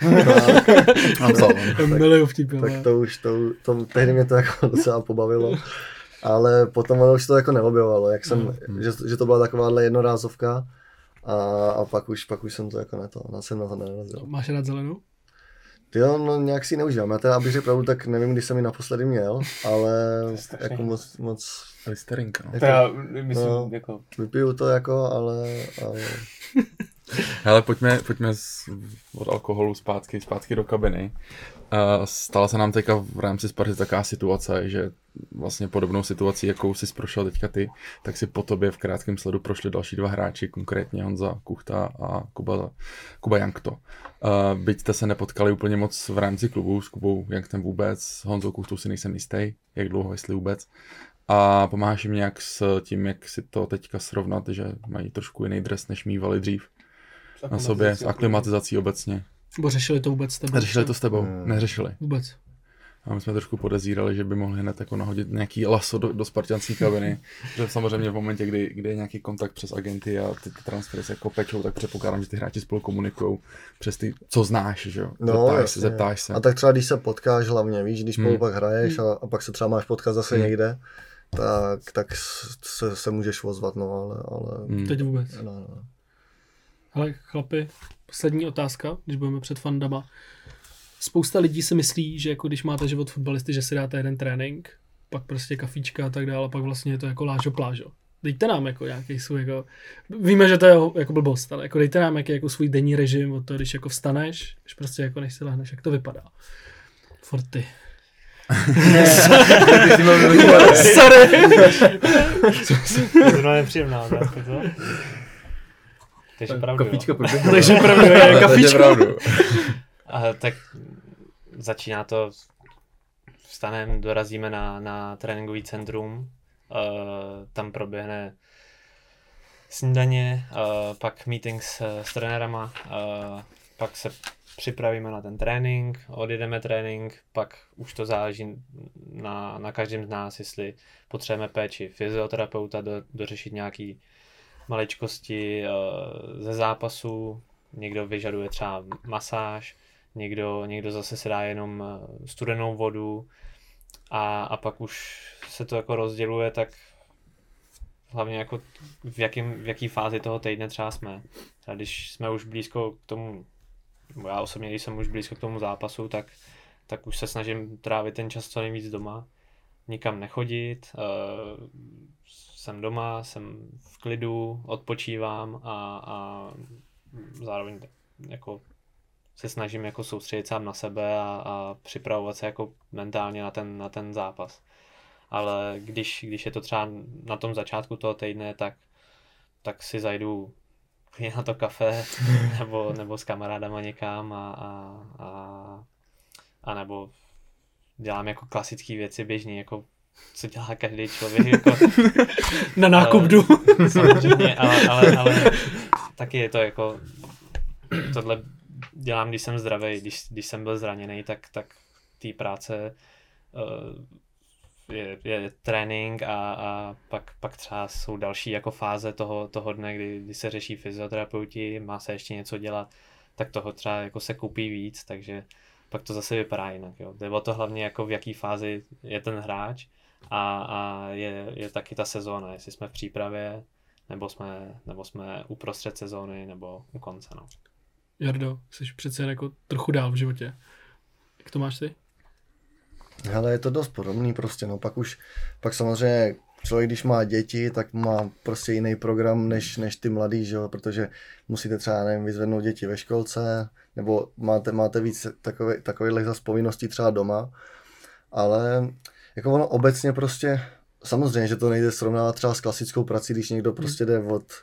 Tak to už, tehdy mě to jako docela pobavilo. Ale potom ono už to jako neobjevovalo, jak jsem, že to byla takováhle jednorázovka a pak už jsem to jako jsem na to nenarazil. Máš rád zelenou? Jo, no nějak si neužívám. Já teda, abych řekl pravdu, tak nevím, kdy jsem ji naposledy měl, ale jako moc Listerinka, no. Já myslím, jako... Vypiju to jako, ale... Hele, pojďme od alkoholu zpátky do kabiny. Stala se nám teďka v rámci Sparty taková situace, že vlastně podobnou situací, jakou jsi prošel teďka ty, tak si po tobě v krátkém sledu prošli další dva hráči, konkrétně Honza Kuchta a Kuba Jankto. Byť jste se nepotkali úplně moc v rámci klubu, s Kubou Janktem vůbec, s Honzou Kuchtou si nejsem jistý, jak dlouho, jestli vůbec. A pomáháš jim nějak s tím, jak si to teďka srovnat, že mají trošku jiný dres, než mívali dřív na sobě, s aklimatizací obecně. Bo řešili to vůbec s tebou? Neřešili to s tebou? Neřešili. Vůbec. A my jsme trošku podezírali, že by mohli hned jako nahodit nějaký laso do spartanské kabiny. Že samozřejmě v momentě, kdy je nějaký kontakt přes agenty a ty transfery se jako pečou, tak předpokládám, že ty hráči spolu komunikujou přes ty, co znáš, že jo? Zeptáš se. A tak třeba když se potkáš hlavně, víš, když spolu pak hraješ a pak se třeba máš potkat zase někde, tak se můžeš ozvat, no, ale... Teď vůbec. No. Ale chlapi, poslední otázka, když budeme před fandama. Spousta lidí si myslí, že jako když máte život fotbalisty, že si dáte jeden trénink, pak prostě kafíčka a tak dále, a pak vlastně je to jako lážo plážo. Dejte nám jako nějaký svůj, jako, víme, že to je jako blbost, ale jako dejte nám jako svůj denní režim od toho, když jako vstaneš, když prostě jako než si lehneš, jak to vypadá. Forty. Sorry. To je nepříjemná otázka, co? Takže pravdu, kafička proběhla. Takže pravdu, je kafičko. Tak začíná to, vstanem, dorazíme na tréninkový centrum, tam proběhne snídaně, pak meeting s trenérama, pak se připravíme na ten trénink, odjedeme trénink, pak už to záleží na každém z nás, jestli potřebujeme péči fyzioterapeuta, dořešit nějaký maličkosti ze zápasu, někdo vyžaduje třeba masáž, někdo zase si dá jenom studenou vodu a pak už se to jako rozděluje, tak hlavně jako v jaký fázi toho týdne třeba jsme. A když jsme už blízko k tomu, nebo já osobně, když jsem už blízko k tomu zápasu, tak už se snažím trávit ten čas co nejvíc doma, nikam nechodit, jsem doma, jsem v klidu, odpočívám a zároveň jako se snažím jako soustředit sám na sebe a připravovat se jako mentálně na ten zápas. Ale když je to třeba na tom začátku toho týdne, tak si zajdu na to kafe nebo s kamarádama někam a nebo dělám jako klasické věci běžný, jako co dělá každý člověk. Jako, Na nákup jdu. Samozřejmě, ale taky je to jako, tohle dělám, když jsem zdravý, když jsem byl zraněný, tak té práce je trénink a pak třeba jsou další jako fáze toho dne, kdy se řeší fyzioterapeuti, má se ještě něco dělat, tak toho třeba jako se koupí víc, takže pak to zase vypadá jinak. Jo. Jde o to hlavně jako v jaký fázi je ten hráč a je taky ta sezóna, jestli jsme v přípravě, nebo jsme uprostřed sezóny, nebo u konce. No. Jardo, jsi přece jako trochu dál v životě. Jak to máš ty? Hele, je to dost podobný prostě, no pak samozřejmě člověk, když má děti, tak má prostě jiný program než ty mladý, že jo, protože musíte třeba, nevím, vyzvednout děti ve školce, nebo máte víc takových zas povinností třeba doma, ale jako ono obecně prostě, samozřejmě, že to nejde srovnávat třeba s klasickou prací, když někdo prostě jde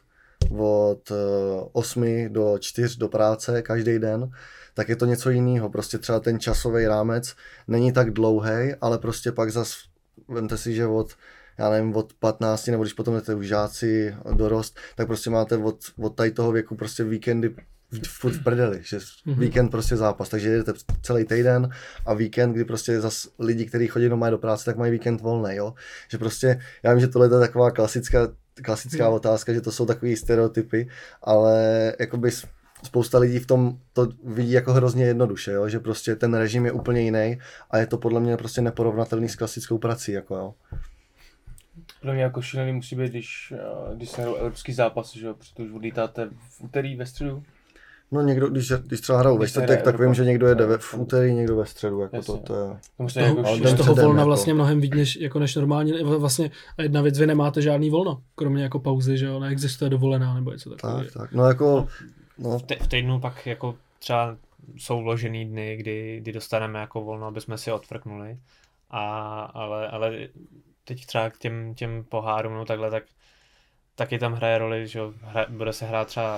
od 8 do 4 do práce každý den, tak je to něco jiného. Prostě třeba ten časový rámec není tak dlouhý, ale prostě pak zas vemte si, že od 15, nebo když potom jdete už žáci, dorost, tak prostě máte od tady toho věku prostě víkendy furt v prdeli, že víkend prostě zápas, takže jdete celý týden a víkend, kdy prostě zas lidi, kteří chodí doma do práce, tak mají víkend volný, jo. Že prostě, já vím, že tohle je taková klasická otázka, že to jsou takový stereotypy, ale jakoby spousta lidí v tom to vidí jako hrozně jednoduše, jo? Že prostě ten režim je úplně jiný a je to podle mě prostě neporovnatelný s klasickou prací, jako jo. Podle mě jako šílený musí být, když se hrajou evropský zápasy, že jo, protože už odlítáte v úterý, ve středu. No někdo, když třeba hrajou ve čtvrtek, tak vím, že někdo jede v úterý, někdo ve středu, jako to je... Z toho volna vlastně mnohem víc než normálně, vlastně jedna věc, vy nemáte žádný volno, kromě jako pauzy, že jo, neexistuje dovolená nebo něco takového. Tak, no jako... No. V týdnu pak jako třeba jsou vložený dny, kdy dostaneme jako volno, aby jsme si odfrknuli, ale teď třeba k těm pohárům, no takhle, tak taky tam hraje roli, že bude se hrát třeba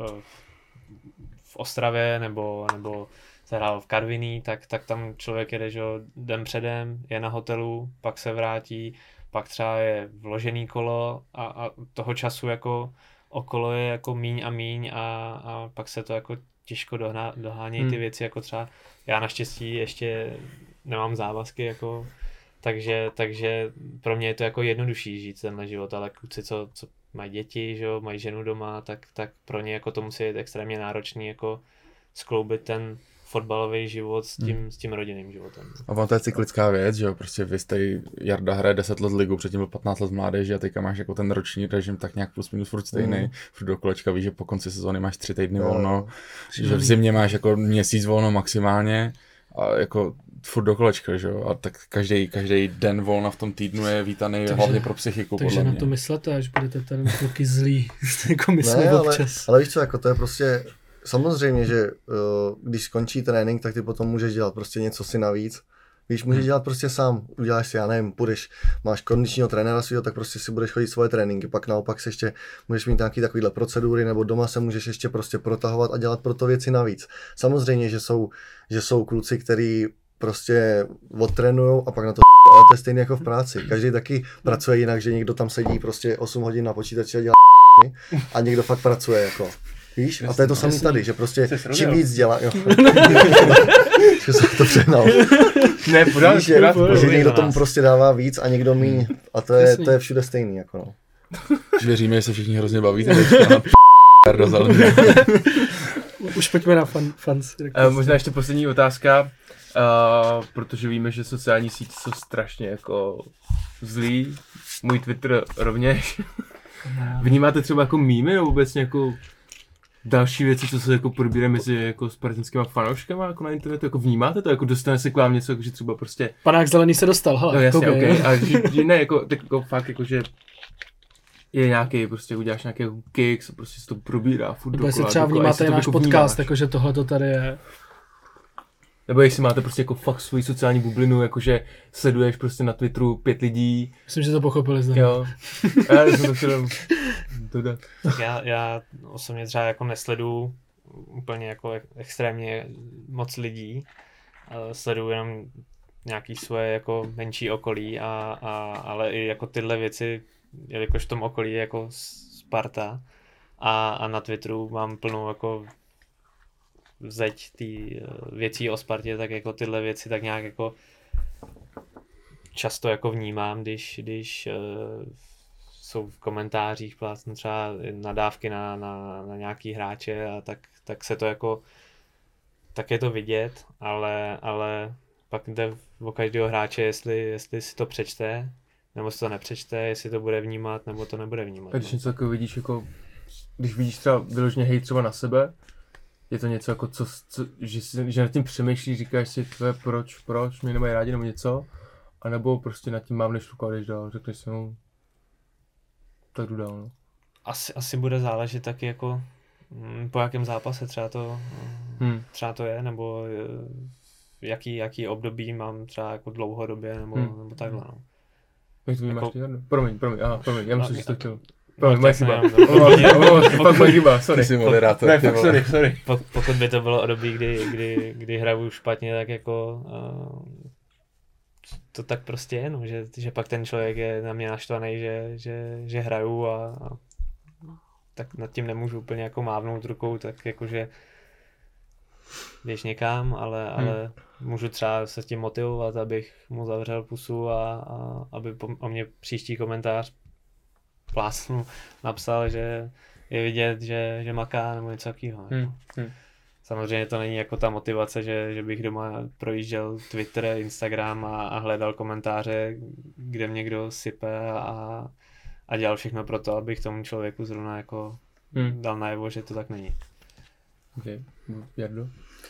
v Ostravě nebo se hrál v Karviní, tak tam člověk jede, že den předem, je na hotelu, pak se vrátí, pak třeba je vložený kolo a toho času jako okolo je jako míň a míň a pak se to jako těžko dohánějí ty věci, jako třeba já naštěstí ještě nemám závazky, jako, takže pro mě je to jako jednodušší žít tenhle život, ale kluci, co mají děti, že jo, mají ženu doma, tak pro ně jako to musí být extrémně náročný jako skloubit ten fotbalový život s tím rodinným životem. A ono to je cyklická věc, že jo, prostě vy jste, Jarda hraje 10 let ligu, předtím byl 15 let mládeži a teďka máš jako ten roční režim tak nějak plus minus furt stejný, furt do kolečka víš, že po konci sezóny máš 3 týdny volno, že v zimě máš jako měsíc volno maximálně a jako furt do kolečka, že jo, a tak každý den volna v tom týdnu je vítaný hlavně pro psychiku, podle mě. Takže na to myslete, až budete ten taky zlý, jako my jsme občas. Ale víš co, jako to je prostě, samozřejmě, že když skončí trénink, tak ty potom můžeš dělat prostě něco si navíc. Víš, můžeš dělat prostě sám, uděláš si, já nevím, máš kondičního trenéra svýho, tak prostě si budeš chodit svoje tréninky, pak naopak se ještě můžeš mít nějaký takovýhle procedury, nebo doma se můžeš ještě prostě protahovat a dělat pro to věci navíc. Samozřejmě, že jsou kluci, který prostě odtrénujou a pak na to ale to je stejné jako v práci. Každý taky pracuje jinak, že někdo tam sedí prostě 8 hodin na počítači a dělá a někdo fakt pracuje jako. Víš? A to je to samé tady, že prostě čím víc dělá, jo. Že jsem to přehnal. Ne, pořád. Že někdo tomu prostě dává víc a někdo míň. A to je všude stejný, jako no. Věříme, že se všichni hrozně bavíte. Už pojďme na fans. Možná ještě poslední otázka, protože víme, že sociální sítě jsou strašně jako zlý. Můj Twitter rovněž. Vnímáte třeba jako mýmy nebo vůbec jako další věci, co se jako probírají mezi jako spartanskýma fanouškama jako na internetu, jako vnímáte to, jako dostane se k vám něco, jako že třeba prostě... Panák zelený se dostal, hele. No jasně, okay. A že ne, jako, tak jako fakt, jako že je nějaký, prostě uděláš nějaký kicks a prostě se to probírá furt dokola. Nebo jestli třeba vnímáte náš jako podcast, jakože tohle to tady je. Nebo jestli máte prostě jako fakt svoji sociální bublinu, jakože sleduješ prostě na Twitteru 5 lidí. Myslím, že to pochopili zde. Jo. Já jsem to chtěl dodat. Já osobně třeba jako nesleduju úplně jako extrémně moc lidí. Sleduju jenom nějaký svoje jako menší okolí, ale i jako tyhle věci, jelikož v tom okolí je jako Sparta a na Twitteru mám plnou jako zeď tý věcí o Spartě, tak jako tyhle věci tak nějak jako často jako vnímám, když jsou v komentářích plácnu třeba nadávky na nějaký hráče a tak se to jako tak je to vidět, ale pak jde o každého hráče, jestli si to přečte, nebo si to nepřečte, jestli to bude vnímat, nebo to nebude vnímat. A když něco takového vidíš, jako, když vidíš třeba vyloženě hejt třeba na sebe, je to něco jako, že nad tím přemýšlíš, říkáš si, proč mě nemají rádi nebo něco, anebo prostě nad tím mávneš rukou a jdeš dál, řekneš si, no, tak jdu dál, no. Asi bude záležet taky jako po jakém zápase třeba to je, nebo jaký období mám třeba jako dlouhodobě, nebo takhle, no. Jak to vnímáš ty, Jarno? Promiň, já myslím, že jsi to chtěl. Fakt moje chyba, sorry. Ty jsi moderátor. Ne, fakt sorry. Pokud by to bylo období, kdy hraju špatně, tak jako to tak prostě je, no, že pak ten člověk je na mě naštvaný, že hraju a tak nad tím nemůžu úplně jako mávnout rukou, tak jakože jdeš někam, ale můžu třeba se tím motivovat, abych mu zavřel pusu a aby o mě příští komentář plásnu napsal, že je vidět, že maká nebo něco takového. Samozřejmě to není jako ta motivace, že bych doma projížděl Twitter, Instagram a hledal komentáře, kde mě kdo sype a dělal všechno pro to, abych tomu člověku zrovna jako dal najevo, že to tak není. Okay. Jardo?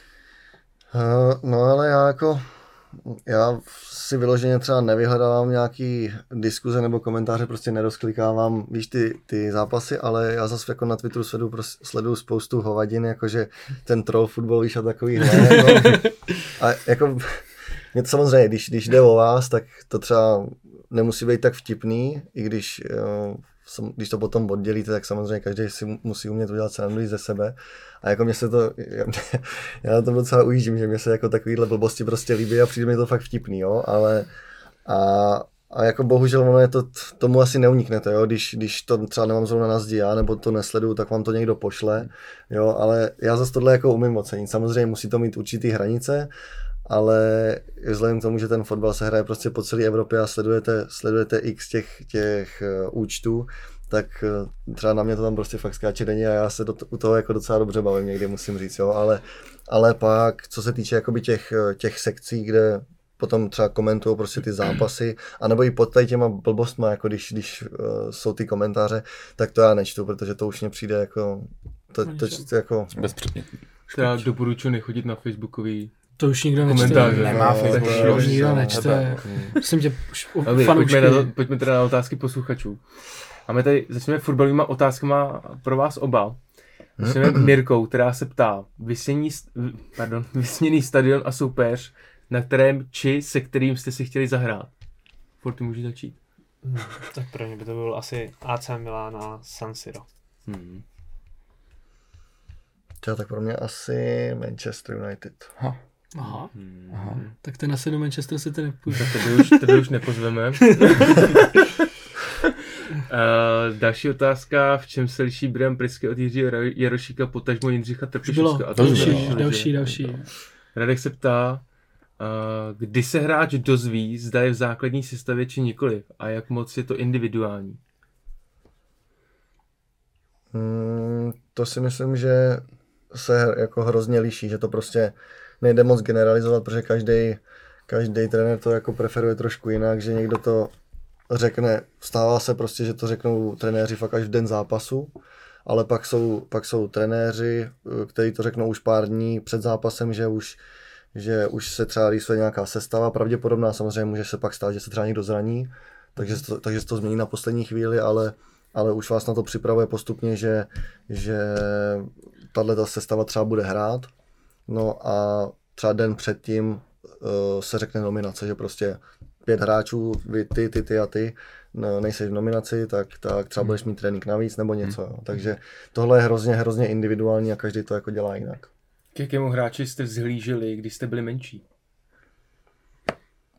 No ale já si vyloženě třeba nevyhledávám nějaký diskuze nebo komentáře, prostě nerozklikávám, víš, ty zápasy, ale já zase jako na Twitteru sleduju spoustu hovadin, jakože ten troll fotbal, víš, a takový a jako mě to samozřejmě, když jde o vás, tak to třeba nemusí být tak vtipný, i když to potom oddělíte, tak samozřejmě každý si musí umět udělat srandu ze sebe. A jako mě se to, já na tom docela ujíždím, že mě se jako takovýhle blbosti prostě líbí a přijde mi to fakt vtipný, jo, ale a jako bohužel ono je to, tomu asi neuniknete, jo, když to třeba nemám zrovna na zdi já, nebo to nesleduju, tak vám to někdo pošle, jo, ale já zase tohle jako umím ocenit. Samozřejmě musí to mít určitý hranice, ale vzhledem k tomu, že ten fotbal se hraje prostě po celé Evropě a sledujete x těch účtů, tak třeba na mě to tam prostě fakt skáče denně a já se u toho jako docela dobře bavím někdy, musím říct, jo, ale pak, co se týče jakoby těch sekcí, kde potom třeba komentují prostě ty zápasy, anebo i pod tady těma blbostma, jako když jsou ty komentáře, tak to já nečtu, protože to už mě přijde jako, to jako bezpředmětný. Třeba doporučuji nechodit na facebookový to už nikdo komentáře. nečte. Nemá Facebook. To už nikdo nečte. Myslím tě, fanoušky. Pojďme teda na otázky posluchačů. A my tady začneme fotbalovýma otázkama pro vás oba. Začneme Mirkou, která se ptá, vysněný stadion a soupeř, na kterém či se kterým jste si chtěli zahrát. Forty, můžeš začít? Tak pro mě by to byl asi AC Milan a San Siro. Tak pro mě asi Manchester United. Aha. Tak ten asi do Manchesteru si to nepůjde. Tak tebe už nepozveme. Další otázka, v čem se liší Brian Prisky od Jiřího Jarošíka, potažmo Jindřicha Trpišovska? Další. Radek se ptá, kdy se hráč dozví, zda je v základní sestavě či nikoliv a jak moc je to individuální? To si myslím, že se jako hrozně liší, že to prostě nejde moc generalizovat, protože každý trenér to jako preferuje trošku jinak, že někdo to řekne, stává se prostě, že to řeknou trenéři fakt až v den zápasu, ale pak jsou trenéři, kteří to řeknou už pár dní před zápasem, že už se třeba rýsuje nějaká sestava, pravděpodobná, samozřejmě může se pak stát, že se třeba někdo zraní, takže se to změní na poslední chvíli, ale už vás na to připravuje postupně, že tato sestava třeba bude hrát. No a třeba den předtím se řekne nominace, že prostě 5 hráčů, vy, ty a ty, nejseš v nominaci, tak třeba budeš mít trénink navíc nebo něco. Jo. Takže tohle je hrozně individuální a každý to jako dělá jinak. K jakému hráči jste vzhlíželi, když jste byli menší?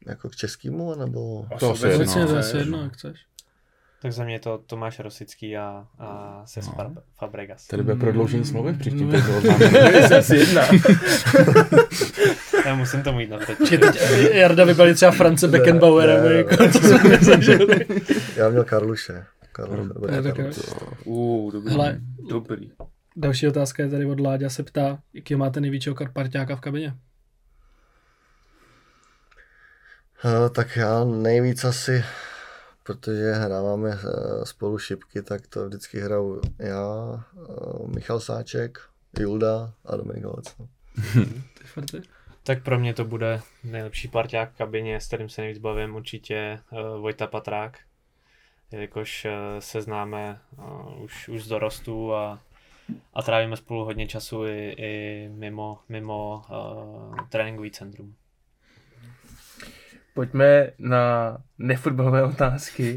jako k českému, nebo... To asi Obecně jedno. to asi jedno, jak chceš. Tak za mě je to Tomáš Rosický a Cesc Fabregas. Tady bude prodloužení smlouvy v příštím No. bylo oznámeno. Jsem si jedna. Já musím to mít na teď. Počkej, teď Jarda vybali třeba France Beckenbauera, ne, jako to jsme nezažili. Já měl Karluše. Roberta Ne, tak Karluše. Dobrý. Hele. Dobrý. Další otázka je tady od Láďa, se ptá, jaký máte největšího karparťáka v kabině? Tak já nejvíc asi, protože hráváme spolu šipky, tak to vždycky hraju já, Michal Sáček, Julda a Dominik Holec. Tak pro mě to bude nejlepší parťák v kabině, s kterým se nejvíc bavím, určitě Vojta Patrák, jelikož se známe už z dorostu a trávíme spolu hodně času i mimo tréninkový centrum. Pojďme na nefotbalové otázky.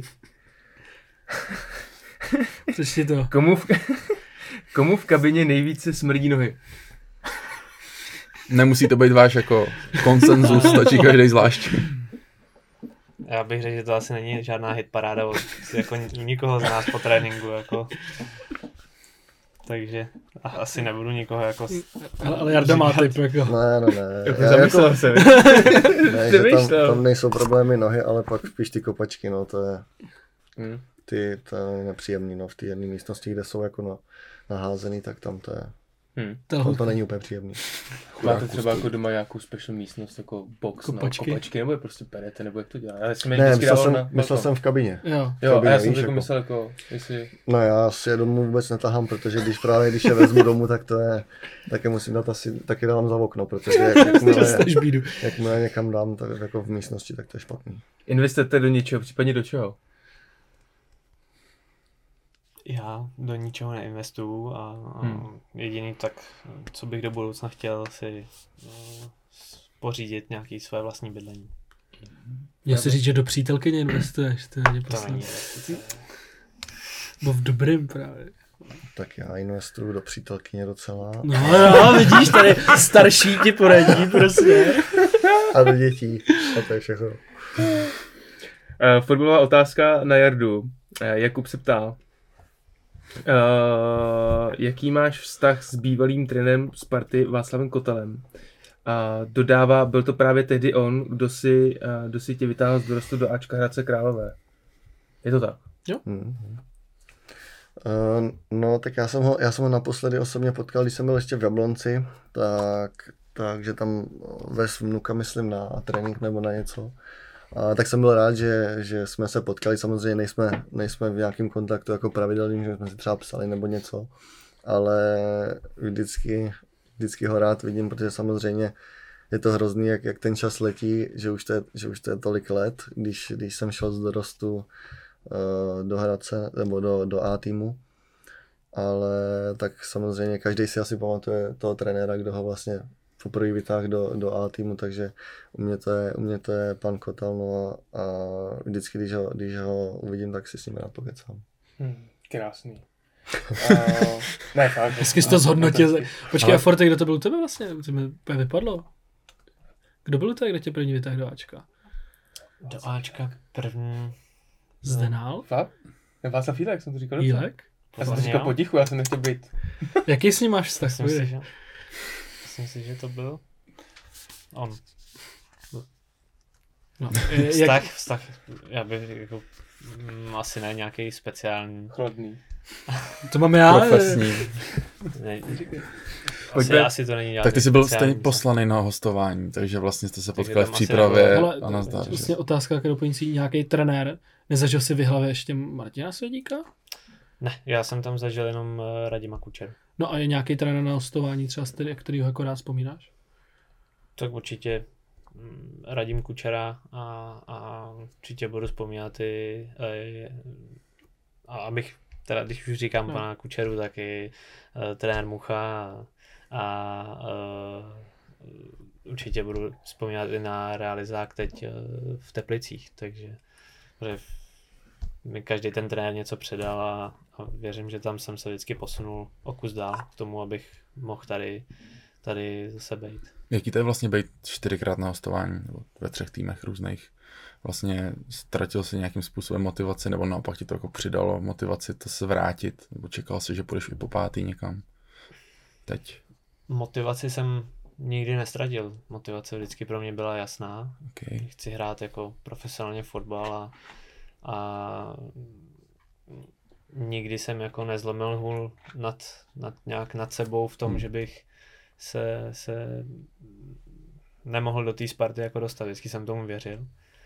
Přečti to. Komu v kabině nejvíce smrdí nohy? Nemusí to být váš jako konsenzus, stačí každý zvlášť. Já bych řekl, že to asi není žádná hitparáda od jako nikoho z nás po tréninku, jako. Takže asi nebudu nikoho jako... Ale Jarda má typ, jako. Ne. Zamyslel jsem. Ne, že tam nejsou problémy nohy, ale pak spíš ty kopačky, no, to je... To je nepříjemný, no, v té jedné místnosti, kde jsou jako naházený, tak tam to je... Tam to není úplně příjemný. Máte třeba jako doma nějakou special místnost, jako box Kopačky? na kopačky, nebo je prostě perete, nebo jak to dělá? Já jsem Ne, myslel jsem v kabině. Jo. Jo, a já jsem víš, jako jako. myslel jako, jestli... No já si je domů vůbec netahám, protože když je vezmu domů, tak to je, taky musím dát taky dám za okno, protože jakmile někam dám tak jako v místnosti, tak to je špatný. Investujete do něčeho, případně do čeho? Já do ničeho neinvestuju a jediný tak, co bych do budoucna chtěl si pořídit nějaký své vlastní bydlení. Já si říct, že do přítelkyně investuješ, to je To není investice. Bo v dobrým právě. Tak já investuju do přítelkyně docela. No, vidíš, tady starší ti poradí, prostě. A do dětí. A to je všechno. Fotbalová otázka na Jardu. Jakub se ptá, jaký máš vztah s bývalým trenérem Sparty Václavem Kotelem? A dodává, byl to právě tehdy on, kdo si tě vytáhl z dorostu do Ačka Hradce Králové. Je to tak? Jo. No, tak já jsem ho naposledy osobně potkal, když jsem byl ještě v Jablonci, takže tam vez vnuka, myslím, na trénink nebo na něco. A tak jsem byl rád, že jsme se potkali, samozřejmě nejsme v nějakém kontaktu jako pravidelným, že jsme si třeba psali nebo něco, ale vždycky ho rád vidím, protože samozřejmě je to hrozný, jak ten čas letí, že už to je tolik let, když jsem šel z dorostu do Hradce nebo do A týmu, ale tak samozřejmě každý si asi pamatuje toho trenéra, kdo ho vlastně poprvé vytáhl do A týmu, takže u mě to je pan Kotel, no a vždycky, když ho uvidím, tak si s ním rád pokecám. Krásný. Ne, fakt. Hezky jsi to zhodnotil. Počkej, a Forte, kdo to byl u tebe vlastně? To mi úplně vypadlo. Kdo byl u tebe, kdo tě první vytáhl do Ačka? Do Ačka první... Zdenál? Fakt? Václav Jílek, jsem to říkal. Jílek? Já jsem to říkal potichu, já jsem nechtěl být. Jaký s ním máš vztah? Myslím si, že to byl on. No, Vztah, já bych jako, asi ne nějaký speciální. Chladný. To mám já. Profesní. Ne, asi to není nějaký. Tak ty jsi byl speciální stejně poslaný na hostování, takže vlastně jste se Takže potkali v tam asi přípravě nebylo. a nazdar. Vlastně otázka k doplňující, nějaký trenér. Nezažil si v hlavě ještě Martina Svědíka? Ne, já jsem tam zažil jenom Radima Kučeru. No a je nějaký trenér na hostování třeba, kterýho jako rád vzpomínáš? Tak určitě Radim Kučera a určitě budu vzpomínat a abych, teda když už říkám pana Kučeru, tak i trenér Mucha a určitě budu vzpomínat i na realizák teď v Teplicích, takže mi každý ten trenér něco předal a věřím, že tam jsem se vždycky posunul o kus dál k tomu, abych mohl tady tady zase být. Jaký to je vlastně být 4krát na hostování, nebo ve 3 týmech různých? Vlastně ztratil si nějakým způsobem motivaci, nebo naopak ti to jako přidalo motivaci to se vrátit, nebo čekal si, že půjdeš i po 5. někam? Teď. Motivaci jsem nikdy nestratil. Motivace vždycky pro mě byla jasná. Okay. Chci hrát jako profesionálně fotbal a nikdy jsem jako nezlomil hůl nějak nad sebou v tom, že bych se nemohl do té Sparty jako dostat. Vždycky jsem tomu věřil.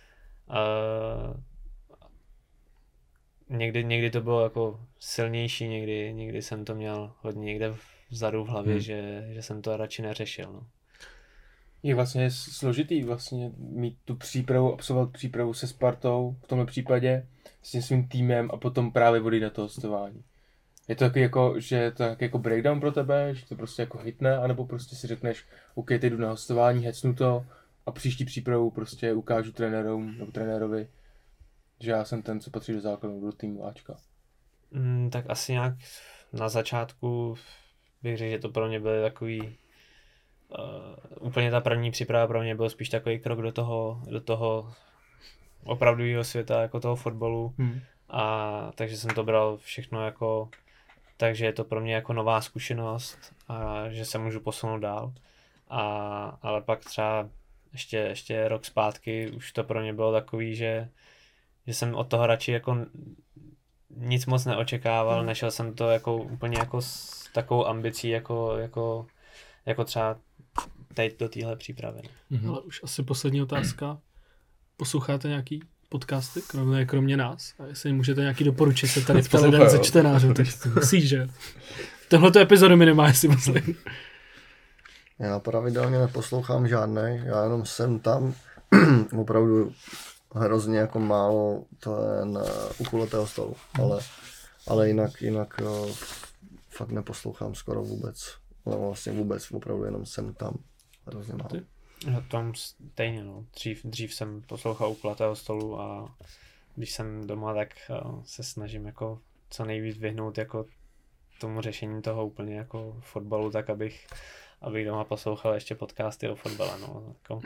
Někdy to bylo jako silnější, někdy jsem to měl hodně někde vzadu v hlavě, že jsem to radši neřešil. No. Je vlastně složitý vlastně mít tu přípravu, absolvovat přípravu se Spartou, v tomhle případě s tím svým týmem a potom právě odejít na to hostování. Je to taky jako, že je to jako breakdown pro tebe, že to prostě jako hitne, anebo prostě si řekneš, OK, teď jdu na hostování, hecnu to a příští přípravu prostě ukážu trenérům nebo trenérovi, že já jsem ten, co patří do základu, do týmu Ačka. Tak asi nějak na začátku bych řekl, že to pro mě bylo takový úplně ta první příprava pro mě byl spíš takový krok do toho opravdového světa, jako toho fotbalu. A takže jsem to bral všechno jako, takže je to pro mě jako nová zkušenost a že se můžu posunout dál. Ale pak třeba ještě rok zpátky už to pro mě bylo takový, že jsem od toho radši jako nic moc neočekával, nešel jsem to jako úplně jako s takovou ambicí jako třeba teď do téhle přípravy. Ale už asi poslední otázka. Posloucháte nějaký podcasty, kromě nás? A jestli můžete nějaký doporučit, se tady ptali jeden ze čtenářů, tak musíš, že? Tohleto epizodu minimálně si myslím. Já pravidelně neposlouchám žádnej, já jenom jsem tam, opravdu hrozně jako málo ten u kulatého stolu, ale jinak fakt neposlouchám skoro vůbec, ale vlastně vůbec, opravdu jenom jsem tam, hrozně málo. No, tam stejně, no. Dřív jsem poslouchal u kulatého stolu a když jsem doma, tak se snažím jako co nejvíc vyhnout jako tomu řešení toho úplně jako fotbalu, tak abych doma poslouchal ještě podcasty o fotbale, no. Jako.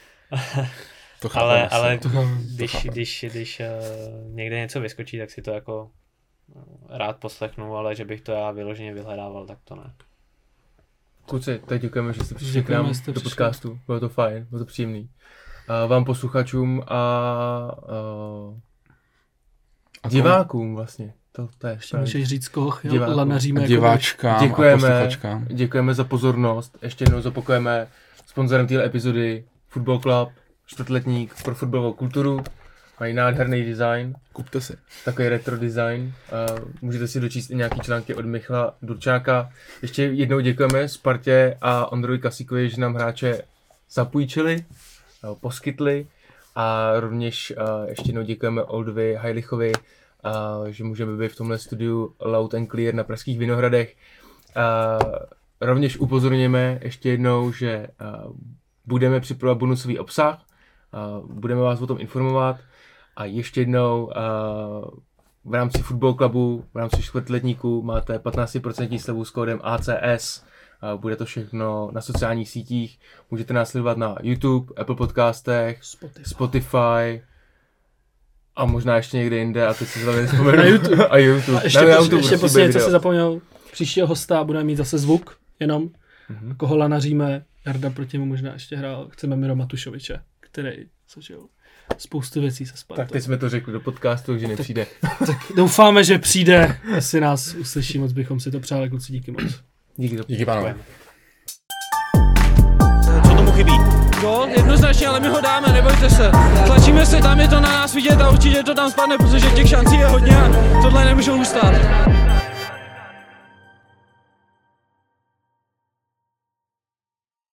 ale když někde něco vyskočí, tak si to jako rád poslechnu, ale že bych to já vyloženě vyhledával, tak to ne. Kluci, tak děkujeme, že jste přišli k nám do podcastu. Bylo to fajn, bylo to příjemný. Vám posluchačům a divákům vlastně. To je ještě můžeš říct koho lanaříme. Diváčkám děkujeme za pozornost. Ještě jednou zopakujeme sponzorem téhle epizody Football Club, čtvrtletník pro fotbalovou kulturu. Mají nádherný design. Kupte si. Takový retro design. Můžete si dočíst i nějaký články od Michala Durčáka. Ještě jednou děkujeme Spartě a Ondrovi Kasíkovi, že nám hráče zapůjčili, poskytli. A rovněž ještě jednou děkujeme Oldovi Hajlichovi, že můžeme být v tomhle studiu Loud and Clear na Pražských Vinohradech. Rovněž upozorněme ještě jednou, že budeme připravovat bonusový obsah. Budeme vás o tom informovat. A ještě jednou v rámci Football Clubu, v rámci čtvrtletníku máte 15% slevu s kódem ACS. Bude to všechno na sociálních sítích. Můžete nás sledovat na YouTube, Apple Podcastech, Spotify a možná ještě někde jinde. A teď si zrovna nespomenu. Na YouTube. A YouTube. A ještě posledně, co si zapomněl, příštího hosta bude mít zase zvuk, jenom koho lanaříme. Jarda proti mu možná ještě hrál. Chceme Miro Matušoviče, který zažil spoustu věcí se Spartou. Tak teď jsme to řekli do podcastu, že nepřijde. Tak doufáme, že přijde, jestli nás uslyší, moc bychom si to přáli, kluci, díky moc. Díky pánové. Co tomu chybí? Gól, jednoznačně, ale my ho dáme, nebojte se. Tlačíme se, tam je to na nás vidět a určitě to tam spadne, protože těch šancí je hodně a tohle nemůžou ustát.